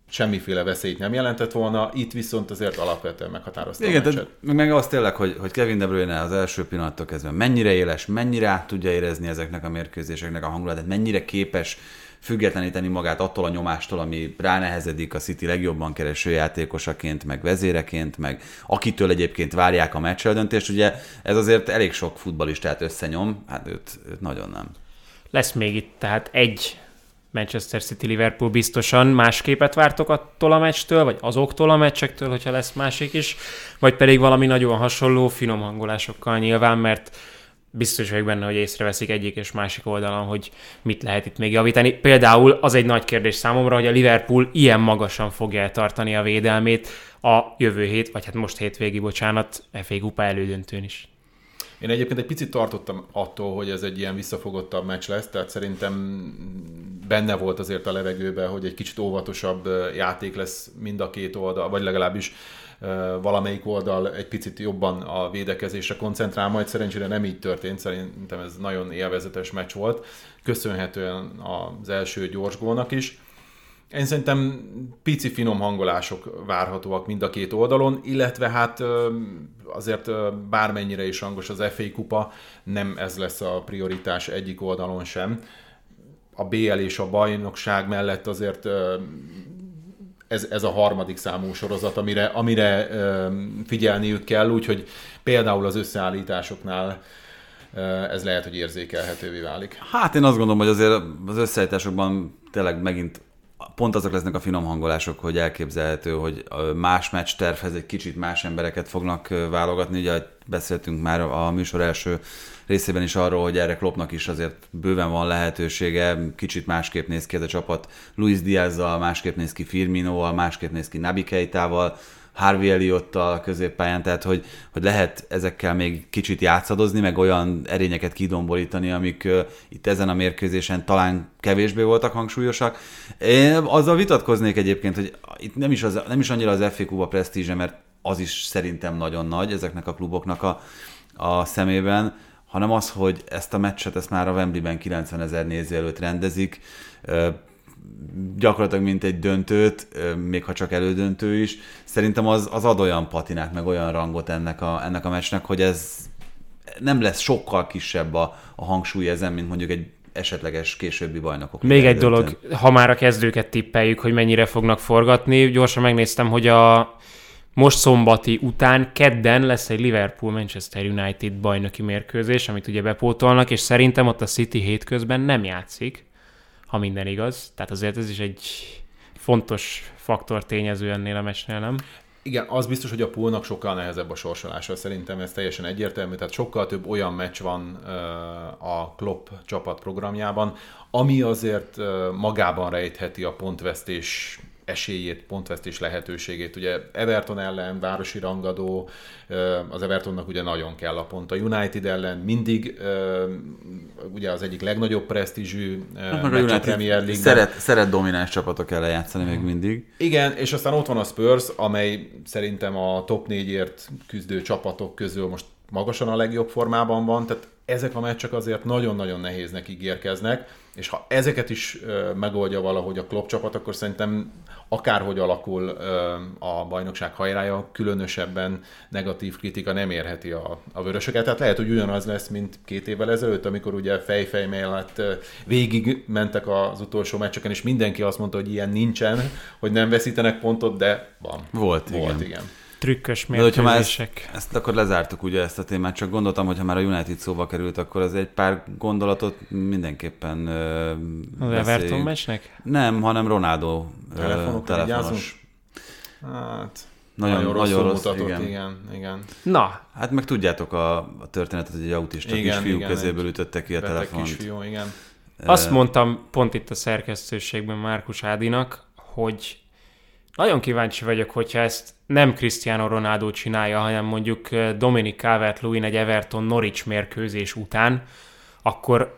semmiféle veszélyt nem jelentett volna, itt viszont azért alapvetően meghatározta Igen, a meccset. tehát meg az tényleg, hogy, hogy Kevin De Bruyne az első pillanattól kezdve mennyire éles, mennyire át tudja érezni ezeknek a mérkőzéseknek a hangulatát, mennyire képes függetleníteni magát attól a nyomástól, ami ránehezedik a City legjobban kereső játékosaként, meg vezéreként, meg akitől egyébként várják a meccseldöntést. Ugye ez azért elég sok futballistát összenyom, hát őt, őt nagyon nem. Lesz még itt tehát egy Manchester City-Liverpool biztosan. Más képet vártok attól a meccstől, vagy azoktól a meccsektől, hogyha lesz másik is, vagy pedig valami nagyon hasonló, finom hangolásokkal nyilván, mert biztos vagyok benne, hogy észreveszik egyik és másik oldalon, hogy mit lehet itt még javítani. Például az egy nagy kérdés számomra, hogy a Liverpool ilyen magasan fogja tartani a védelmét a jövő hét, vagy hát most hétvégi, bocsánat, ef á kupa elődöntőn is. Én egyébként egy picit tartottam attól, hogy ez egy ilyen visszafogottabb meccs lesz, tehát szerintem benne volt azért a levegőben, hogy egy kicsit óvatosabb játék lesz mind a két oldal, vagy legalábbis valamelyik oldal egy picit jobban a védekezésre koncentrál, majd szerencsére nem így történt, szerintem ez nagyon élvezetes meccs volt, köszönhetően az első gyors gólnak is. Én szerintem pici finom hangolások várhatóak mind a két oldalon, illetve hát azért bármennyire is hangos az ef á kupa, nem ez lesz a prioritás egyik oldalon sem. A bé el és a bajnokság mellett azért ez, ez a harmadik számú sorozat, amire, amire figyelniük kell, úgyhogy például az összeállításoknál ez lehet, hogy érzékelhetővé válik. Hát én azt gondolom, hogy azért az összeállításokban tényleg megint pont azok lesznek a finom hangolások, hogy elképzelhető, hogy más meccs tervhez egy kicsit más embereket fognak válogatni. Ugye beszéltünk már a műsor első részében is arról, hogy erre Kloppnak is azért bőven van lehetősége, kicsit másképp néz ki ez a csapat. Luis Diazzal, másképp néz ki Firminoval, másképp néz ki Naby Keitával, Harvey Elliottal a középpályán, tehát hogy, hogy lehet ezekkel még kicsit játszadozni, meg olyan erényeket kidomborítani, amik uh, itt ezen a mérkőzésen talán kevésbé voltak hangsúlyosak. Én azzal vitatkoznék egyébként, hogy itt nem is, az, nem is annyira az ef á kupa presztízse, mert az is szerintem nagyon nagy ezeknek a kluboknak a, a szemében, hanem az, hogy ezt a meccset ezt már a Wembleyben kilencvenezer néző előtt rendezik, uh, gyakorlatilag mint egy döntőt, még ha csak elődöntő is. Szerintem az, az ad olyan patinát, meg olyan rangot ennek a, ennek a meccsnek, hogy ez nem lesz sokkal kisebb a, a hangsúly ezen, mint mondjuk egy esetleges későbbi bajnokok. Még egy dolog, ha már a kezdőket tippeljük, hogy mennyire fognak forgatni, gyorsan megnéztem, hogy a most szombati után kedden lesz egy Liverpool-Manchester United bajnoki mérkőzés, amit ugye bepótolnak, és szerintem ott a City hétközben nem játszik, ha minden igaz. Tehát azért ez is egy fontos faktor tényező ennél a meccsnél, nem? Igen, az biztos, hogy a Poolnak sokkal nehezebb a sorsolása, szerintem ez teljesen egyértelmű, tehát sokkal több olyan meccs van a Klopp csapat programjában, ami azért magában rejtheti a pontvesztés esélyét, pontvesztés lehetőségét. Ugye Everton ellen, városi rangadó, az Evertonnak ugye nagyon kell a pont. A United ellen mindig ugye az egyik legnagyobb presztízsű meccs a Premier League-ben. Szeret, szeret domináns csapatok ellen játszani még mindig. Igen, és aztán ott van a Spurs, amely szerintem a top négyért küzdő csapatok közül most magasan a legjobb formában van, tehát ezek a meccsek azért nagyon-nagyon nehéznek ígérkeznek, és ha ezeket is ö, megoldja valahogy a Klopp csapat, akkor szerintem akárhogy alakul ö, a bajnokság hajrája, különösebben negatív kritika nem érheti a, a vörösöket. Tehát lehet, hogy ugyanaz lesz, mint két évvel ezelőtt, amikor ugye fejfej mellett végig mentek az utolsó meccseken, és mindenki azt mondta, hogy ilyen nincsen, hogy nem veszítenek pontot, de van. Volt, Volt igen. igen. Trükkös mérkőzések. Ezt, ezt akkor lezártuk ugye ezt a témát, csak gondoltam, hogy ha már a United szóba került, akkor az egy pár gondolatot mindenképpen uh, az Everton meccsnek? Nem, hanem Ronaldo Telefonok, uh, telefonos. Hát, nagyon, nagyon rosszul nagyon rossz, mutatott, igen. igen. igen. Na. Hát meg tudjátok a, a történetet, hogy egy autista igen, kisfiú igen, kezéből ütötte ki a telefont. Kisfiú, igen. Azt mondtam pont itt a szerkesztőségben Márkus Ádinak, hogy nagyon kíváncsi vagyok, hogyha ezt nem Cristiano Ronaldo csinálja, hanem mondjuk Dominic Calvert-Lewin egy Everton Norwich mérkőzés után, akkor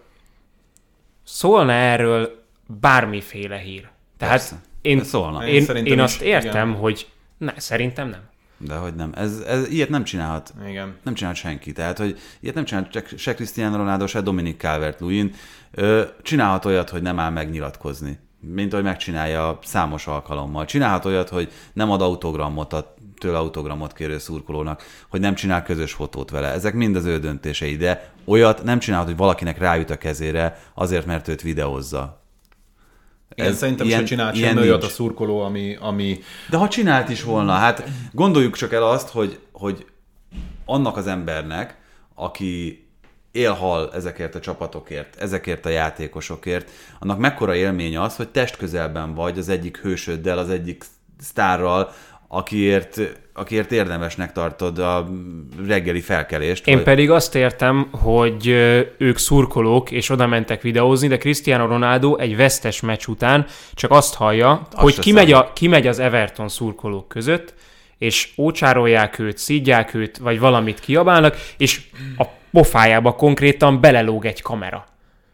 szólna erről bármiféle hír. Tehát Persze. én, szólna. én, én, én azt is, értem, igen. hogy ne, szerintem nem. Dehogy nem. Ez, ez, ilyet nem csinálhat. Igen. Nem csinálhat senki. Tehát, hogy ilyet nem csinálhat se Cristiano Ronaldo, se Dominic Calvert-Lewin. Ö, csinálhat olyat, hogy nem áll megnyilatkozni. mint ahogy megcsinálja számos alkalommal. Csinálhat olyat, hogy nem ad autogramot a tőle autogramot kérő szurkolónak, hogy nem csinál közös fotót vele. Ezek mind az ő döntései, de olyat nem csinálhat, hogy valakinek rájut a kezére azért, mert őt videózza. Igen, ez szerintem sem csinált semmi olyat a szurkoló, ami, ami... De ha csinált is volna, hát gondoljuk csak el azt, hogy, hogy annak az embernek, aki élhal ezekért a csapatokért, ezekért a játékosokért, annak mekkora élmény az, hogy testközelben vagy az egyik hősöddel, az egyik sztárral, akiért, akiért érdemesnek tartod a reggeli felkelést. Én vagy... pedig azt értem, hogy ők szurkolók, és oda mentek videózni, de Cristiano Ronaldo egy vesztes meccs után csak azt hallja, azt hogy kimegy, a, kimegy az Everton szurkolók között, és ócsárolják őt, szídják őt, vagy valamit kiabálnak, és a pofájába konkrétan belelóg egy kamera.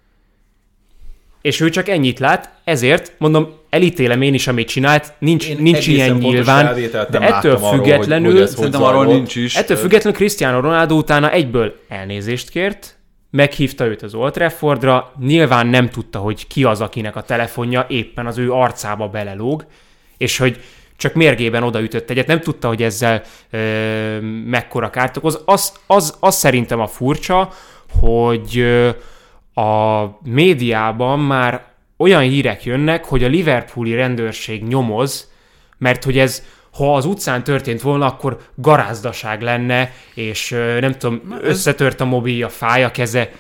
És ő csak ennyit lát, ezért mondom, elítélem én is, amit csinált, nincs, nincs ilyen nyilván, de ettől függetlenül, arról, hogy, hogy szerintem arról nincs is. Ettől függetlenül Cristiano Ronaldo utána egyből elnézést kért, meghívta őt az Old Traffordra, nyilván nem tudta, hogy ki az, akinek a telefonja éppen az ő arcába belelóg, és hogy csak mérgében odaütött egyet, nem tudta, hogy ezzel ö, mekkora kárt okoz. Az, az, az szerintem a furcsa, hogy ö, a médiában már olyan hírek jönnek, hogy a liverpooli rendőrség nyomoz, mert hogy ez, ha az utcán történt volna, akkor garázdaság lenne, és ö, nem tudom, Na, ez... összetört a mobilja, fáj a keze.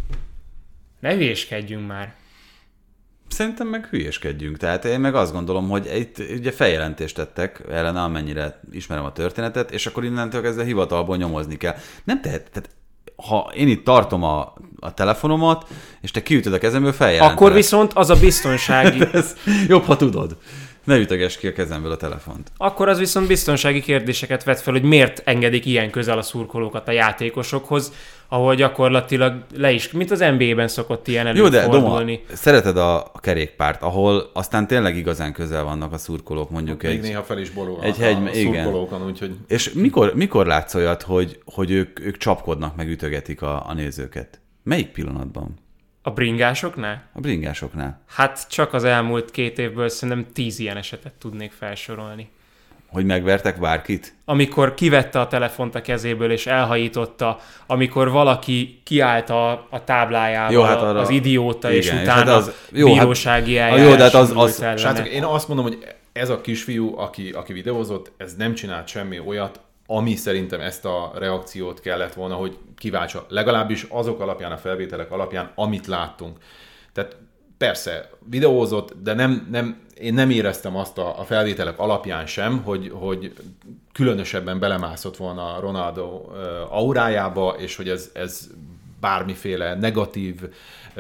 Ne hülyéskedjünk már. Szerintem meg hülyéskedjünk. Tehát én meg azt gondolom, hogy itt ugye feljelentést tettek ellene, amennyire ismerem a történetet, és akkor innentől kezdve hivatalból nyomozni kell. Nem tehet, tehát ha én itt tartom a, a telefonomat, és te kiütöd a kezemből, feljelentelek. Akkor viszont az a biztonsági... jobb, ha tudod. Ne ütögess ki a kezemből a telefont. Akkor az viszont biztonsági kérdéseket vet fel, hogy miért engedik ilyen közel a szurkolókat a játékosokhoz, ahol gyakorlatilag le is, mint az en bé á-ben szokott ilyen előfordulni. Jó, de Doma, szereted a, a kerékpárt, ahol aztán tényleg igazán közel vannak a szurkolók, mondjuk még egy... néha fel is borul egy a, hegy, a szurkolókon, úgyhogy... És mikor, mikor látsz olyat, hogy, hogy ők, ők csapkodnak, meg ütögetik a, a nézőket? Melyik pillanatban? A bringásoknál? A bringásoknál. Hát csak az elmúlt két évből szerintem tíz ilyen esetet tudnék felsorolni. Hogy megvertek bárkit? Amikor kivette a telefont a kezéből és elhajította, amikor valaki kiállt a, a táblájával, jó, hát arra, az idióta, igen, és utána hát az, jó, bírósági hát, eljárás. Jó, de hát az, az, Sátok, én azt mondom, hogy ez a kisfiú, aki, aki videózott, ez nem csinált semmi olyat, ami szerintem ezt a reakciót kellett volna, hogy kiváltsa. Legalábbis azok alapján, a felvételek alapján, amit láttunk. Tehát persze, videózott, de nem, nem, én nem éreztem azt a, a felvételek alapján sem, hogy, hogy különösebben belemászott volna Ronaldo uh, aurájába, és hogy ez, ez bármiféle negatív uh,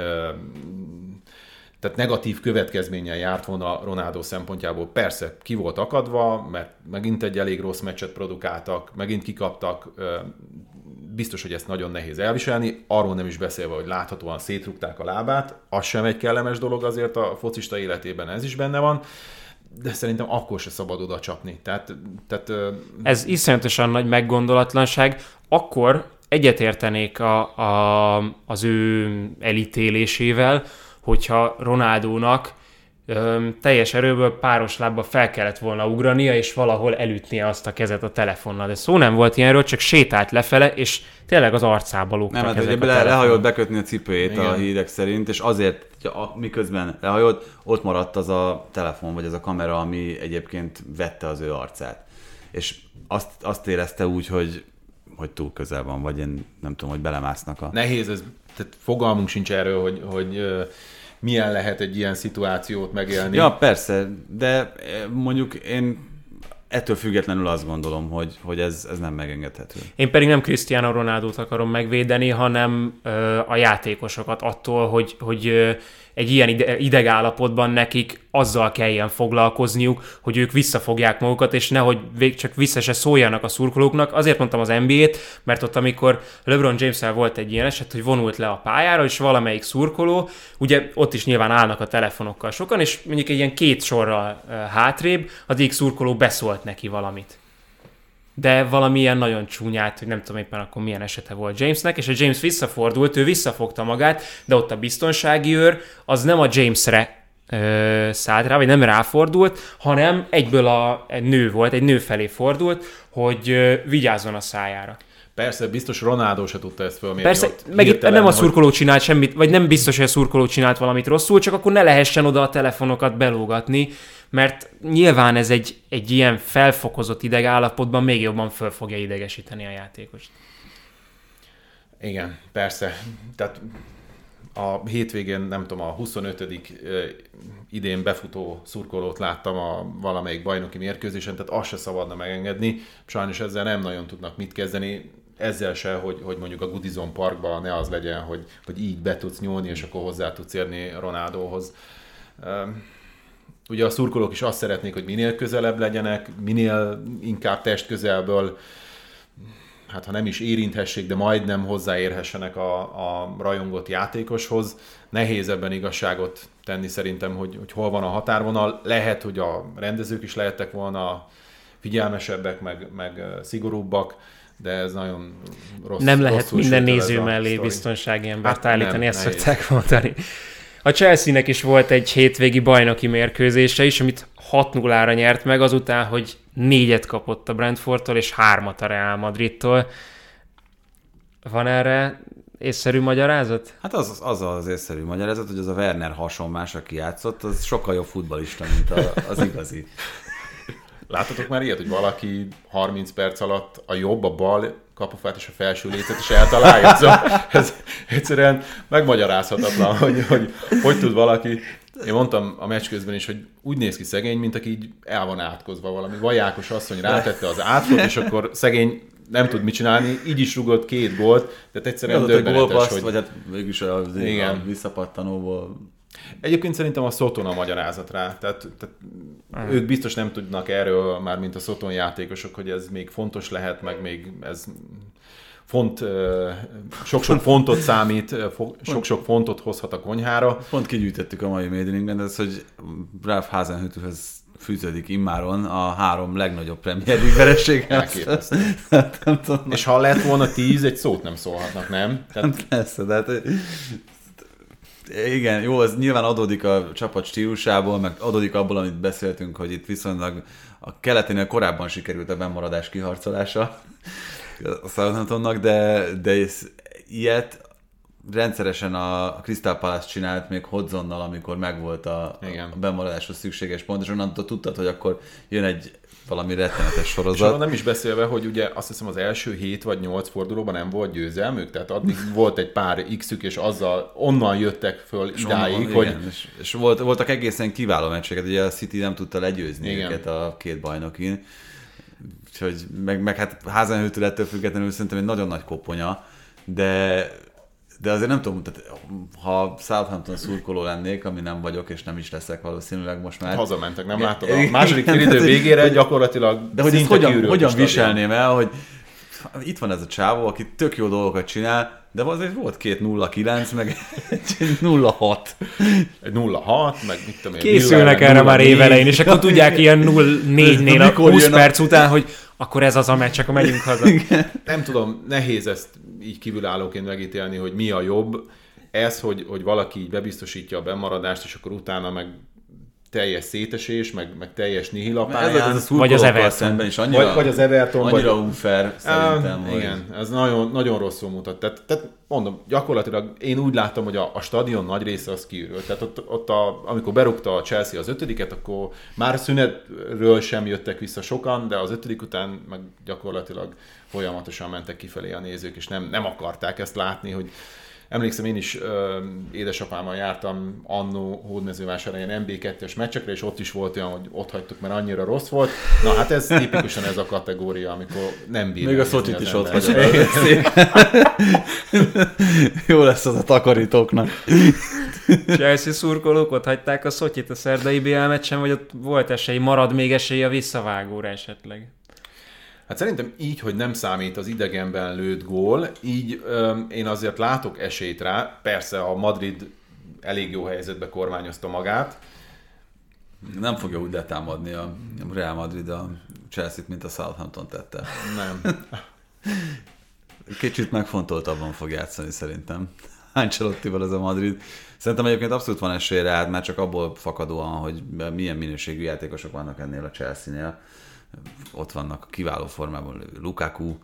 tehát negatív következménnyel járt volna Ronaldo szempontjából. Persze, ki volt akadva, mert megint egy elég rossz meccset produkáltak, megint kikaptak, biztos, hogy ezt nagyon nehéz elviselni, arról nem is beszélve, hogy láthatóan szétrugták a lábát, az sem egy kellemes dolog azért a focista életében, ez is benne van, de szerintem akkor se szabad oda csapni. Tehát, tehát, ez iszonyatosan nagy meggondolatlanság. Akkor egyetértenék a, a, az ő elítélésével, hogyha Ronaldónak ö, teljes erőből páros lábba fel kellett volna ugrania, és valahol elütnie azt a kezet a telefonnal. De szó nem volt ilyenről, csak sétált lefele, és tényleg az arcába lógtak nem, ezek hát, a le, lehajolt bekötni a cipőjét. Igen. A hírek szerint, és azért, a, miközben lehajolt, ott maradt az a telefon, vagy az a kamera, ami egyébként vette az ő arcát. És azt, azt érezte úgy, hogy, hogy túl közel van, vagy én nem tudom, hogy belemásznak a... Nehéz, ez, tehát fogalmunk sincs erről, hogy, hogy milyen lehet egy ilyen szituációt megélni. Ja, persze, de mondjuk én ettől függetlenül azt gondolom, hogy, hogy ez, ez nem megengedhető. Én pedig nem Cristiano Ronaldót akarom megvédeni, hanem ö, a játékosokat attól, hogy, hogy ö, egy ilyen ide, idegállapotban nekik azzal kelljen foglalkozniuk, hogy ők visszafogják magukat, és nehogy vég csak vissza se szóljanak a szurkolóknak. Azért mondtam az en bé á-t, mert ott amikor LeBron James-el volt egy ilyen eset, hogy vonult le a pályára, és valamelyik szurkoló, ugye ott is nyilván állnak a telefonokkal sokan, és mondjuk egy ilyen két sorral uh, hátrébb, az egyik szurkoló beszólt neki valamit. De valamilyen nagyon csúnyát, hogy nem tudom éppen akkor milyen esete volt Jamesnek, és a James visszafordult, ő visszafogta magát, de ott a biztonsági őr az nem a Jamesre ö, szállt rá, vagy nem ráfordult, hanem egyből a, egy nő volt, egy nő felé fordult, hogy ö, vigyázzon a szájára. Persze, biztos Ronaldo se tudta ezt fölmérni. Persze, meg itt nem a szurkoló csinált semmit, vagy nem biztos, hogy a szurkoló csinált valamit rosszul, csak akkor ne lehessen oda a telefonokat belógatni, mert nyilván ez egy, egy ilyen felfokozott idegállapotban még jobban föl fogja idegesíteni a játékost. Igen, persze. Tehát a hétvégén, nem tudom, a huszonötödik idén befutó szurkolót láttam a valamelyik bajnoki mérkőzésen, tehát azt se szabadna megengedni. Sajnos ezzel nem nagyon tudnak mit kezdeni. Ezzel se, hogy, hogy mondjuk a Goodison Parkban ne az legyen, hogy, hogy így be tudsz nyúlni, és akkor hozzá tudsz érni Ronaldohoz. Ugye a szurkolók is azt szeretnék, hogy minél közelebb legyenek, minél inkább testközelből, hát ha nem is érinthessék, de majdnem hozzáérhessenek a, a rajongott játékoshoz. Nehéz ebben igazságot tenni szerintem, hogy, hogy hol van a határvonal. Lehet, hogy a rendezők is lehettek volna figyelmesebbek, meg, meg szigorúbbak, de ez nagyon rossz. Nem lehet minden néző mellé sztori. Biztonsági embert hát állítani, ezt szokták mondani. A Chelsea-nek is volt egy hétvégi bajnoki mérkőzése is, amit hat nullára nyert meg, azután, hogy négyet kapott a Brentfordtól, és hármat a Real Madridtól. Van erre észszerű magyarázat? Hát az az, az észszerű magyarázat, hogy az a Werner hasonmás, aki játszott, az sokkal jobb futballista, mint a, az igazi. Láttatok már ilyet, hogy valaki harminc perc alatt a jobb, a bal kapufát és a felső lécet is eltalálja? Szóval ez egyszerűen megmagyarázhatatlan, hogy, hogy hogy tud valaki... Én mondtam a meccs közben is, hogy úgy néz ki szegény, mint aki így el van átkozva valami. Vajákos asszony rátette az átkot, és akkor szegény nem tud mit csinálni, így is rugott két gólt, tehát egyszerűen döbbenetes, hogy... Vagy hát mégis a, a visszapattanóból... Egyébként szerintem a Soton a magyarázat rá, tehát, tehát mm. ők biztos nem tudnak erről már, mint a Soton játékosok, hogy ez még fontos lehet, meg még ez font, sok-sok fontot számít, sok-sok fontot hozhat a konyhára. Pont kigyűjtettük a mai Médringben, ez, hogy Ralph Hasenhüttlhez fűződik immáron a három legnagyobb Premier League vereséghez. És ha lett volna tíz, egy szót nem szólhatnak, nem? Tehát... Persze, de hát... Igen, jó, ez nyilván adódik a csapat stílusából, meg adódik abból, amit beszéltünk, hogy itt viszonylag a keleténél korábban sikerült a bennmaradás kiharcolása a Southamptonnak, de, de ez, ilyet rendszeresen a Crystal Palace csinált még Hodzonnal, amikor megvolt a, a bennmaradáshoz szükséges pont, és onnantól tudtad, hogy akkor jön egy valami rettenetes sorozat. És nem is beszélve, hogy ugye azt hiszem az első hét vagy nyolc fordulóban nem volt győzelmük, tehát addig volt egy pár x-ük, és azzal onnan jöttek föl és idáig. Onnan, hogy... igen, és, és volt, voltak egészen kiváló meccseket, ugye a City nem tudta legyőzni igen. őket a két bajnokin. Úgyhogy meg, meg hát Hasenhüttl ettől függetlenül szerintem egy nagyon nagy koponya, de de azért nem tudom, tehát, ha Southampton szurkoló lennék, ami nem vagyok, és nem is leszek valószínűleg most már. Hazamentek, nem látod? A második félidő végére gyakorlatilag de hogy ezt hogyan, hogyan viselném el, hogy itt van ez a csávó, aki tök jó dolgokat csinál, de azért volt két nulla kilenc, meg egy nulla hat. Egy nulla hat, meg mit tudom én. Készülnek erre már évelején, és akkor tudják ilyen nulla négynél a húsz perc után, hogy akkor ez az a meccs, akkor megyünk haza. Nem tudom, nehéz ezt így kívülállóként megítélni, hogy mi a jobb. Ez, hogy, hogy valaki így bebiztosítja a bennmaradást, és akkor utána meg teljes szétesés, meg, meg teljes nihilapályán. Ez, ez a vagy az Everton is annyira, vagy, vagy az Everton, annyira vagy, unfair szerintem. Á, igen, ez nagyon, nagyon rosszul mutat. Tehát, tehát mondom, gyakorlatilag én úgy láttam, hogy a, a stadion nagy része az kiürült. Tehát ott, ott a, amikor berúgta a Chelsea az ötödiket, akkor már szünetről sem jöttek vissza sokan, de az ötödik után meg gyakorlatilag folyamatosan mentek kifelé a nézők, és nem, nem akarták ezt látni, hogy emlékszem, én is ö, édesapámmal jártam annó Hódmezővásárhelyen en bé kettes meccsekre, és ott is volt olyan, hogy ott hagytuk, mert annyira rossz volt. Na hát ez tipikusan ez a kategória, amikor nem bírja. Még a Szocsit is ott hagyott. Jó lesz az a takarítóknak. Chelsea szurkolók ott hagyták a Szotyit a szerdai bé el meccsen, vagy ott volt esély, marad még esély a visszavágóra esetleg? Hát szerintem így, hogy nem számít az idegenben lőtt gól, így öm, én azért látok esélyt rá. Persze a Madrid elég jó helyzetbe kormányozta magát. Nem fogja úgy letámadni a Real Madrid a Chelsea-t, mint a Southampton tette. Nem. Kicsit megfontoltabban fog játszani szerintem. Ancelottival ez a Madrid. Szerintem egyébként abszolút van esélye rá, hát már csak abból fakadóan, hogy milyen minőségű játékosok vannak ennél a Chelsea-nél. Ott vannak a kiváló formában Lukaku,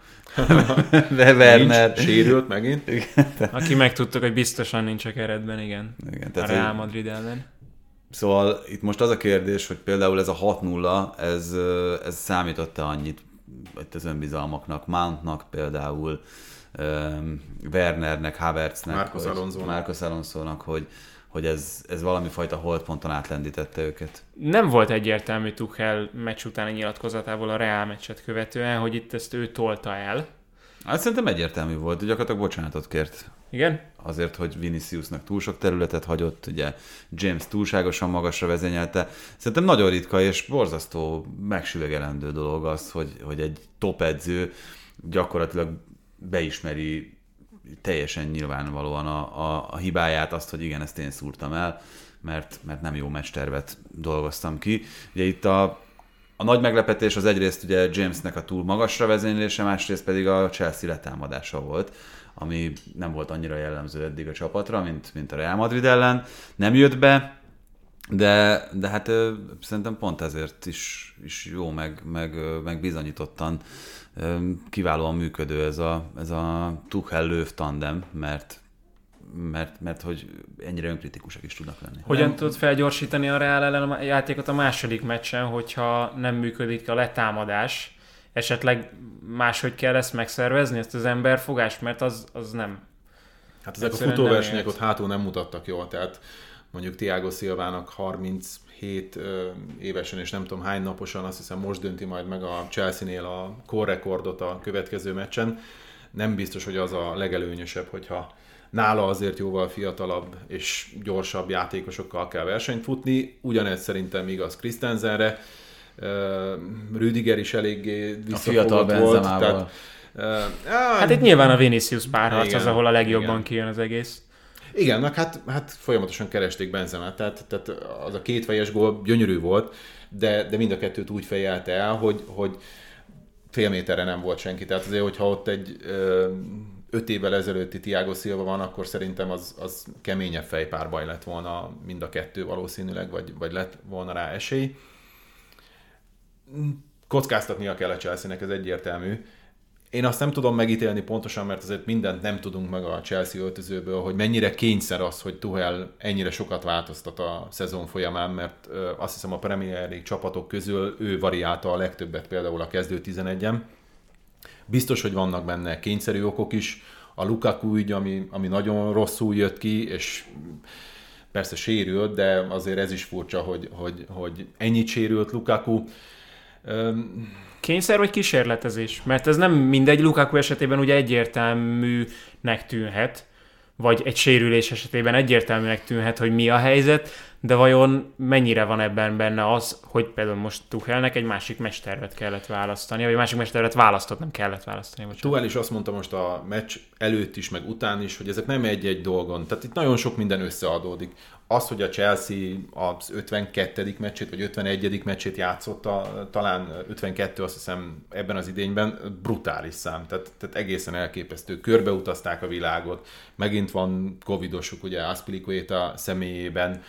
Werner. Nincs, sérült megint. Aki megtudtuk, hogy biztosan nincs a keretben, igen. Igen, tehát a Real Madrid ellen. Szóval itt most az a kérdés, hogy például ez a hat nulla, ez, ez számított-e annyit itt az önbizalmaknak, Mountnak például, um, Wernernek, Havertznek, Marcos Alonsónak, Marcos Alonsónak, hogy, hogy ez, ez valami fajta holdponton átlendítette őket. Nem volt egyértelmű Tuchel meccs utáni nyilatkozatából a Real meccset követően, hogy itt ezt ő tolta el. Hát szerintem egyértelmű volt, gyakorlatilag bocsánatot kért. Igen? Azért, hogy Viniciusnak túl sok területet hagyott, ugye James túlságosan magasra vezényelte. Szerintem nagyon ritka és borzasztó megsüvegelendő dolog az, hogy, hogy egy top edző gyakorlatilag beismeri teljesen nyilvánvalóan a, a, a hibáját, azt, hogy igen, ezt én szúrtam el, mert, mert nem jó meccstervet dolgoztam ki. Ugye itt a, a nagy meglepetés az egyrészt ugye Jamesnek a túl magasra vezénylése, másrészt pedig a Chelsea letámadása volt, ami nem volt annyira jellemző eddig a csapatra, mint, mint a Real Madrid ellen. Nem jött be, de, de hát ö, szerintem pont ezért is, is jó, meg, meg, meg bizonyítottan ö, kiválóan működő ez a, ez a Tuchel-Löw tandem, mert, mert, mert hogy ennyire önkritikusak is tudnak lenni. Hogyan nem? tudod felgyorsítani a Real ellen a játékot a második meccsen, hogyha nem működik a letámadás? Esetleg máshogy kell ezt megszervezni, ezt az emberfogást, mert az, az nem. Hát ezek Egyszerűen a futóversenyek ott hátul nem mutattak jól, tehát mondjuk Thiago Silvának harminchét évesen és nem tudom hány naposan, azt hiszem most dönti majd meg a Chelsea-nél a korrekordot a következő meccsen. Nem biztos, hogy az a legelőnyösebb, hogyha nála azért jóval fiatalabb és gyorsabb játékosokkal kell versenyt futni. Ugyanez szerintem igaz Christensenre. Uh, Rüdiger is eléggé visszafogott volt. Tehát, uh, hát itt nyilván a Vinicius párharc igen, az, ahol a legjobban igen. kijön az egész. Igen, meg hát, hát folyamatosan keresték Benzemát, tehát, tehát az a kétfejes gól gyönyörű volt, de, de mind a kettőt úgy fejelte el, hogy, hogy fél méterre nem volt senki. Tehát azért, hogyha ott egy ö, öt évvel ezelőtti Thiago Silva van, akkor szerintem az, az keményebb fejpárbaj lett volna mind a kettő valószínűleg, vagy, vagy lett volna rá esély. Kockáztatnia kell a Chelsea-nek, ez egyértelmű. Én azt nem tudom megítélni pontosan, mert azért mindent nem tudunk meg a Chelsea öltözőből, hogy mennyire kényszer az, hogy Tuchel ennyire sokat változtat a szezon folyamán, mert azt hiszem a Premier League csapatok közül ő variálta a legtöbbet például a kezdő tizenegyen. Biztos, hogy vannak benne kényszerű okok is. A Lukaku ügy, ami, ami nagyon rosszul jött ki, és persze sérült, de azért ez is furcsa, hogy, hogy, hogy ennyit sérült Lukaku. Kényszer vagy kísérletezés? Mert ez nem mindegy, Lukaku esetében ugye egyértelműnek tűnhet, vagy egy sérülés esetében egyértelműnek tűnhet, hogy mi a helyzet, de vajon mennyire van ebben benne az, hogy például most Tuchelnek egy másik mestervet kellett választani, vagy másik mestervet választott, nem kellett választani. Tuchel is azt mondta most a meccs előtt is, meg után is, hogy ezek nem egy-egy dolgon. Tehát itt nagyon sok minden összeadódik. Az, hogy a Chelsea az ötvenkettedik meccsét, vagy ötvenegyedik meccsét játszotta, talán ötvenkettő, azt hiszem ebben az idényben, brutális szám. Tehát, tehát egészen elképesztő. Körbeutazták a világot. Megint van covidosuk, ugye Azpilicueta személyében.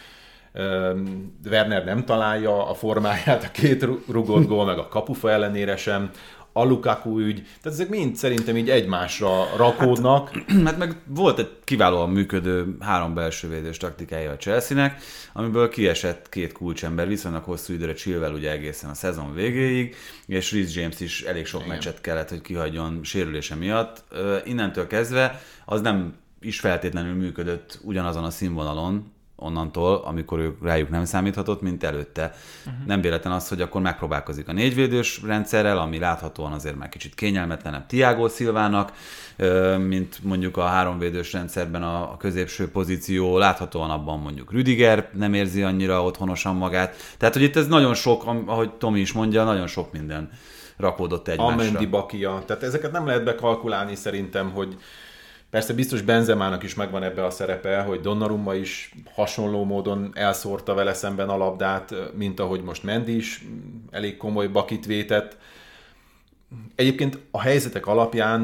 Werner nem találja a formáját, a két rugott gól, meg a kapufa ellenére sem. A Lukaku ügy, tehát ezek mind szerintem így egymásra rakódnak. Hát, hát meg volt egy kiválóan működő három belsővédős taktikája a Chelsea-nek, amiből kiesett két kulcsember viszonylag hosszú időre Chilwell ugye egészen a szezon végéig, és Reece James is elég sok Igen. meccset kellett, hogy kihagyjon sérülése miatt. Innentől kezdve az nem is feltétlenül működött ugyanazon a színvonalon, onnantól, amikor ő rájuk nem számíthatott, mint előtte. Uh-huh. Nem véletlen az, hogy akkor megpróbálkozik a négyvédős rendszerrel, ami láthatóan azért már kicsit kényelmetlenebb Thiago Silvának, mint mondjuk a háromvédős rendszerben a középső pozíció, láthatóan abban mondjuk Rüdiger nem érzi annyira otthonosan magát. Tehát, hogy itt ez nagyon sok, ahogy Tomi is mondja, nagyon sok minden rakódott egymásra. Amendi Bakia. Tehát ezeket nem lehet bekalkulálni szerintem, hogy persze biztos Benzemának is megvan ebbe a szerepe, hogy Donnarumma is hasonló módon elszórta vele szemben a labdát, mint ahogy most Mendy is elég komoly bakit vétett. Egyébként a helyzetek alapján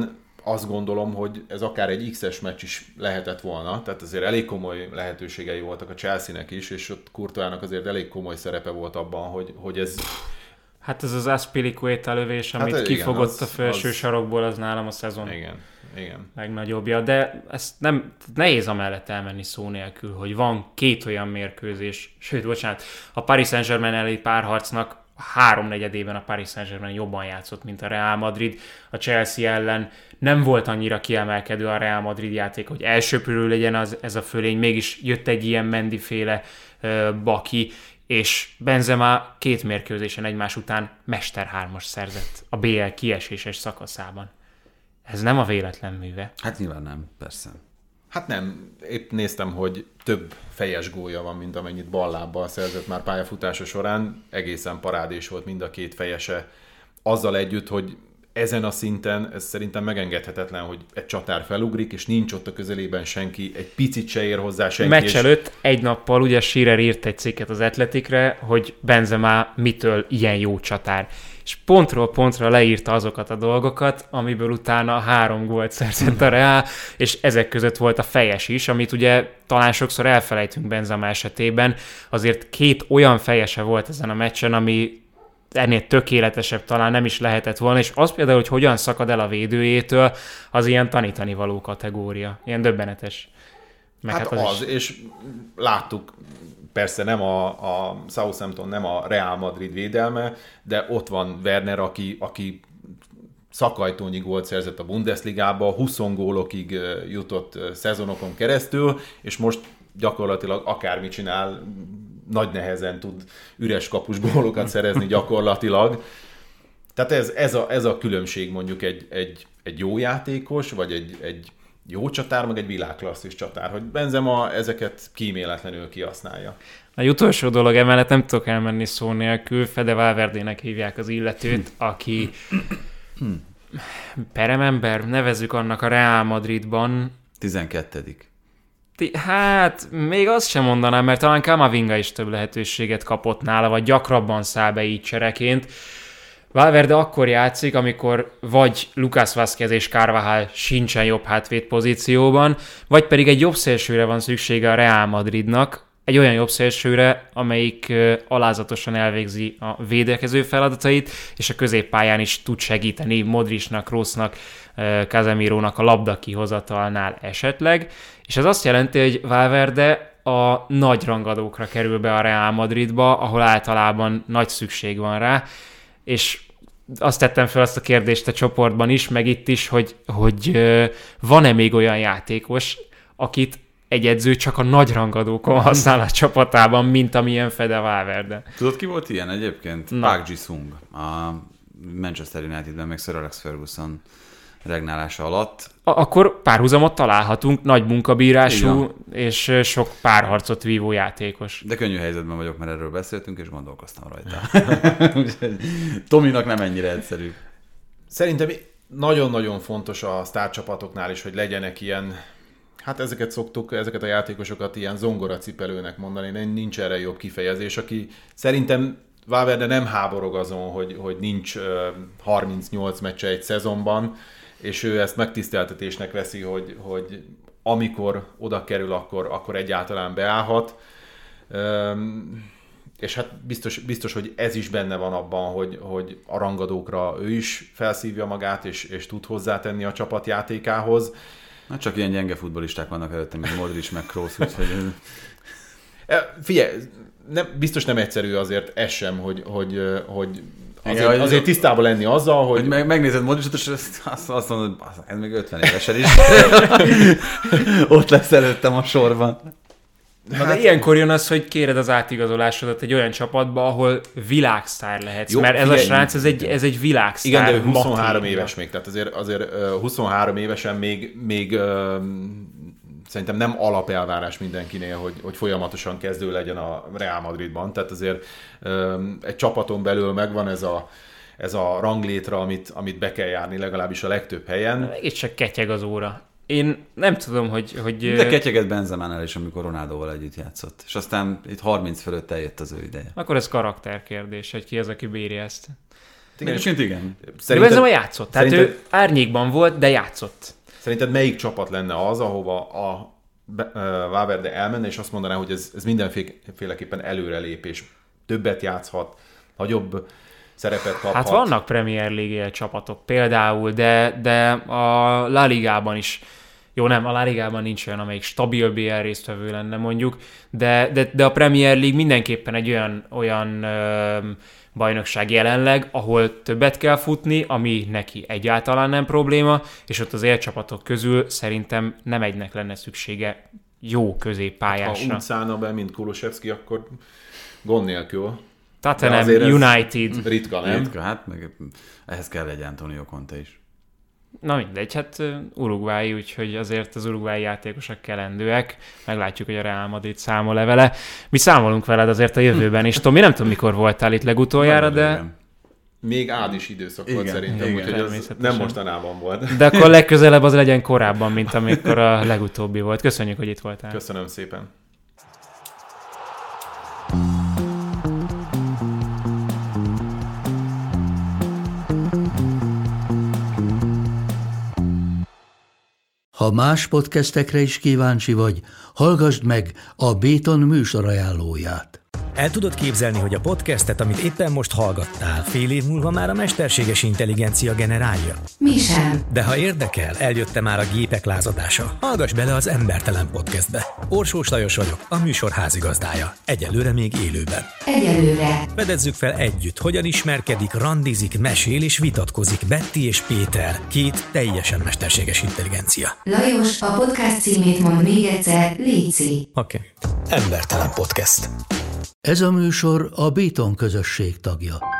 azt gondolom, hogy ez akár egy X-es meccs is lehetett volna, tehát azért elég komoly lehetőségei voltak a Chelsea-nek is, és ott Courtois-nak azért elég komoly szerepe volt abban, hogy, hogy ez... Hát ez az Azpilicueta lövés, amit hát, kifogott igen, az, a felső az... sarokból, az nálam a szezon igen, igen. legnagyobbja, de ezt nem, nehéz amellett elmenni szó nélkül, hogy van két olyan mérkőzés, sőt, bocsánat, a Paris Saint-Germain elleni párharcnak háromnegyedében a Paris Saint-Germain jobban játszott, mint a Real Madrid. A Chelsea ellen nem volt annyira kiemelkedő a Real Madrid játék, hogy elsöprő legyen az, ez a fölény, mégis jött egy ilyen Mendy-féle uh, baki, és Benzema két mérkőzésen egymás után mesterhármas szerzett a bé el kieséses szakaszában. Ez nem a véletlen műve. Hát nyilván nem, persze. Hát nem, épp néztem, hogy több fejes gólja van, mint amennyit ballábbal szerzett már pályafutása során. Egészen parádés volt mind a két fejese. Azzal együtt, hogy ezen a szinten ez szerintem megengedhetetlen, hogy egy csatár felugrik, és nincs ott a közelében senki, egy picit se ér hozzá senki. Meccs és... előtt egy nappal ugye Shearer írt egy cikket az Athleticre, hogy Benzema mitől ilyen jó csatár. És pontról pontra leírta azokat a dolgokat, amiből utána három gólt szerzett a Real, és ezek között volt a fejes is, amit ugye talán sokszor elfelejtünk Benzema esetében. Azért két olyan fejese volt ezen a meccsen, ami ennél tökéletesebb talán nem is lehetett volna, és az például, hogy hogyan szakad el a védőjétől, az ilyen tanítani való kategória. Ilyen döbbenetes. Meg hát, hát az, az, is... és láttuk, persze nem a, a Southampton, nem a Real Madrid védelme, de ott van Werner, aki, aki szakajtónyi gólt szerzett a Bundesligába, húsz gólokig jutott szezonokon keresztül, és most gyakorlatilag akármit csinál, nagy nehezen tud üres kapus gólokat szerezni gyakorlatilag. Tehát ez, ez, a, ez a különbség mondjuk egy, egy, egy jó játékos, vagy egy, egy jó csatár, meg egy világklasszis csatár, hogy Benzema ezeket kíméletlenül kihasználja. A utolsó dolog emellett nem tudok elmenni szó nélkül, Fede Valverdének hívják az illetőt, aki peremember, nevezzük annak a Real Madridban. tizenkettedik Hát, még azt sem mondanám, mert talán Camavinga is több lehetőséget kapott nála, vagy gyakrabban száll be így csereként. Valverde akkor játszik, amikor vagy Lucas Vázquez és Carvajal sincsen jobb hátvéd pozícióban, vagy pedig egy jobb szélsőre van szüksége a Real Madridnak, egy olyan jobb szélsőre, amelyik alázatosan elvégzi a védekező feladatait, és a középpályán is tud segíteni Modricnak, Kroosnak, Casemirónak a labda kihozatalnál esetleg, és ez azt jelenti, hogy Valverde a nagy rangadókra kerül be a Real Madridba, ahol általában nagy szükség van rá, és azt tettem fel azt a kérdést a csoportban is, meg itt is, hogy, hogy van-e még olyan játékos, akit egy edző csak a nagy rangadókon használ a csapatában, mint amilyen Fede Valverde. Tudod, ki volt ilyen egyébként? Na. Park Ji-sung, a Manchester Unitedben, meg Sir Alex Ferguson regnálása alatt. A- akkor párhuzamot találhatunk, nagy munkabírású és sok párharcot vívó játékos. De könnyű helyzetben vagyok, mert erről beszéltünk, és gondolkoztam rajta. Tominak nem ennyire egyszerű. Szerintem nagyon-nagyon fontos a sztárcsapatoknál is, hogy legyenek ilyen, hát ezeket szoktuk, ezeket a játékosokat ilyen zongoracipelőnek mondani, nincs erre jobb kifejezés, aki szerintem Valverde nem háborog azon, hogy, hogy nincs harmincnyolc meccse egy szezonban, és ő ezt megtiszteltetésnek veszi, hogy, hogy amikor oda kerül, akkor, akkor egyáltalán beállhat. És hát biztos, biztos, hogy ez is benne van abban, hogy, hogy a rangadókra ő is felszívja magát, és, és tud hozzátenni a csapat játékához. Na, csak ilyen gyenge futbollisták vannak előttem, mint Modric, meg Kroos, úgyhogy... Figyelj, nem, biztos nem egyszerű azért ez sem, hogy, hogy, hogy azért, Igen, azért tisztában lenni azzal, hogy... hogy meg, megnézed Modricot, és azt, azt mondod, hogy ez még ötven évesen is. Ott lesz előttem a sorban. Na de ilyenkor jön az, hogy kéred az átigazolásodat egy olyan csapatba, ahol világsztár lehetsz, Jó, mert ez figyelj, a srác, ez egy, ez egy világsztár. Igen, de ő huszonhárom matéria. éves még, tehát azért, azért huszonhárom évesen még, még uh, szerintem nem alapelvárás mindenkinél, hogy, hogy folyamatosan kezdő legyen a Real Madridban, tehát azért um, egy csapaton belül megvan ez a, ez a ranglétra, amit, amit be kell járni legalábbis a legtöbb helyen. Megint csak ketyeg az óra. Én nem tudom, hogy... hogy De ketyegett Benzemánál is, amikor Ronaldóval együtt játszott. És aztán itt harminc fölött eljött az ő ideje. Akkor ez karakterkérdés, hogy ki az, aki bírja ezt. Egyébként igen. Szerinted... De játszott. Tehát szerinted... ő árnyékban volt, de játszott. Szerinted melyik csapat lenne az, ahova a Valverde elmenne, és azt mondaná, hogy ez, ez mindenféleképpen előrelépés. Többet játszhat, nagyobb szerepet kaphat. Hát vannak Premier League csapatok például, de, de a La Ligában is, jó nem, a La Ligában nincs olyan, amelyik stabil bé el résztvevő lenne mondjuk, de, de, de a Premier League mindenképpen egy olyan, olyan ö, bajnokság jelenleg, ahol többet kell futni, ami neki egyáltalán nem probléma, és ott az élcsapatok közül szerintem nem egynek lenne szüksége jó középpályásra. Ha úgy szállna be, mint Kulusevski, akkor gond nélkül. Tottenham United. Ritka, nem? Ritka, hát meg ehhez kell egy Antonio Conte is. Na mindegy, hát Uruguay, úgyhogy azért az uruguayi játékosok kelendőek. Meglátjuk, hogy a Real Madrid számol-e vele. Mi számolunk veled azért a jövőben is. Tomi, nem tudom, mikor voltál itt legutoljára, de... Még ádis időszak volt igen, szerintem, úgyhogy ez nem mostanában volt. De akkor legközelebb az legyen korábban, mint amikor a legutóbbi volt. Köszönjük, hogy itt voltál. Köszönöm szépen. Ha más podcastekre is kíváncsi vagy, hallgassd meg a Béton műsor ajánlóját. El tudod képzelni, hogy a podcastet, amit éppen most hallgattál, fél év múlva már a mesterséges intelligencia generálja? Mi sem. De ha érdekel, eljött már a gépek lázadása. Hallgass bele az Embertelen Podcastbe. Orsós Lajos vagyok, a műsor házigazdája. Egyelőre még élőben. Egyelőre. Fedezzük fel együtt, hogyan ismerkedik, randizik, mesél és vitatkozik Betty és Péter, két teljesen mesterséges intelligencia. Lajos, a podcast címét mond még egyszer, léci. Oké. Okay. Embertelen Podcast. Ez a műsor a Béton közösség tagja.